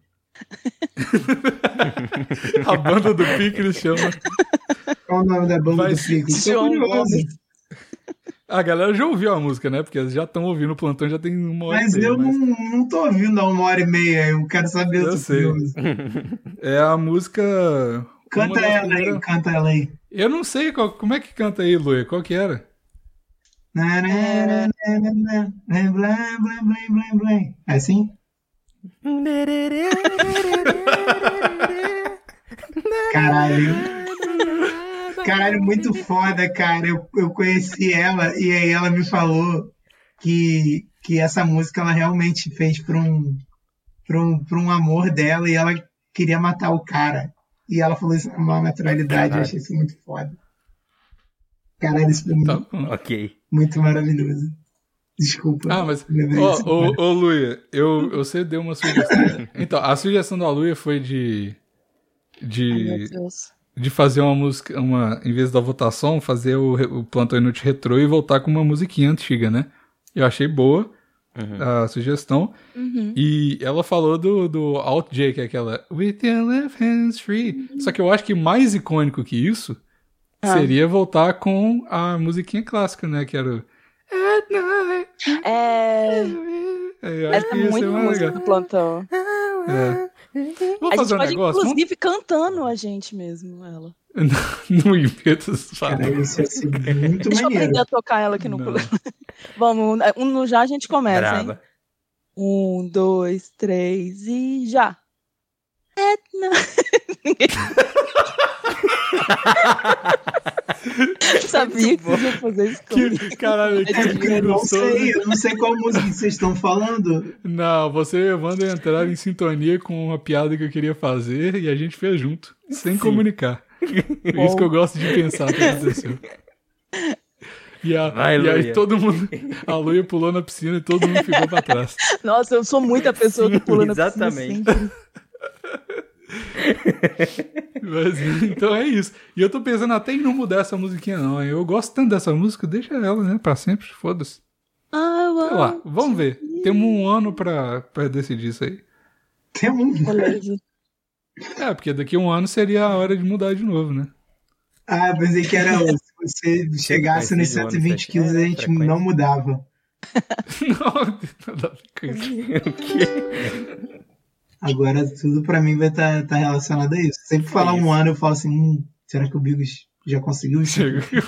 A banda do Pickles chama... Qual o nome da banda do Pickles? Tô curioso. A galera já ouviu a música, né? Porque eles já estão ouvindo o plantão, já tem 1 hora Mas e meia. Eu não tô ouvindo há 1h30. Eu quero saber. Eu sei. É a música... Canta ela aí. Eu não sei como é que canta aí, Luia. Qual que era? É assim? Caralho, muito foda, cara. Eu conheci ela e aí ela me falou que essa música ela realmente fez pra um amor dela e ela queria matar o cara. E ela falou isso com uma naturalidade, eu achei isso muito foda. Caralho, isso foi muito maravilhoso. Desculpa. Mas... Ô, Luia, você deu uma sugestão. Então, a sugestão da Luia foi de fazer uma música, em vez da votação, fazer o Plantão Inútil Retrô e voltar com uma musiquinha antiga, né? Eu achei boa a sugestão. E ela falou do Alt J, que é aquela With your left hands free. Só que eu acho que mais icônico que isso seria voltar com a musiquinha clássica, né? Que era o At Night. Essa é muito música do Plantão. Vou fazer um negócio. Inclusive, cantando a gente mesmo, ela. No Impetus. Isso é muito Deixa maneiro. eu aprender a tocar ela aqui no plano. Vamos, no já a gente começa, Brava. Hein? 1, 2, 3 e já. Sabia que você ia fazer isso comigo. Caralho, eu não sei qual música vocês estão falando. Não, você e a Wanda entraram em sintonia com uma piada que eu queria fazer e a gente fez junto, sem comunicar. Isso que eu gosto de pensar que aconteceu. E aí todo mundo... A Luia pulou na piscina e todo mundo ficou pra trás. Nossa, eu sou muita pessoa que pula na piscina sempre. Mas, então é isso. E eu tô pensando até em não mudar essa musiquinha não. Eu gosto tanto dessa música, deixa ela, né? Pra sempre, foda-se. Sei lá, vamos ver. Temos 1 ano pra decidir isso aí. Temos porque daqui a 1 ano seria a hora de mudar de novo, né? Eu pensei que era se você chegasse nos 120 quilos a gente não mudava. Não, nada a ver com isso. O quê? Agora tudo pra mim vai estar relacionado a isso. Sempre falar 1 ano eu falo assim, será que o Bigos já conseguiu isso?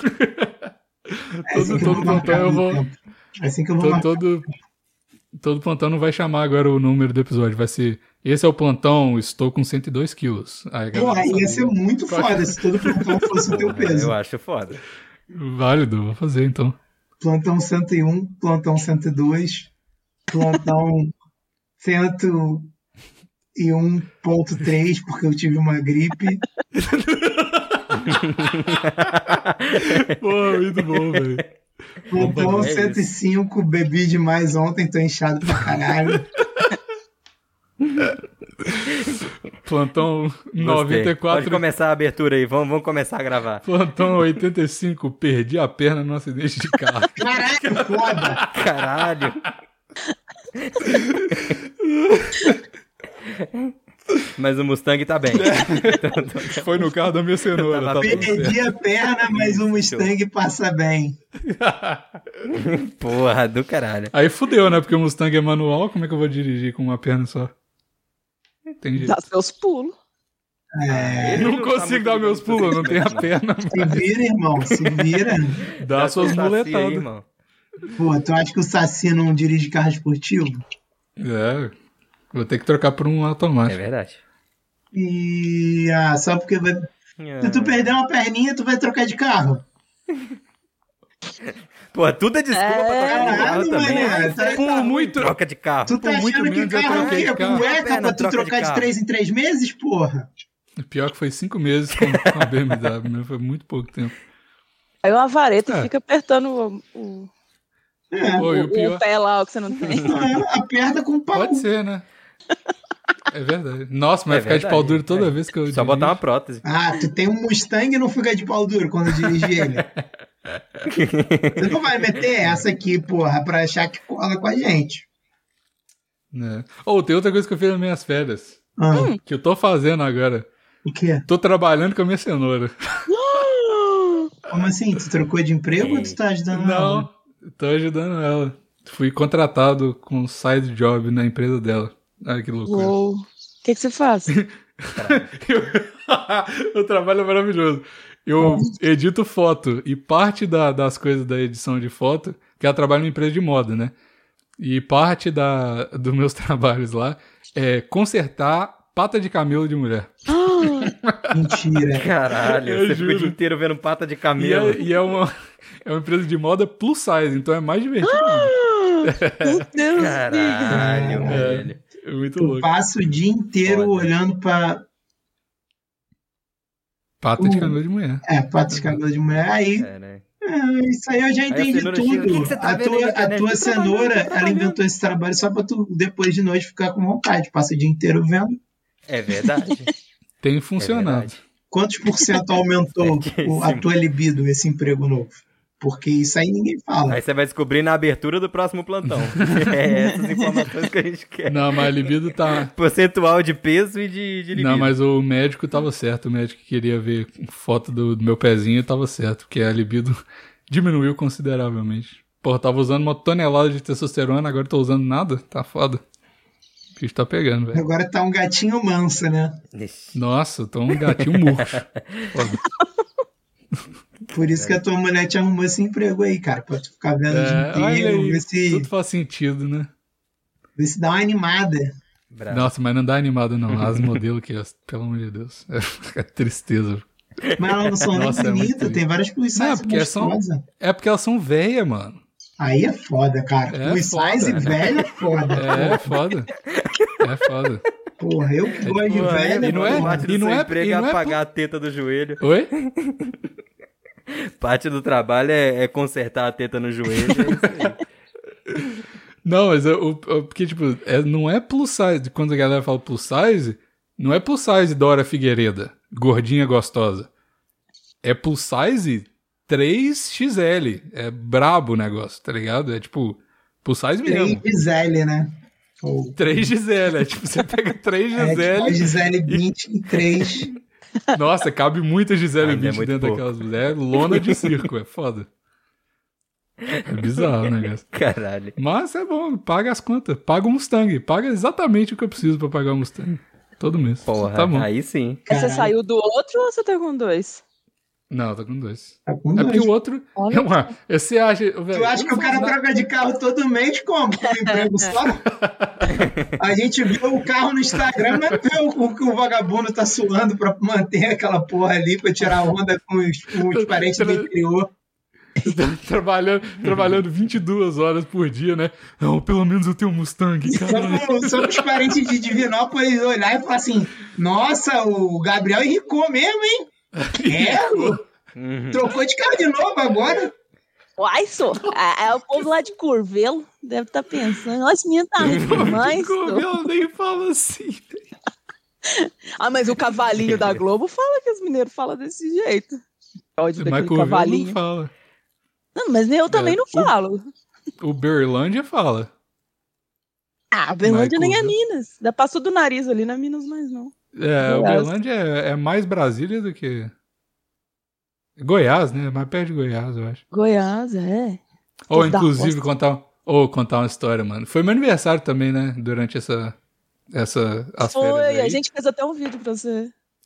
Todo plantão eu vou... É assim que eu vou marcar. Todo plantão não vai chamar agora o número do episódio, vai ser... Esse é o plantão, estou com 102 quilos. Ia ser muito foda se todo plantão fosse o teu peso. Eu acho foda. Válido, vou fazer então. Plantão 101, plantão 102, plantão 101.3, porque eu tive uma gripe. Pô, muito bom, velho. Plantão 105, bebi demais ontem, tô inchado pra caralho. Plantão 94. Pode começar a abertura aí, vamos começar a gravar. Plantão 85, perdi a perna num acidente de carro. Caraca, foda! Caralho! Mas o Mustang tá bem. Foi no carro da minha cenoura. Tá perdi a perna, mas o Mustang passa bem. Porra, do caralho. Aí fudeu, né? Porque o Mustang é manual, como é que eu vou dirigir com uma perna só? Dá seus pulos. Não consigo dar meus pulos, não tenho a perna. Se vira, irmão, se vira. Dá suas muletadas. irmão. Pô, tu acha que o Saci não dirige carro esportivo? Vou ter que trocar por um automático. É verdade. E só porque se tu perder uma perninha, tu vai trocar de carro. Pô, tudo é desculpa pra trocar de carro também. Por muito troca de carro. Tu tá muito achando que menos eu carro troquei de é carro. cueca pra tu trocar de 3 em 3 meses, porra? Pior que foi 5 meses com a BMW, né? Foi muito pouco tempo. Aí uma vareta fica apertando o pé lá, o que você não tem. Aperta com o pau. Pode ser, né? É verdade. Nossa, mas vai ficar de pau duro toda vez que eu Só botar uma prótese. Tu tem um Mustang e não fica de pau duro quando dirige ele. Você não vai meter essa aqui, porra, pra achar que cola com a gente. Tem outra coisa que eu fiz nas minhas férias. Que eu tô fazendo agora. O quê? Tô trabalhando com a minha cenoura. Como assim? Tu trocou de emprego ou tu tá ajudando ela? Não, tô ajudando ela. Fui contratado com um side job na empresa dela. Olha que loucura. Uou. O que você faz? O trabalho é maravilhoso. Eu edito foto e parte das coisas da edição de foto, que ela trabalha numa empresa de moda, né? E parte dos meus trabalhos lá é consertar pata de camelo de mulher. Mentira. Caralho, você fica o dia inteiro vendo pata de camelo. E é uma empresa de moda plus size, então é mais divertido. Meu Deus. Caralho, velho. É muito louco. Eu passo o dia inteiro olhando pra... Pata de camelo de mulher. Pata de camelo de mulher. Aí... isso aí eu já entendi tudo. A tua cenoura, ela inventou esse trabalho só pra tu, depois de noite, ficar com vontade. Passa o dia inteiro vendo. É verdade. Tem funcionado. Quantos % aumentou a tua libido, esse emprego novo? Porque isso aí ninguém fala. Aí você vai descobrir na abertura do próximo plantão. Essas informações que a gente quer. Não, mas a libido tá... Percentual de peso e de libido. Não, mas o médico tava certo. O médico que queria ver foto do meu pezinho tava certo. Porque a libido diminuiu consideravelmente. Porra, tava usando 1 tonelada de testosterona, agora tô usando nada. Tá foda. O bicho tá pegando, velho. Agora tá um gatinho manso, né? Nossa, tô um gatinho murcho. Foda. Por isso que a tua mulher te arrumou esse emprego aí, cara. Pra tu ficar vendo o dia inteiro. Ver se... Tudo faz sentido, né? Ver se dá uma animada. Bravo. Nossa, mas não dá animada não. As modelos que, pelo amor de Deus. É tristeza. Mas elas não são nem bonitas. Tem várias plus size gostosas. É porque elas são velhas, mano. Aí é foda, cara. Plus size velha é foda. É foda. É foda. Porra, eu que gosto de velha. E não é apagar a teta do joelho. Oi? Parte do trabalho é consertar a teta no joelho. É isso aí. Não, mas porque, tipo, não é plus size. Quando a galera fala plus size, não é plus size Dora Figueiredo, gordinha gostosa. É plus size 3XL. É brabo o negócio, tá ligado? É tipo, plus size mesmo. 3XL, né? 3XL. É tipo, você pega 3XL. É tipo Gisele 23. Nossa, cabe muita Gisele Bündchen dentro pouco. daquelas mulheres. Lona de circo, é foda. É bizarro o negócio. Caralho. Mas é bom, paga as contas. Paga o Mustang. Paga exatamente o que eu preciso pra pagar o Mustang. Todo mês. Porra, tá bom. aí sim. Você saiu do outro ou você tá com 2? Não, tá com 2. Tá com É 2. porque o outro... Você acha... Tu acha que o cara troca de carro todo mês como? Com um emprego só? A gente viu o carro no Instagram, mas vê o que o vagabundo tá suando pra manter aquela porra ali, pra tirar onda com os parentes do interior. trabalhando 22 horas por dia, né? Não, pelo menos eu tenho um Mustang, cara. Só os parentes de Divinópolis olhar e falar assim, nossa, o Gabriel enricou mesmo, hein? Trocou de carro de novo agora. Uai, só. É o povo lá de Curvelo. Deve estar pensando. Olha, esse menino tá rico demais. Curvelo nem fala assim. Mas o cavalinho da Globo fala que os mineiros falam desse jeito. Ódio Mas daquele cavalinho. Não fala. Não, mas eu também não falo. O Berlândia fala. O Berlândia nem é Minas. Ainda passou do nariz ali, não é Minas mais não. O Berlândia é mais Brasília do que... Goiás, né? Mais perto de Goiás, eu acho. Goiás, é. Ou, inclusive, contar uma história, mano. Foi meu aniversário também, né? Durante as férias aí. A gente fez até um vídeo pra você.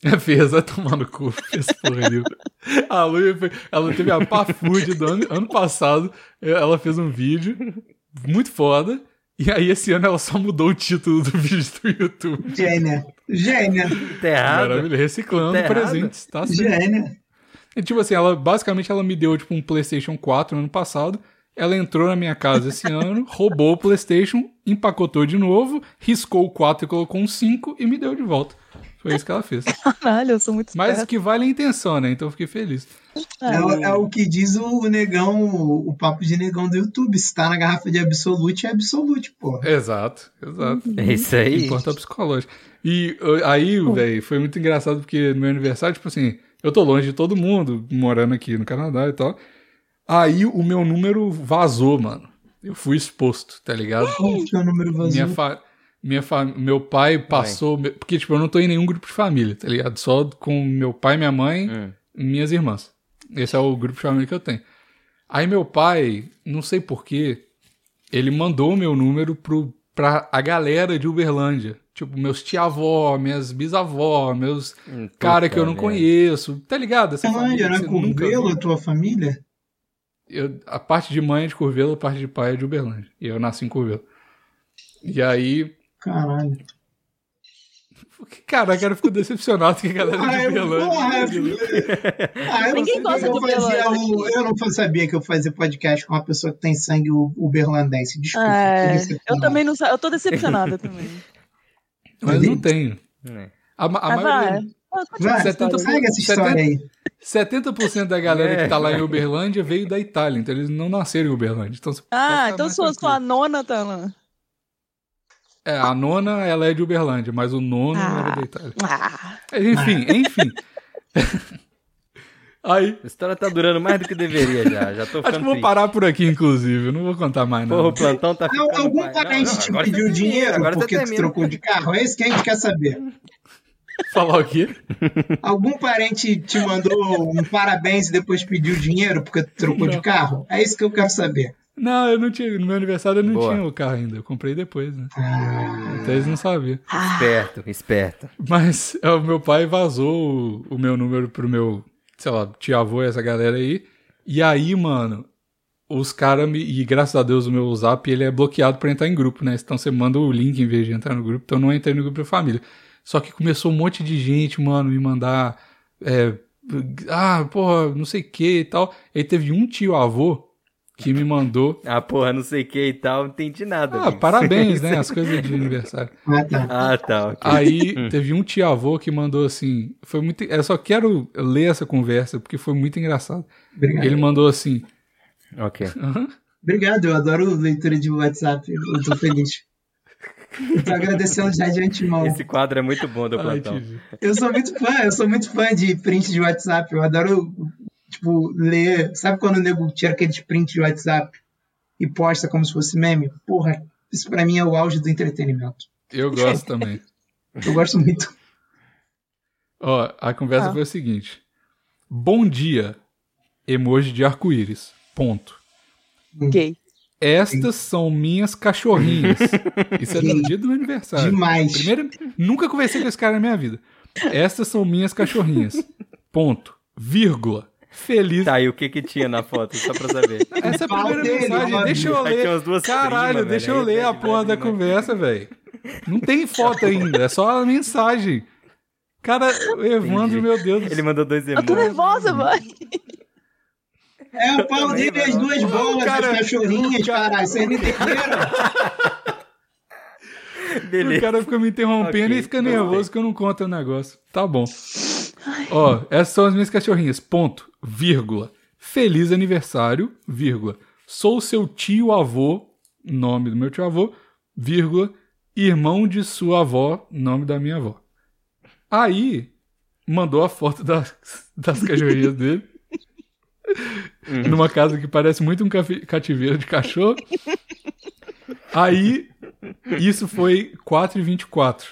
Fez, vai tomar no cu, fez porra nenhuma. A Lu, ela teve a Pafude do ano passado, ela fez um vídeo muito foda, e aí esse ano ela só mudou o título do vídeo do YouTube. Gênia. Tá errado. Maravilha, reciclando Tá presentes, tá certo. Gênia. E, tipo assim, basicamente ela me deu tipo um PlayStation 4 no ano passado, ela entrou na minha casa esse ano, roubou o PlayStation, empacotou de novo, riscou o 4 e colocou um 5 e me deu de volta. Foi isso que ela fez. Caralho, eu sou muito esperto. Mas que vale a intenção, né? Então eu fiquei feliz. É o que diz o negão, o papo de negão do YouTube. Se tá na garrafa de Absolute, é Absolute, pô. Exato. É isso aí. Importa a psicológica. E aí, velho, foi muito engraçado porque no meu aniversário, tipo assim, eu tô longe de todo mundo, morando aqui no Canadá e tal. Aí o meu número vazou, mano. Eu fui exposto, tá ligado? Como que é o número vazio? Meu pai passou... Porque, tipo, eu não tô em nenhum grupo de família, tá ligado? Só com meu pai, minha mãe e minhas irmãs. Esse é o grupo de família que eu tenho. Aí meu pai, não sei porquê, ele mandou o meu número pra a galera de Uberlândia. Tipo, meus tia-avó, minhas bisavó, meus cara que eu não conheço. Tá ligado? Essa Uberlândia, família não é Curvelo, a tua família? A parte de mãe é de Curvelo, a parte de pai é de Uberlândia. E eu nasci em Curvelo. E aí... Caralho. Caraca, eu fico decepcionado que a galera de Uberlândia... Ninguém gosta de Uberlândia. Eu não sabia que eu fazia podcast com uma pessoa que tem sangue uberlandense. Desculpa. Eu também não sei. Eu tô decepcionada também. Mas não tenho. A maioria... Segue essa história aí. 70% da galera que tá lá em Uberlândia veio da Itália, então eles não nasceram em Uberlândia. Então, então sua nona tá lá. A nona, ela é de Uberlândia, mas o nono era da Itália. Enfim. Aí... A história tá durando mais do que deveria já tô ficando acho que vou parar por aqui, inclusive, eu não vou contar mais nada. Porra, o plantão tá ficando... Algum parente te pediu dinheiro porque tu trocou de carro? É isso que a gente quer saber. Falar o quê? Algum parente te mandou um parabéns e depois pediu dinheiro porque tu trocou de carro? É isso que eu quero saber. Não, eu não tinha. No meu aniversário eu não tinha o carro ainda. Eu comprei depois, né? Até eles não sabiam. Esperto. Mas o meu pai vazou o meu número pro meu, sei lá, tia-avô e essa galera aí. E aí, mano, os caras e graças a Deus o meu Zap, ele é bloqueado pra entrar em grupo, né? Então você manda o link em vez de entrar no grupo. Então eu não entrei no grupo da família. Só que começou um monte de gente, mano, me mandar... porra, não sei o que e tal. Aí teve um tio-avô que me mandou... porra, não sei o que e tal, não entendi nada. Amigo. Parabéns, né? As coisas de aniversário. Tá. Okay. Aí teve um tio-avô que mandou assim... Foi muito... Eu só quero ler essa conversa, porque foi muito engraçado. Obrigado. Ele mandou assim... Ok. Obrigado, eu adoro leitura de WhatsApp. Eu tô feliz. Eu tô agradecendo já de antemão. Esse quadro é muito bom do plantão. Eu sou muito fã de print de WhatsApp. Eu adoro, tipo, ler. Sabe quando o nego tira aqueles prints de WhatsApp e posta como se fosse meme? Porra, isso pra mim é o auge do entretenimento. Eu gosto também. Eu gosto muito. A conversa foi o seguinte. Bom dia, emoji de arco-íris. Ponto. Ok. Estas são minhas cachorrinhas. Isso é no dia do meu aniversário. Demais. Nunca conversei com esse cara na minha vida. Estas são minhas cachorrinhas. Ponto. Vírgula. Feliz. Tá, e o que tinha na foto? Só pra saber. Essa é a primeira mensagem. Deixa eu ler. Caralho, deixa eu ler a porra da conversa, velho. Não tem foto ainda. É só a mensagem. Cara, o Evandro, meu Deus. Ele mandou 2 emojis. Eu tô nervosa, mãe. É o pau dele e as 2 bolas, as cachorrinhas, caralho. Vocês não entenderam? O cara fica me interrompendo e fica nervoso que eu não conto o negócio. Tá bom. Essas são as minhas cachorrinhas. Ponto. Vírgula. Feliz aniversário. Vírgula. Sou seu tio-avô. Nome do meu tio-avô. Vírgula. Irmão de sua avó. Nome da minha avó. Aí, mandou a foto das cachorrinhas dele. Numa casa que parece muito um cativeiro de cachorro. Aí, isso foi 4h24.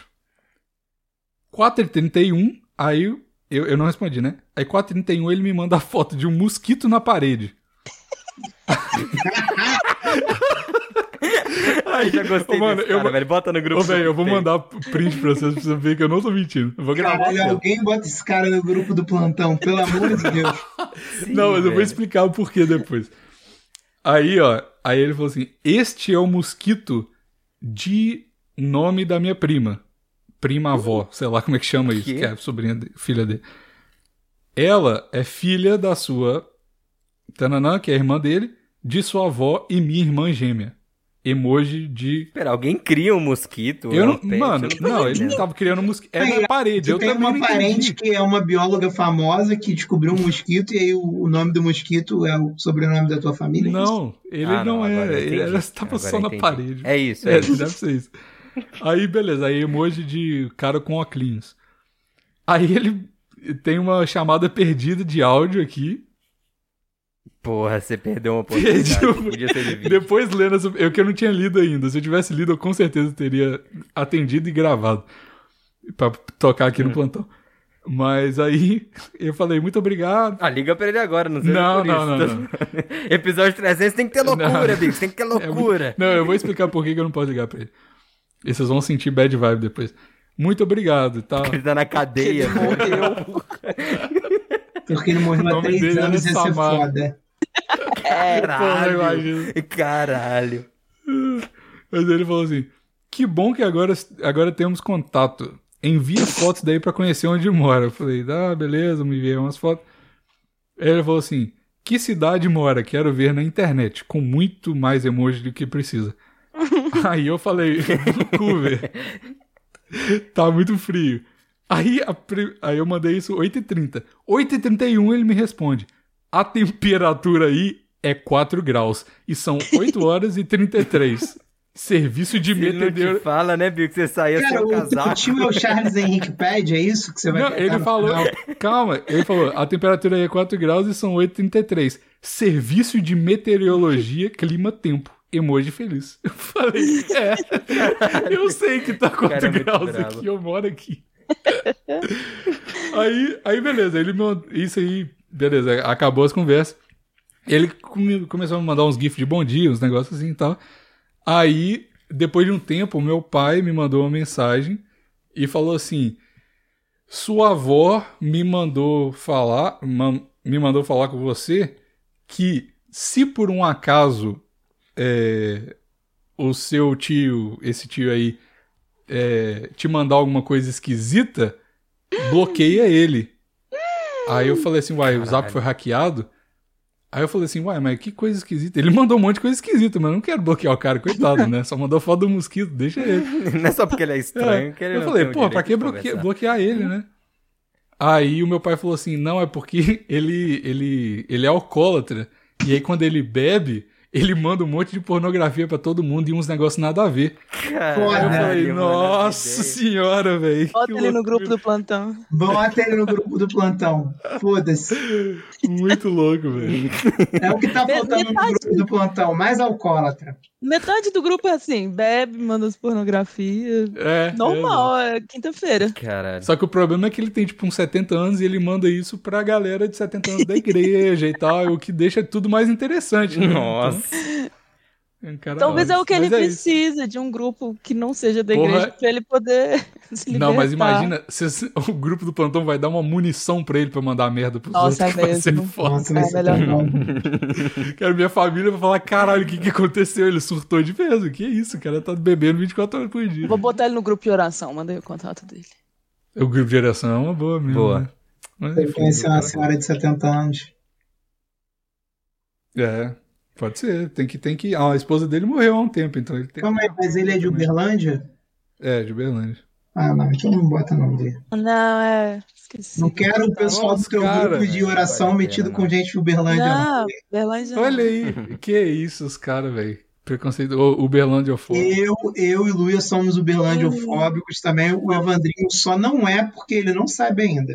4h31, aí eu não respondi, né? Aí 4h31 ele me manda a foto de um mosquito na parede. Ai, já gostei mano, desse cara, velho. Bota no grupo. Velho, eu vou mandar print pra vocês ver que eu não tô mentindo. Eu vou gravar. Caralho, alguém bota esse cara no grupo do plantão, pelo amor de Deus. Sim, não, mas eu vou explicar o porquê depois. Aí, ó. Aí ele falou assim: este é o mosquito de nome da minha prima. Prima-avó, sei lá como é que chama isso, que é a sobrinha, filha dele. Ela é filha da sua Tananã, que é a irmã dele, de sua avó e minha irmã gêmea. Emoji de... Pera, alguém cria um mosquito? Eu não, mano, não, ele não tava criando um mosquito. É na parede, eu tem também uma parente que é uma bióloga famosa que descobriu um mosquito e aí o nome do mosquito é o sobrenome da tua família? Não, ele não é. Ele estava só na parede. É isso, deve ser isso. Aí, beleza, aí emoji de cara com óculos. Aí ele tem uma chamada perdida de áudio aqui. Porra, você perdeu uma oportunidade. Podia ter de vídeo. Depois lendo, eu que eu não tinha lido ainda. Se eu tivesse lido, eu com certeza teria atendido e gravado pra tocar aqui no plantão. Mas aí eu falei, muito obrigado. Liga pra ele agora, não sei. Não. Episódio 300 tem que ter loucura, Bigos, tem que ter loucura. Não, eu vou explicar por que eu não posso ligar pra ele. E vocês vão sentir bad vibe depois. Muito obrigado, tá? Ele tá na cadeia. Ele morreu. Porque ele morreu há 3 anos e ia ser foda. Caralho. Mas ele falou assim, que bom que agora temos contato. Envia fotos daí pra conhecer onde mora. Eu falei, beleza, me enviei umas fotos. Aí ele falou assim, que cidade mora? Quero ver na internet, com muito mais emoji do que precisa. Aí eu falei, Vancouver. Tá muito frio. Aí eu mandei isso 8h30. 8h31 ele me responde, a temperatura aí é 4 graus. E são 8h33. Serviço de meteorologia. Não fala, né, Bill, que você saía sem o casaco. O time é o Charles Henrique Pad, é isso que você vai ele falou, calma, ele falou, a temperatura aí é 4 graus e são 8h33. Serviço de meteorologia, clima-tempo. Emoji feliz. Eu falei, eu sei que tá 4 graus aqui, eu moro aqui. aí beleza, ele isso aí, beleza, acabou as conversas. Ele começou a me mandar uns gifs de bom dia, uns negócios assim e tal. Aí, depois de um tempo, o meu pai me mandou uma mensagem e falou assim, sua avó me mandou falar com você que se por um acaso o seu tio, esse tio aí, te mandar alguma coisa esquisita, bloqueia ele. Aí eu falei assim, o Zap foi hackeado? Aí eu falei assim, mas que coisa esquisita. Ele mandou um monte de coisa esquisita, mas eu não quero bloquear o cara, coitado, né? Só mandou foto do mosquito, deixa ele. Não é só porque ele é estranho que ele eu falei, pra que bloquear ele, né? Aí o meu pai falou assim, não, é porque ele é alcoólatra. E aí quando ele bebe, ele manda um monte de pornografia pra todo mundo e uns negócios nada a ver. Caralho, eu falei, nossa senhora, velho. Bota ele no grupo do plantão. Bota ele no grupo do plantão. Foda-se. Muito louco, velho. É o que tá faltando no grupo do plantão, mais alcoólatra. Metade do grupo é assim, bebe, manda as pornografias. Normal, é quinta-feira. Caralho. Só que o problema é que ele tem tipo uns 70 anos e ele manda isso pra galera de 70 anos da igreja e tal, o que deixa tudo mais interessante. Né? Nossa. Talvez é o que ele precisa, de um grupo que não seja da igreja, pra ele poder se libertar. Não, mas imagina, o grupo do plantão vai dar uma munição pra ele pra mandar merda pros outros. Nossa, vai ser foda. Nossa, vai ser melhor não. Quero minha família vai falar, caralho, o que aconteceu? Ele surtou de vez, o que é isso? O cara tá bebendo 24 horas por dia. Vou botar ele no grupo de oração, mandei o contato dele. O grupo de oração é uma boa mesmo. Boa. Né? Mas, Você conheceu uma senhora de 70 anos. Pode ser, tem que... a esposa dele morreu há um tempo, então ele tem... Calma aí, mas ele é de Uberlândia? É, de Uberlândia. Não, então não bota não dele. Não, esqueci. Não quero o pessoal do teu grupo de oração metido com gente de Uberlândia. Não, Uberlândia não. Olha aí, que isso, os caras, velho. Preconceito, Uberlandiofóbico. Eu e Luia somos Uberlandiofóbicos também. O Evandrinho só não é porque ele não sabe ainda.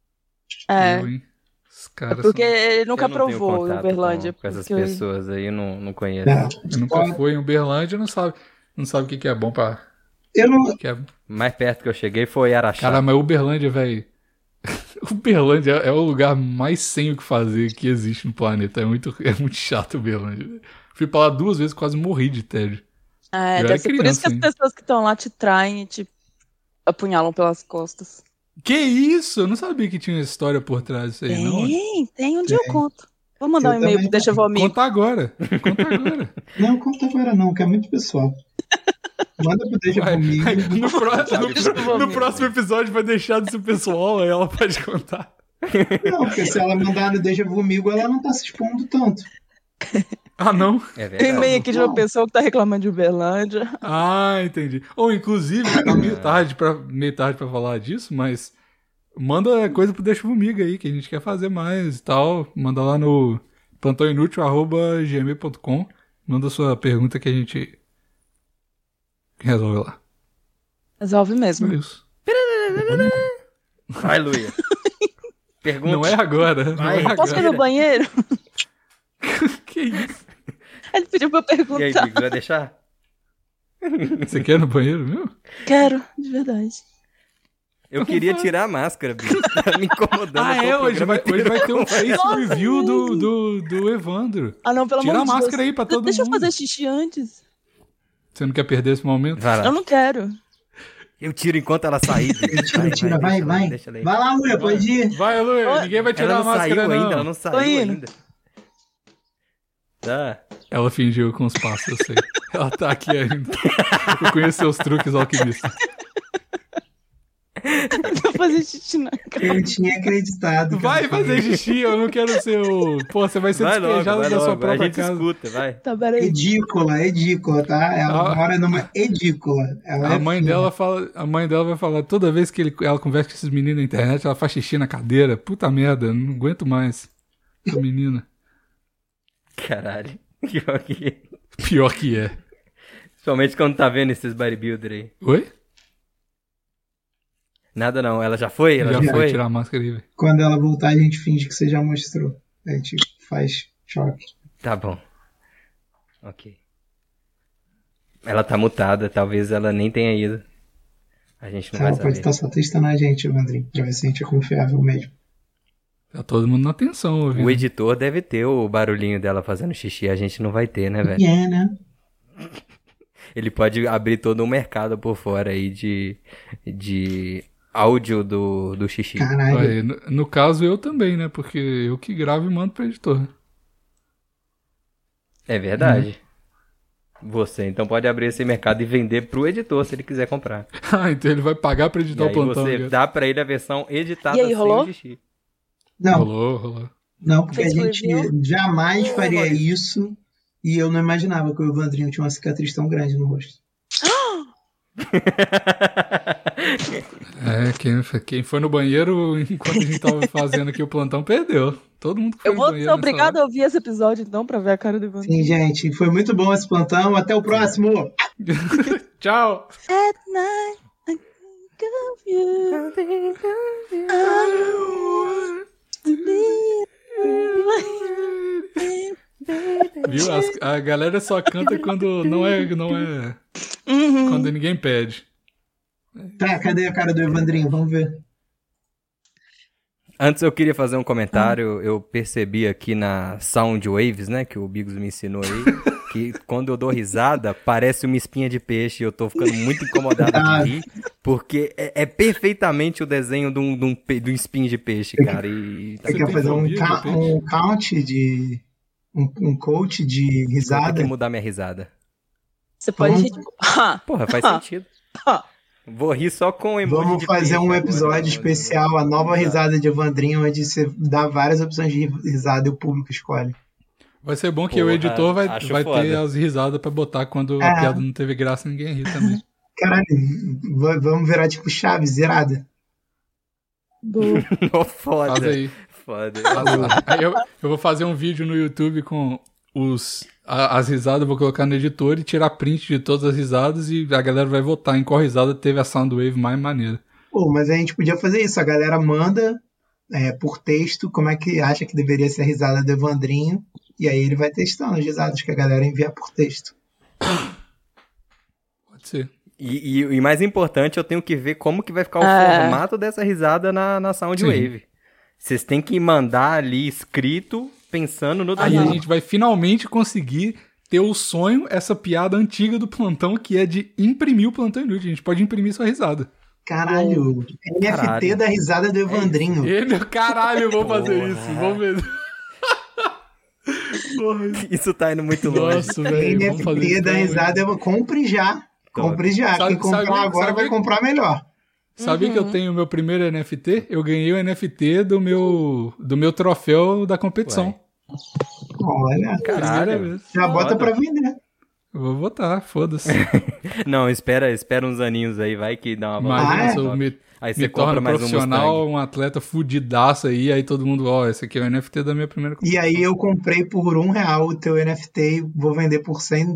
Porque ele nunca provou em Uberlândia. Com essas pessoas aí, eu não conheço. Ele nunca foi em Uberlândia, não sabe o que é bom pra... Mais perto que eu cheguei foi Araxá. Cara, mas Uberlândia, velho... Uberlândia é o lugar mais sem o que fazer que existe no planeta. É muito chato Uberlândia. Fui pra lá 2 vezes, quase morri de tédio. Deve ser por isso que as pessoas que estão lá te traem e te apunhalam pelas costas. Que isso? Eu não sabia que tinha uma história por trás disso aí, não. Tem. Um dia eu conto. Vou mandar um e-mail pro Deixa Vomigo. Conta agora. Não, conta agora não, que é muito pessoal. Manda pro Deixa Vomigo. No próximo episódio vai deixar de ser pessoal, aí ela pode contar. Não, porque se ela mandar no Deixa Vomigo, ela não tá se expondo tanto. Ah, não? Tem e-mail aqui de uma pessoa que tá reclamando de Uberlândia. Ah, entendi. Ou, inclusive, tá meio tarde pra falar disso, mas manda coisa pro Deixa Vomigo aí, que a gente quer fazer mais e tal. Manda lá no plantãoinútil@gmail.com. Manda sua pergunta que a gente resolve lá. Resolve mesmo. É isso. Vai, Luia. Pergunta. Não é agora. Posso ir no banheiro? Que isso? Ele pediu pra eu perguntar. E aí, Bigos, vai deixar? Você quer ir no banheiro, meu? Quero, de verdade. Eu queria tirar a máscara, Bigos. Tá me incomodando. Hoje vai ter um face review do Evandro. Ah, não, pelo amor de Deus. Tira a máscara aí pra todo mundo. Deixa eu fazer xixi antes. Você não quer perder esse momento? Vai lá. Eu não quero. Eu tiro enquanto ela sair. Tira, vai. Vai lá, Luia, pode ir. Vai, Luia, ninguém vai tirar a máscara, não. Ela não saiu ainda. Tá. Ela fingiu com os passos, eu sei. Ela tá aqui ainda. Eu conheço seus truques alquimistas. Vou fazer xixi na cara. Eu tinha acreditado. Vai fazer xixi, eu não quero ser o... Pô, você vai ser despejado da sua própria casa. Escuta, vai. Tá, peraí. Edícula, tá? Ela mora numa edícula. A mãe dela vai falar, toda vez que ela conversa com esses meninos na internet, ela faz xixi na cadeira. Puta merda, não aguento mais. Essa menina. Caralho. Pior que é. Principalmente quando tá vendo esses bodybuilder aí. Oi? Nada não, ela já foi? Ela já foi? Tirar a máscara aí, velho. Quando ela voltar, a gente finge que você já mostrou. A gente faz choque. Tá bom. Ok. Ela tá mutada, talvez ela nem tenha ido. A gente não vai saber. Ela pode estar só testando a gente, Evandrinho, pra ver se a gente é confiável mesmo. Tá todo mundo na atenção, ouvindo. O editor deve ter o barulhinho dela fazendo xixi, a gente não vai ter, né, velho? Né? Ele pode abrir todo um mercado por fora aí de áudio do xixi. Caralho. Aí, no caso, eu também, né? Porque eu que gravo e mando pro editor. É verdade. Você, então, pode abrir esse mercado e vender pro editor, se ele quiser comprar. Ah, então ele vai pagar pra editar e o plantão. Você dá pra ele a versão editada e aí, rolou? sem xixi. Não. Rolou. Não, porque a gente jamais faria isso e eu não imaginava que o Evandrinho tinha uma cicatriz tão grande no rosto. Quem foi no banheiro enquanto a gente tava fazendo aqui o plantão perdeu. Todo mundo que foi no banheiro. Eu vou ser obrigado a ouvir esse episódio então pra ver a cara do Evandrinho. Sim, gente, foi muito bom esse plantão. Até o próximo. Tchau. At night, I think of you. Viu? A galera só canta quando não é quando ninguém pede. Tá, cadê a cara do Evandrinho? Vamos ver. Antes eu queria fazer um comentário. Eu percebi aqui na Sound Waves, né, que o Bigos me ensinou aí, que quando eu dou risada parece uma espinha de peixe. Eu tô ficando muito incomodado de rir, porque é perfeitamente o desenho de um espinho de peixe, cara. Você quer fazer um count de... Um coach de risada? Vou ter que mudar minha risada. Você pode... Porra, faz sentido. Vou rir só com emoji. Vamos fazer um episódio especial, a nova risada de Evandrinho, onde você dá várias opções de risada e o público escolhe. Vai ser bom que o editor vai ter as risadas pra botar quando a piada não teve graça, ninguém ri também. Caralho, vamos virar tipo Chaves, zerada. Foda. Faz aí. Foda. Aí eu vou fazer um vídeo no YouTube com as risadas, eu vou colocar no editor e tirar print de todas as risadas e a galera vai votar em qual risada teve a Soundwave mais maneira. Pô, mas a gente podia fazer isso, a galera manda por texto como é que acha que deveria ser a risada do Evandrinho e aí ele vai testando as risadas que a galera envia por texto. Pode ser. E mais importante, eu tenho que ver como que vai ficar o formato dessa risada na Soundwave. Vocês têm que mandar ali escrito, pensando no... Aí a gente vai finalmente conseguir ter o sonho, essa piada antiga do Plantão, que é de imprimir o Plantão Inútil. A gente pode imprimir sua risada. Caralho, NFT da risada do Evandrinho. Caralho, vou fazer isso. Vamos ver. Isso tá indo muito longe. Nossa, velho. NFT da risada, compre já. Compre já. Quem comprar agora vai comprar melhor. Sabia que eu tenho o meu primeiro NFT? Eu ganhei o NFT do meu troféu da competição. Olha, caralho. Já bota pra vender. Eu vou botar, foda-se. Não, espera uns aninhos aí, vai que dá uma volta. Aí você torna profissional, um atleta fudidaço aí todo mundo, esse aqui é o NFT da minha primeira competição. E aí eu comprei por R$1 o teu NFT e vou vender por $100.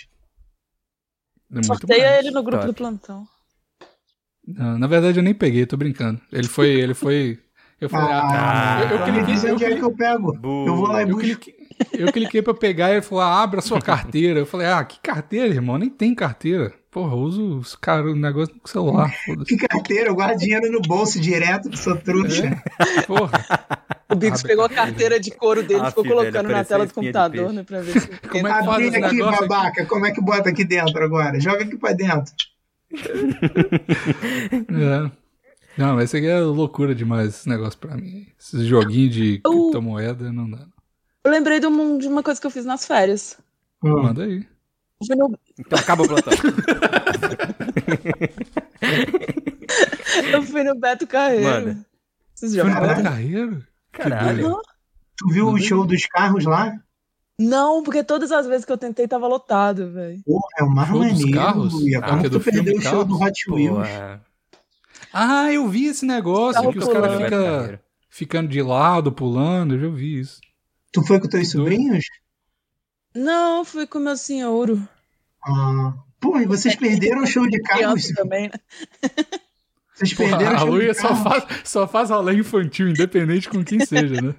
Sorteia ele no grupo do Plantão. Não, na verdade eu nem peguei, tô brincando. Ele foi... Eu falei, eu cliquei... Onde é que eu pego? Eu vou lá e busco. Eu cliquei pra pegar e ele falou, abra sua carteira. Eu falei, que carteira, irmão? Nem tem carteira. Porra, eu uso o negócio no celular. Que carteira? Eu guardo dinheiro no bolso direto, que sou trouxa. Porra. O Bigos pegou a carteira de couro dele e ficou colocando na tela do computador, né? Pra ver se... Como é que faz esse aqui, babaca? Aqui? Como é que bota aqui dentro agora? Joga aqui pra dentro. Não, mas isso aqui é loucura demais, esse negócio pra mim. Esses joguinhos de criptomoeda, não dá. Eu lembrei de uma coisa que eu fiz nas férias. Manda aí. Então acaba o plantão. Eu fui no Beto Carreiro. Mano. Vocês já foram no Beto Carreiro? Caralho. Tu viu o show dos carros lá? Não, porque todas as vezes que eu tentei tava lotado, velho. Porra, é uma maneiro. Carros? Como tu perdeu o show do Hot Wheels? Eu vi esse negócio que os caras ficando de lado, pulando, eu já vi isso. Tu foi com teus sobrinhos? Não, fui com meu senhor. Pô, e vocês perderam o show de carros? Também, né? Vocês perderam o show de carros? Só faz rolê infantil, independente com quem seja, né?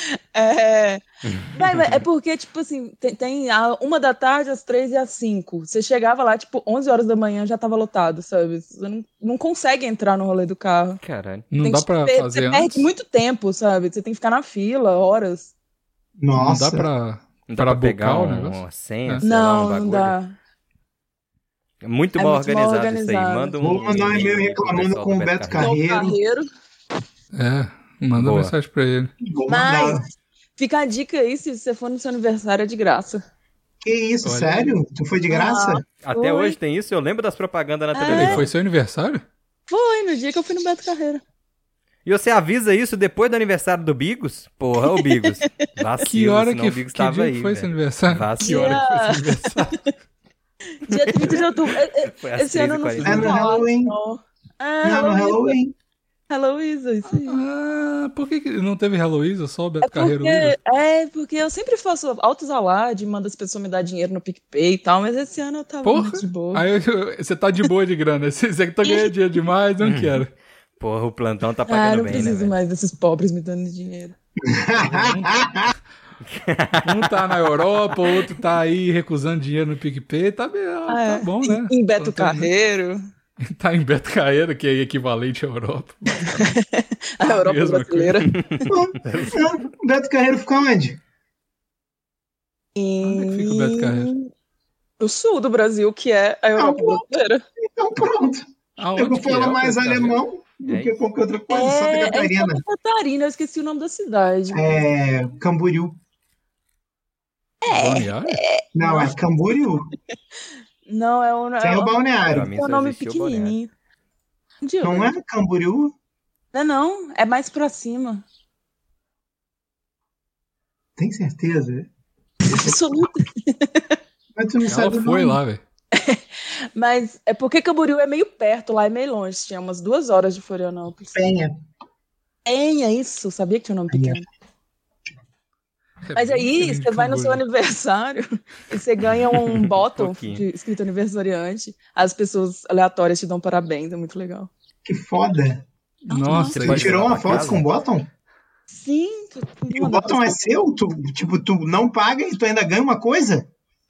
É porque, tipo assim, tem a 1 da tarde, às 3 e às 5. Você chegava lá, tipo, 11 horas da manhã já tava lotado, sabe? Você não consegue entrar no rolê do carro. Caralho. Não dá pra fazer Você perde muito tempo, sabe? Você tem que ficar na fila, horas. Nossa. Não dá pra pegar o negócio? Uma senha, não dá. É muito mal organizado isso aí. Vou mandar um e-mail reclamando com o Beto Carreiro. Manda mensagem pra ele. Mas fica a dica aí, se você for no seu aniversário, é de graça. Que isso, sério? Tu foi de graça? Até hoje tem isso? Eu lembro das propagandas na televisão. Foi seu aniversário? Foi, no dia que eu fui no Beto Carreiro. E você avisa isso depois do aniversário do Bigos? Porra, o Bigos. Vacilo, que hora que, o Bigos tava aí, foi seu aniversário? Vacilo. Que hora que foi seu aniversário? Dia 30 de outubro. Esse ano não foi. É no Halloween. Não, no Halloween. Heloísa, isso aí. Por que não teve Heloísa, só o Beto Carreiro? Porque eu sempre faço altos alardes, mando as pessoas me dar dinheiro no PicPay e tal, mas esse ano eu tava muito de boa. Aí você tá de boa de grana, você tá ganhando dinheiro demais, não quero. Porra, o plantão tá pagando bem, né? Não preciso mais desses pobres me dando dinheiro. Um tá na Europa, o outro tá aí recusando dinheiro no PicPay, tá bom, né? Em Beto Carreiro. Tá em Beto Carreiro, que é equivalente à Europa. A Europa brasileira. O Beto Carreiro fica onde? Onde é que fica o Beto Carreiro? No sul do Brasil, que é a Europa brasileira. Então pronto. Eu vou falar mais alemão do que qualquer outra coisa. Santa Catarina. Santa Catarina, eu esqueci o nome da cidade. Camboriú. Não, é Camboriú. Não, é um... Tem o balneário. É um nome pequenininho. Não é Camboriú? Não, é mais pra cima. Tem certeza? Absoluta. Mas tu não sabe Ela foi lá, velho. Mas é porque Camboriú é meio perto, lá é meio longe. Tinha umas 2 horas de Florianópolis. Penha, isso. Sabia que tinha um nome pequeno. Mas aí, você vai no seu aniversário e você ganha um bottom escrito aniversariante. As pessoas aleatórias te dão parabéns, é muito legal. Que foda. Nossa, você tirou uma foto com o bottom? Sim. E o bottom é seu? Tu não paga e tu ainda ganha uma coisa?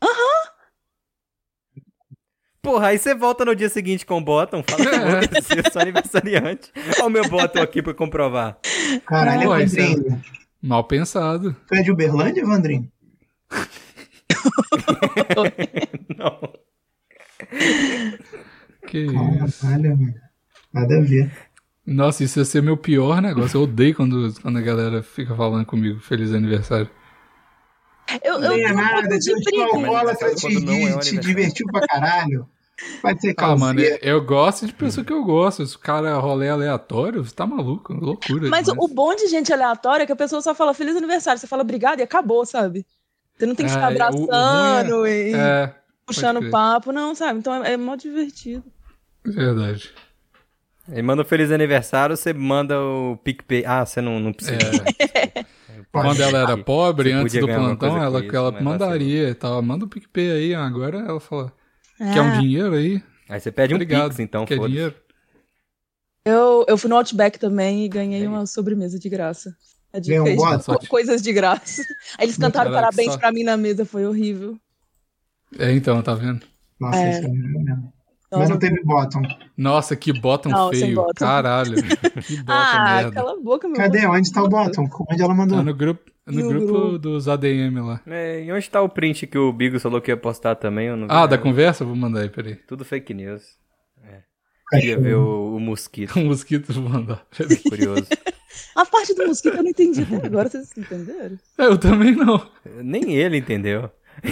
Porra, aí você volta no dia seguinte com o bottom, fala que eu sou aniversariante. Olha o meu bottom aqui pra comprovar. Caralho, Evandrinho. Mal pensado. Tu é de Uberlândia, Evandrinho? Não. Que isso. Caralho, mano. Nada a ver. Nossa, isso ia ser meu pior negócio. Eu odeio quando a galera fica falando comigo feliz aniversário. Eu Não é nada, de briga. alcoólatra te divertiu pra caralho. Vai ser Mano, eu gosto de pessoa que eu gosto. Se o cara rolê aleatório, você tá maluco, loucura. Mas demais. o bom de gente aleatória é que a pessoa só fala feliz aniversário, você fala obrigado e acabou, sabe? Você não tem que ficar abraçando e puxando papo, não, sabe? Então é mó divertido. Verdade. Ele manda um feliz aniversário, você manda o PicPay. Ah, você não precisa. Quando ela era pobre, antes do plantão, ela isso, mandaria e tal. Manda o PicPay aí, agora ela fala, quer um dinheiro aí? Aí você pede Obrigado. Pix, então, quer dinheiro? Eu fui no Outback também e ganhei uma sobremesa de graça. A de coisas de graça. Aí eles cantaram parabéns pra mim na mesa, foi horrível. Então, tá vendo? Nossa, isso é mesmo. Mas não teve bottom. Nossa, que bottom feio. Bottom. Caralho. Que bottom merda. Cala a boca, meu Cadê? Onde tá o bottom? Onde ela mandou? Tá no grupo dos ADM lá. E onde tá o print que o Bigos falou que ia postar também? Eu não vi da conversa? Vou mandar aí, peraí. Tudo fake news. Queria ver o mosquito. O mosquito, vou mandar. Curioso. A parte do mosquito eu não entendi até agora, vocês entenderam? Eu também não. Nem ele entendeu.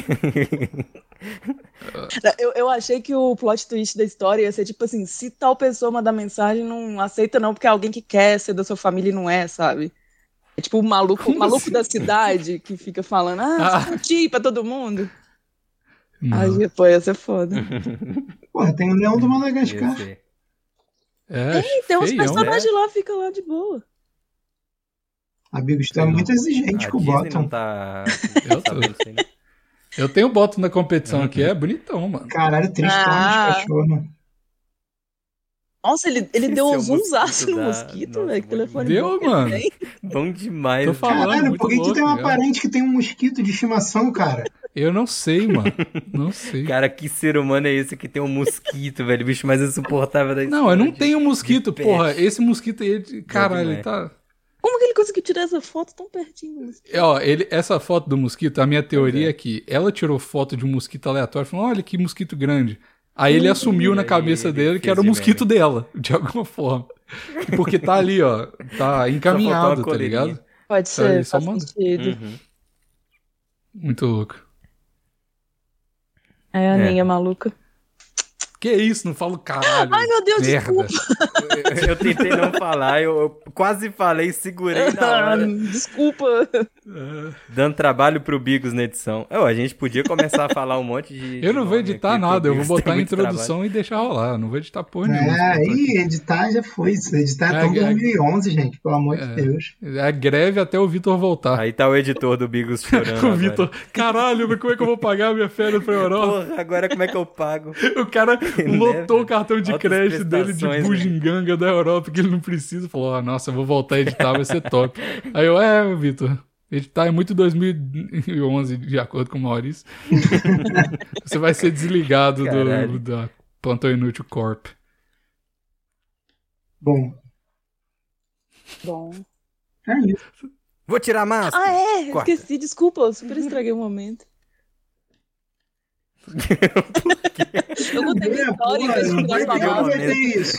Eu achei que o plot twist da história ia ser tipo assim, se tal pessoa mandar mensagem, não aceita não, porque é alguém que quer ser da sua família e não é, sabe? É tipo o maluco da cidade que fica falando, curti pra todo mundo. Aí, pô, ia ser foda. Porra, tem o Leão do Madagascar. Tem uns personagens lá, fica lá de boa. Amigo, está muito exigente com o bottom. Eu tenho o bottom da competição aqui, é bonitão, mano. Caralho, tristão de cachorro. Nossa, ele deu um zoomzaço no mosquito, velho. Que telefone deu, bom, mano. Bom demais. Tô falando, caralho, por que louco, tu tem uma parente que tem um mosquito de estimação, cara? Eu não sei, mano. Não sei. Cara, que ser humano é esse que tem um mosquito, velho? Bicho mais insuportável da história. Não, eu não tenho um mosquito, porra. Esse mosquito aí, caralho, ele tá... Como que ele conseguiu tirar essa foto tão pertinho do mosquito? Essa foto do mosquito, a minha teoria é que ela tirou foto de um mosquito aleatório e falou, olha que mosquito grande. Aí ele assumiu na cabeça dele que era o mosquito dela, de alguma forma. Porque tá ali, ó, tá encaminhado, tá ligado? Pode ser, faz sentido. Muito louco. É a Aninha maluca. Que isso? Não falo caralho. Ai, meu Deus, merda. Desculpa. Eu tentei não falar, eu quase falei, segurei na hora. Desculpa. Dando trabalho pro Bigos na edição. A gente podia começar a falar um monte de... Eu não vou editar nada, eu vou botar a introdução e deixar rolar. Eu não vou editar porra nenhuma. Editar já foi isso. Editar até 2011, gente, pelo amor de Deus. É greve até o Vitor voltar. Aí tá o editor do Bigos chorando. O Vitor, caralho, mas como é que eu vou pagar a minha férias pra Europa? Porra, agora como é que eu pago? O cara lotou o cartão de crédito dele de bugiganga da Europa que ele não precisa. Falou, nossa, eu vou voltar a editar, vai ser top. Aí eu, Vitor, editar é muito 2011, de acordo com o Maurício. Você vai ser desligado da Plantão Inútil Corp. Bom. É isso. Vou tirar a máscara. Esqueci, desculpa, eu super estraguei o momento. Eu não tenho história vai ter isso.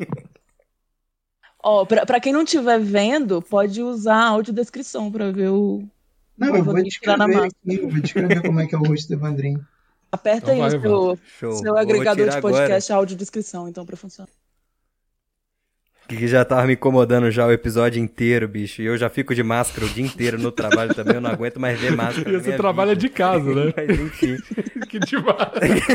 Pra quem não estiver vendo, pode usar a audiodescrição pra ver o... Não, eu vou descrever aqui, eu vou descrever como é que é o rosto do Evandrinho. Aperta aí o seu agregador de podcast audiodescrição, então, pra funcionar. Que já tava me incomodando já o episódio inteiro, bicho. E eu já fico de máscara o dia inteiro no trabalho também. Eu não aguento mais ver máscara. E você trabalha de casa, né? Mas enfim. Que demais.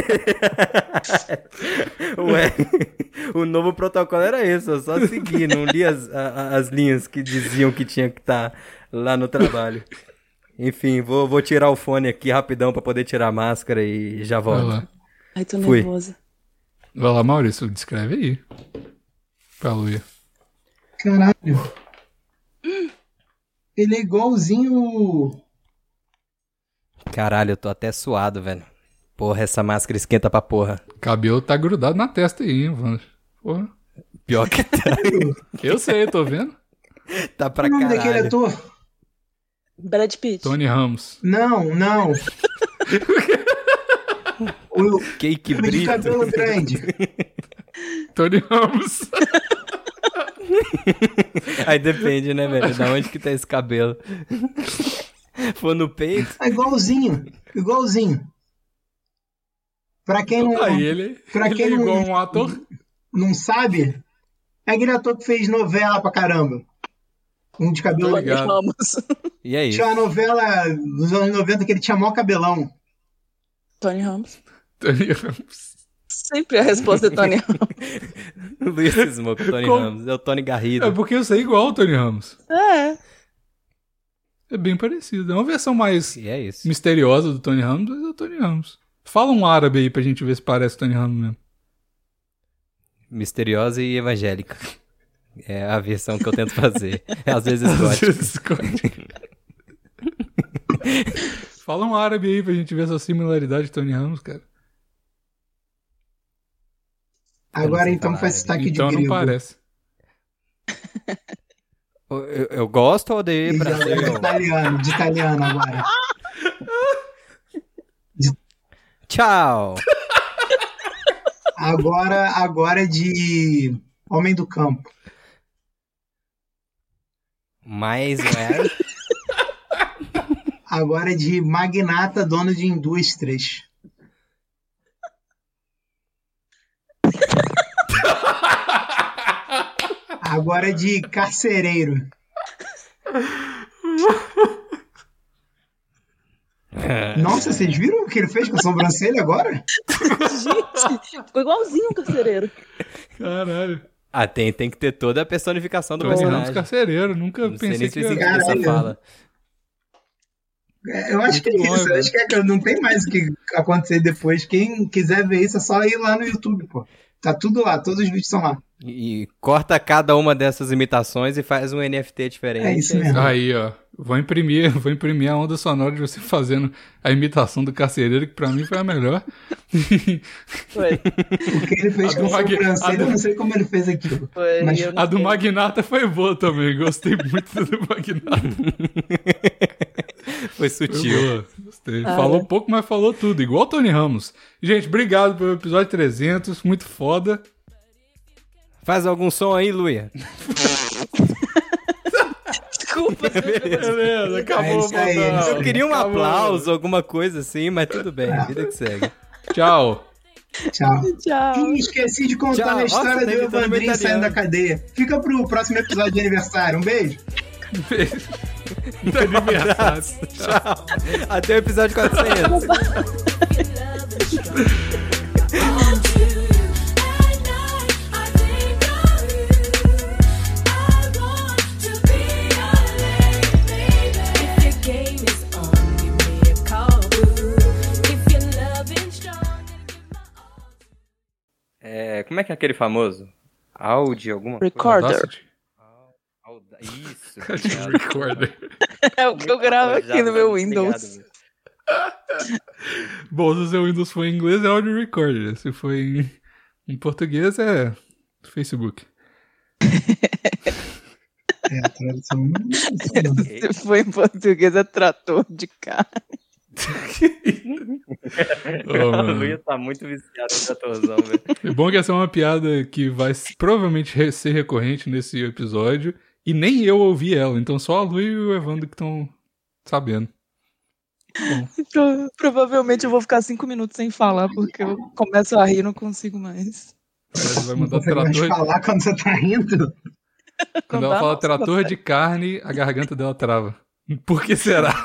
O novo protocolo era esse. Eu só segui. Não li as linhas que diziam que tinha que estar lá no trabalho. Enfim, vou tirar o fone aqui rapidão pra poder tirar a máscara e já volto. Ai, tô nervosa. Vai lá, Maurício. Descreve aí. Pra Luia. Caralho. Ele é igualzinho... Caralho, eu tô até suado, velho. Porra, essa máscara esquenta pra porra. O cabelo tá grudado na testa aí, hein, mano. Porra. Pior que tá. Eu sei, tô vendo. Tá pra caralho. O nome daquele ator? Brad Pitt. Tony Ramos. Não. O Cake de Brito. cabelo grande. Tony Ramos. Aí depende, né, velho? Da onde que tá esse cabelo? For no peito? É igualzinho. Pra quem não, Aí ele é igual um ator. não sabe, é aquele ator que fez novela pra caramba. Um de cabelo. Tô ligado. Ramos. E é isso. Tinha uma novela dos anos 90 que ele tinha maior cabelão. Tony Ramos. Tony Ramos. Sempre a resposta é Tony Ramos. Luiz Smoke, Tony Ramos. É o Tony Garrido. É porque eu sei igual o Tony Ramos. É bem parecido. É uma versão mais E é isso. misteriosa do Tony Ramos, mas é o Tony Ramos. Fala um árabe aí pra gente ver se parece o Tony Ramos mesmo. Misteriosa e evangélica. É a versão que eu tento fazer. Às vezes gótico. Fala um árabe aí pra gente ver essa similaridade de Tony Ramos, cara. Agora então faz sotaque de Então grego. não parece. Eu gosto ou odeio Brasil? De italiano agora. Tchau! Agora de Homem do Campo. Mais well? Agora de magnata, dono de indústrias. Agora de carcereiro. Nossa, vocês viram o que ele fez com a sobrancelha agora? Gente, ficou igualzinho um carcereiro. Caralho. Ah, tem que ter toda a personificação do Tony Ramos personagem. carcereiro. Nunca Não sei pensei nem que se existe ia... essa fala. Eu acho que é isso. Eu acho que não tem mais o que acontecer depois. Quem quiser ver isso é só ir lá no YouTube, pô. Tá tudo lá, todos os vídeos estão lá. E corta cada uma dessas imitações e faz um NFT diferente. É isso mesmo. Aí, ó. Vou imprimir a onda sonora de você fazendo a imitação do carcereiro, que pra mim foi a melhor. Foi. O que ele fez com a sobrancelha, eu não sei como ele fez aquilo. Foi. Mas A do Magnata foi boa também. Gostei muito do Magnata. Foi Foi sutil. boa. Gostei. Falou pouco, mas falou tudo. Igual o Tony Ramos. Gente, obrigado pelo episódio 300. Muito foda. Faz algum som aí, Luia. Desculpa. Beleza, acabou. isso aí. Botar. Eu queria um Acabou. aplauso, alguma coisa assim, mas tudo bem. Vida que segue. Tchau. tchau. Tchau. Esqueci de contar Tchau. a história Nossa, do tá imitando Evandrinho meu saindo da italiano. cadeia. Fica pro próximo episódio de aniversário. Um beijo. Aniversário. Tchau. Até o episódio 400. Como é que é aquele famoso? Áudio, alguma coisa? Recorder. Audacity. Isso. Recorder. É o que eu gravo aqui no meu Windows. Bom, se o seu Windows for em inglês, é Audio Recorder. Se for em português, é Facebook. A tradução não Se for em português, é trator de carne. Oh, O Luia tá muito viciado em tratorzão, velho. é bom que essa é uma piada que vai provavelmente ser recorrente nesse episódio. E nem eu ouvi ela. Então só a Lu e o Evandro que estão sabendo. Provavelmente eu vou ficar 5 minutos sem falar, porque eu começo a rir e não consigo mais. Ela vai Não mandar consegue mais trator. falar quando você tá rindo. Quando ela fala trator de carne, a garganta dela trava. Por que será?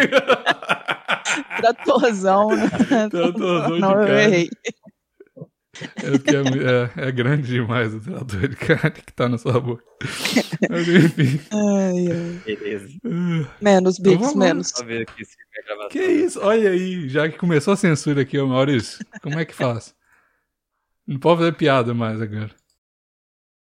Tratorzão, né? Tratorzão de Não, eu carne. errei. É porque é grande demais o trator de carne que tá na sua boca. Mas enfim. Ai, ai. Beleza. Menos, Então Bix, vamos lá. menos. Vamos ver aqui se vai gravação. Que isso? Olha aí, já que começou a censura aqui, ô Maurício. Como é que faz? Não pode fazer piada mais agora.